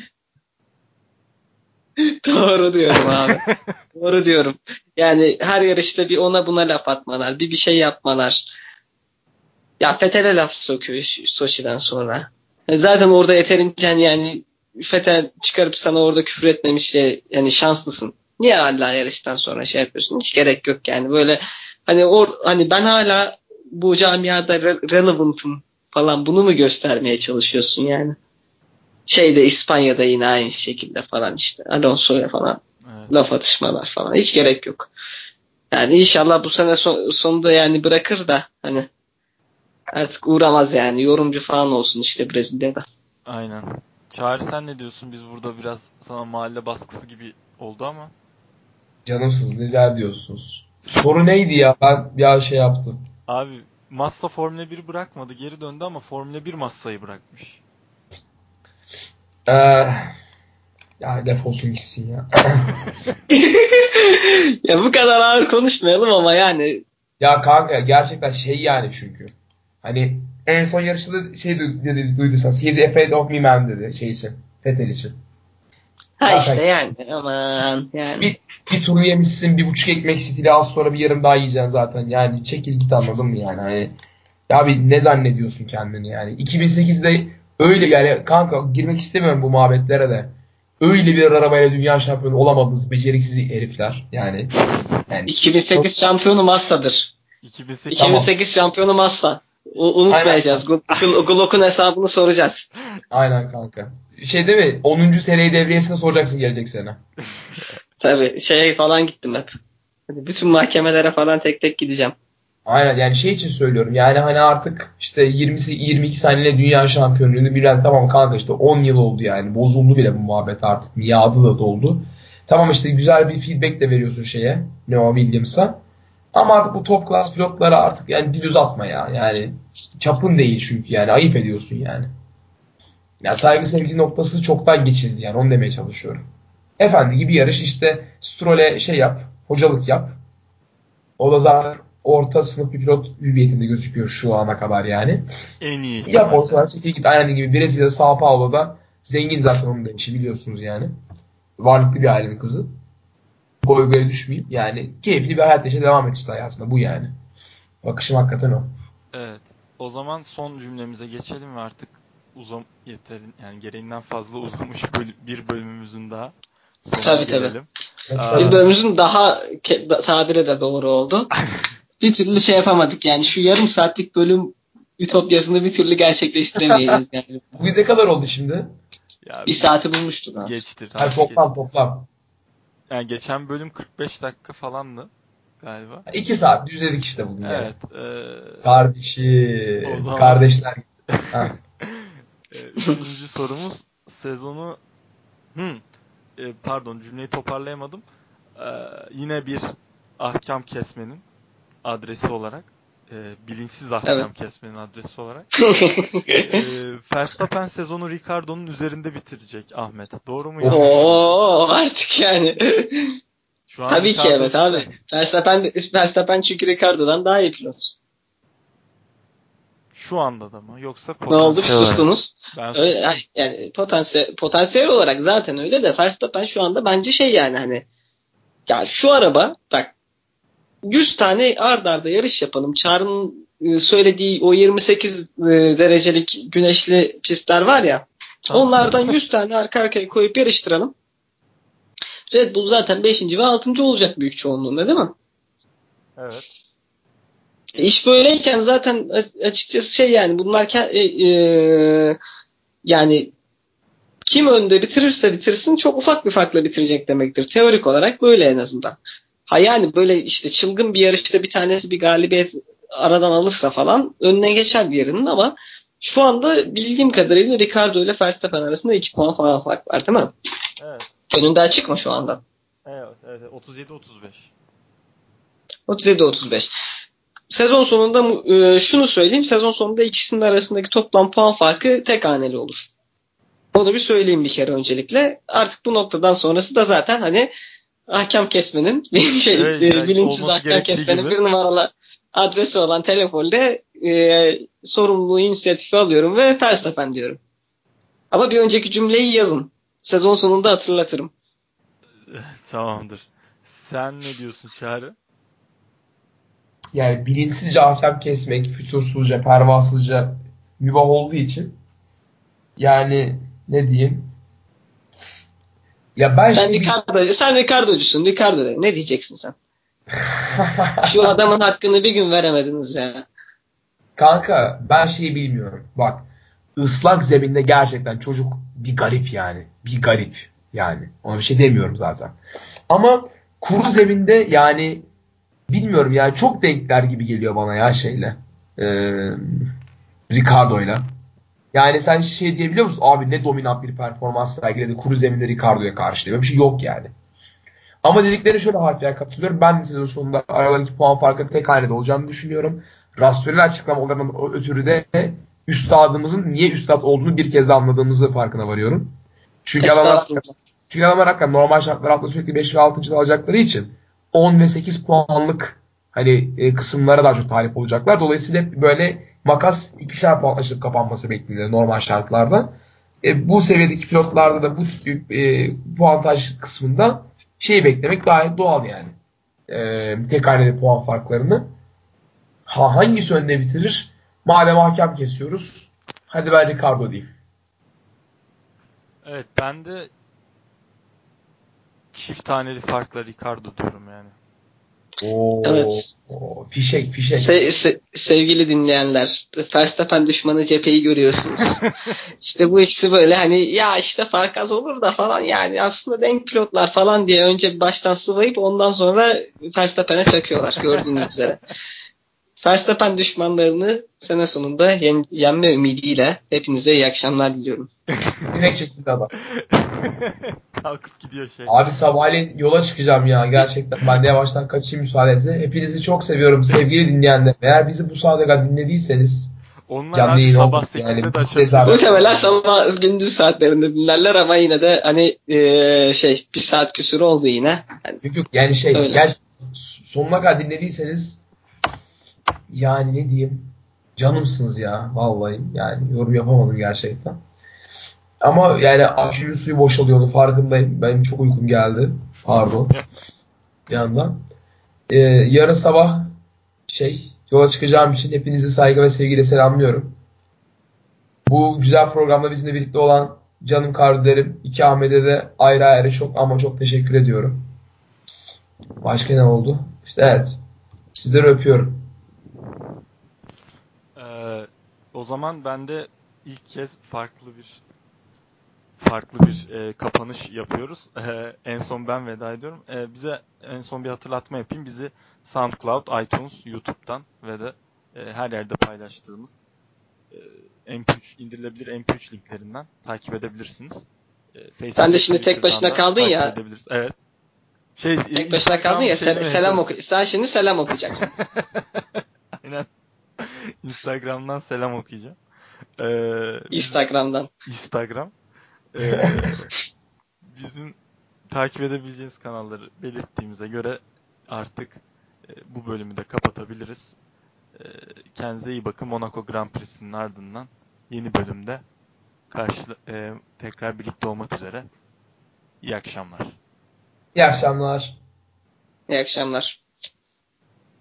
Speaker 3: Doğru diyorum abi. Doğru diyorum. Yani her yarışta bir ona buna laf atmalar, bir şey yapmalar. Ya Vettel'e laf sokuyor Soçi'den sonra. Zaten orada yeterince yani Vettel çıkarıp sana orada küfür etmemiş yani şanslısın. Niye hala yarıştan sonra şey yapıyorsun? Hiç gerek yok yani. Böyle hani ben hala bu camiada relevant'ım falan bunu mu göstermeye çalışıyorsun yani? İspanya'da yine aynı şekilde falan işte. Alonso'ya falan laf atışmalar falan. Hiç gerek yok. Yani inşallah bu sene sonunda yani bırakır da hani artık uğramaz yani. Yorumcu falan olsun işte Brezilya'da.
Speaker 1: Aynen. Çağrı sen ne diyorsun? Biz burada biraz sana mahalle baskısı gibi oldu ama.
Speaker 2: Canımsız neler diyorsunuz? Soru neydi ya? Ben bir şey yaptım.
Speaker 1: Abi Massa Formula 1 bırakmadı. Geri döndü ama Formula 1 Massa'yı bırakmış.
Speaker 2: Ya defolsun gitsin ya.
Speaker 3: Ya bu kadar ağır konuşmayalım ama yani
Speaker 2: Ya kanka gerçekten şey yani çünkü. Hani en son yarışta da şey duyduysanız He's afraid of me man dedi şey için. Vettel için.
Speaker 3: Ha
Speaker 2: Kanka
Speaker 3: işte yani aman yani.
Speaker 2: bir tur yemişsin, 1,5 ekmek stili, az sonra bir yarım daha yiyeceksin zaten. Yani çekil git, anladın mı yani? Hani ya bir ne zannediyorsun kendini yani? 2008'de öyle yani kanka, girmek istemiyorum bu muhabbetlere de. Öyle bir arabayla dünya şampiyonu olamadınız beceriksiz herifler. Yani
Speaker 3: 2008 şampiyonu Massa'dır.
Speaker 1: 2008
Speaker 2: tamam.
Speaker 3: 2008 şampiyonu Massa.
Speaker 2: Aynen.
Speaker 3: Unutmayacağız. Glock'un hesabını soracağız.
Speaker 2: Aynen kanka. Şey değil mi? 10. seneyi devriyesine soracaksın gelecek sene.
Speaker 3: Tabii falan gittim hep. Hani bütün mahkemelere falan tek tek gideceğim.
Speaker 2: Aynen, yani şey için söylüyorum. Yani hani artık işte 22 saniye dünya şampiyonluğunu bilen, tamam kanka, işte 10 yıl oldu yani. Bozuldu bile bu muhabbet artık. Miadı da doldu. Tamam işte güzel bir feedback de veriyorsun şeye. Noah Williams'a. Ama artık bu top class pilotlara artık yani dil uzatma ya. Yani çapın değil çünkü, yani ayıp ediyorsun yani. Ya saygı sevgi noktası çoktan geçildi yani, onu demeye çalışıyorum. Efendi gibi yarış işte, Stroll'e şey yap, hocalık yap. O da zaten orta sınıf bir pilot hüviyetinde gözüküyor şu ana kadar yani.
Speaker 1: en iyi
Speaker 2: Yap o
Speaker 1: ihtimalle.
Speaker 2: zaman, çekil git. Aynen gibi Brezilya, Sao Paulo'da zengin zaten, onun da işi biliyorsunuz yani. Varlıklı bir ailenin kızı. Goy düşmeyeyim. Yani keyifli bir hayat yaşa devam et işte hayatında, bu yani. Bakışım hakikaten o.
Speaker 1: Evet. O zaman son cümlemize geçelim ve artık yeterin yani gereğinden fazla uzamış bir bölümümüzün daha sonuna
Speaker 3: Tabii.
Speaker 1: gelelim.
Speaker 3: Bir
Speaker 1: Aa,
Speaker 3: bölümümüzün daha tabiri de doğru oldu. Bir türlü şey yapamadık yani. Şu yarım saatlik bölüm ütopyasını bir türlü gerçekleştiremeyeceğiz yani.
Speaker 2: Bugün ne kadar oldu şimdi?
Speaker 1: ya
Speaker 3: Bir saati bulmuştur abi.
Speaker 1: geçti,
Speaker 2: Hani
Speaker 1: rahat geçti.
Speaker 2: toplam.
Speaker 1: Yani geçen bölüm 45 dakika falandı galiba.
Speaker 2: 2 saat düzledik işte bugün gene.
Speaker 1: Evet. O
Speaker 2: Kardeşim.
Speaker 1: zaman
Speaker 2: Kardeşler. Heh.
Speaker 1: üçüncü sorumuz sezonu pardon, cümleyi toparlayamadım. Yine bir ahkam kesmenin adresi olarak, bilinçsiz ahkam
Speaker 3: Evet.
Speaker 1: kesmenin adresi olarak, Verstappen sezonu Ricardo'nun üzerinde bitirecek Ahmet. Doğru mu, yanlış mı?
Speaker 3: Oo artık yani.
Speaker 1: Şu an
Speaker 3: Tabii ki
Speaker 1: Ricardo
Speaker 3: evet abi.
Speaker 1: önünde.
Speaker 3: Verstappen çünkü Ricardo'dan daha iyi pilot.
Speaker 1: Şu anda da mı? Yoksa
Speaker 3: Ne oldu, bir
Speaker 1: potansiyel olarak?
Speaker 3: sustunuz?
Speaker 1: Ben
Speaker 3: Öyle,
Speaker 1: sustum.
Speaker 3: yani potansiyel olarak zaten öyle de Verstappen şu anda bence şey yani hani ya şu araba bak 100 tane ard arda yarış yapalım. Çağrı'nın söylediği o 28 derecelik güneşli pistler var ya.
Speaker 1: Tamam.
Speaker 3: Onlardan 100 tane arka arkaya koyup yarıştıralım. Red Bull zaten 5. ve 6. olacak büyük çoğunluğunda, değil mi?
Speaker 1: Evet.
Speaker 3: İş böyleyken zaten açıkçası şey yani bunlar yani kim önde bitirirse bitirsin çok ufak bir farkla bitirecek demektir. Teorik olarak böyle en azından. Ha yani böyle işte çılgın bir yarışta bir tanesi bir galibiyet aradan alırsa falan önüne geçer bir yerinin, ama şu anda bildiğim kadarıyla Ricardo ile Verstappen arasında 2 puan falan fark var, değil mi?
Speaker 1: Evet.
Speaker 3: Önünde açık mı şu anda?
Speaker 1: Evet. 37-35.
Speaker 3: 37-35. Sezon sonunda şunu söyleyeyim. Sezon sonunda ikisinin arasındaki toplam puan farkı tek haneli olur. Onu bir söyleyeyim bir kere öncelikle. Artık bu noktadan sonrası da zaten hani ahkam kesmenin
Speaker 1: Evet, yani
Speaker 3: bilinçsiz
Speaker 1: olması
Speaker 3: ahkam
Speaker 1: gerektiği
Speaker 3: kesmenin
Speaker 1: gibi.
Speaker 3: bir numaralı adresi olan Telefol'de sorumluluğu, inisiyatifi alıyorum ve Verstappen diyorum. Ama bir önceki cümleyi yazın. Sezon sonunda hatırlatırım.
Speaker 1: Tamamdır. Sen ne diyorsun Çağrı?
Speaker 2: Yani bilinçsizce hakem kesmek, fütursuzca, pervasızca mübah olduğu için yani ne diyeyim? Ya ben
Speaker 3: Sen Ricardo'cusun. Ricardo de. Ne diyeceksin sen? Şu adamın hakkını bir gün veremediniz ya.
Speaker 2: Kanka ben şeyi bilmiyorum. Bak, ıslak zeminde gerçekten çocuk bir garip yani. Bir garip yani. Ona bir şey demiyorum zaten. Ama kuru zeminde yani bilmiyorum yani, çok denkler gibi geliyor bana ya şeyle. Ee, Ricardo'yla. Yani sen şey diyebiliyor musun? Abi ne dominant bir performans sergiledi kuru zeminde Ricardo'ya karşı diye. Böyle bir şey yok yani. Ama dediklerine şöyle harfiyen katılıyorum. Ben de sezon sonunda aralarındaki puan farkı tek hanede olacağını düşünüyorum. Rasyonel açıklamalarından ötürü de üstadımızın niye üstad olduğunu bir kez de anladığımızı farkına varıyorum.
Speaker 3: Estağfurullah.
Speaker 2: Çünkü adamlar normal şartlar altında sürekli 5 ve 6. alacakları için 10 ve 8 puanlık hani kısımlara daha çok talip olacaklar. Dolayısıyla hep böyle makas 2'şer puan açılıp kapanması bekleniyor normal şartlarda. Bu seviyedeki pilotlarda da bu tip puantaj kısmında şeyi beklemek gayet doğal yani. Tek haneli puan farklarını. Hangisi önde bitirir? Madem hakem kesiyoruz. Hadi ben Ricardo diyeyim.
Speaker 1: Evet, ben de çift taneli farkla Ricardo diyorum yani.
Speaker 3: Evet.
Speaker 2: Fişek.
Speaker 3: Sevgili dinleyenler, Verstappen düşmanı cepheyi görüyorsunuz. İşte bu ikisi böyle hani ya işte fark az olur da falan yani aslında denk pilotlar falan diye önce bir baştan sıvayıp ondan sonra Verstappen'e çakıyorlar gördüğünüz üzere. Verstappen düşmanlarını sene sonunda yenme ümidiyle hepinize iyi akşamlar diliyorum.
Speaker 2: Direkt çekildi adam.
Speaker 1: Kalkıp gidiyor şey.
Speaker 2: Abi sabahleyin yola çıkacağım ya. Gerçekten ben de yavaştan kaçayım müsaadenizle. Hepinizi çok seviyorum sevgili dinleyenler. Eğer bizi bu saate kadar dinlediyseniz
Speaker 1: Onlar
Speaker 2: canlı
Speaker 1: abi
Speaker 2: yayın
Speaker 1: sabah
Speaker 2: olmasın
Speaker 1: 8'de de
Speaker 2: biz size
Speaker 1: açabilirler.
Speaker 2: zahmet.
Speaker 3: Muhtemelen sabah gündüz saatlerinde dinlerler ama yine de hani bir saat küsur oldu yine. Yani,
Speaker 2: Yok yani
Speaker 3: öyle.
Speaker 2: sonuna kadar dinlediyseniz yani ne diyeyim canımsınız ya vallahi yani yorum yapamadım gerçekten. Ama yani akşamın suyu boşalıyordu farkındayım. Benim çok uykum geldi. Pardon. Bir yandan. Yarın sabah yola çıkacağım için hepinizi saygı ve sevgiyle selamlıyorum. Bu güzel programda bizimle birlikte olan canım kardeşlerim iki Ahmet'e de ayrı ayrı çok ama çok teşekkür ediyorum. Başka ne oldu? İşte evet. Sizleri öpüyorum.
Speaker 1: O zaman ben de ilk kez farklı bir kapanış yapıyoruz. En son ben veda ediyorum. Bize en son bir hatırlatma yapayım. Bizi SoundCloud, iTunes, YouTube'dan ve de her yerde paylaştığımız MP3 indirilebilir MP3 linklerinden takip edebilirsiniz. Facebook
Speaker 3: Sen de
Speaker 1: ve
Speaker 3: şimdi tek
Speaker 1: Twitter'dan
Speaker 3: başına
Speaker 1: da
Speaker 3: kaldın
Speaker 1: takip
Speaker 3: ya.
Speaker 1: edebiliriz. Evet.
Speaker 3: Tek başına kaldın
Speaker 1: Instagram
Speaker 3: ya
Speaker 1: şeyini mi
Speaker 3: selam
Speaker 1: yapıyoruz?
Speaker 3: oku. Sen şimdi selam okuyacaksın.
Speaker 1: Aynen. Instagram'dan selam okuyacağım. Biz
Speaker 3: Instagram'dan.
Speaker 1: Instagram. Ee, Bizim takip edebileceğiniz kanalları belirttiğimize göre artık bu bölümü de kapatabiliriz. Kendinize iyi bakın. Monaco Grand Prix'sinin ardından yeni bölümde tekrar birlikte olmak üzere. İyi akşamlar.
Speaker 2: İyi akşamlar.
Speaker 3: İyi akşamlar.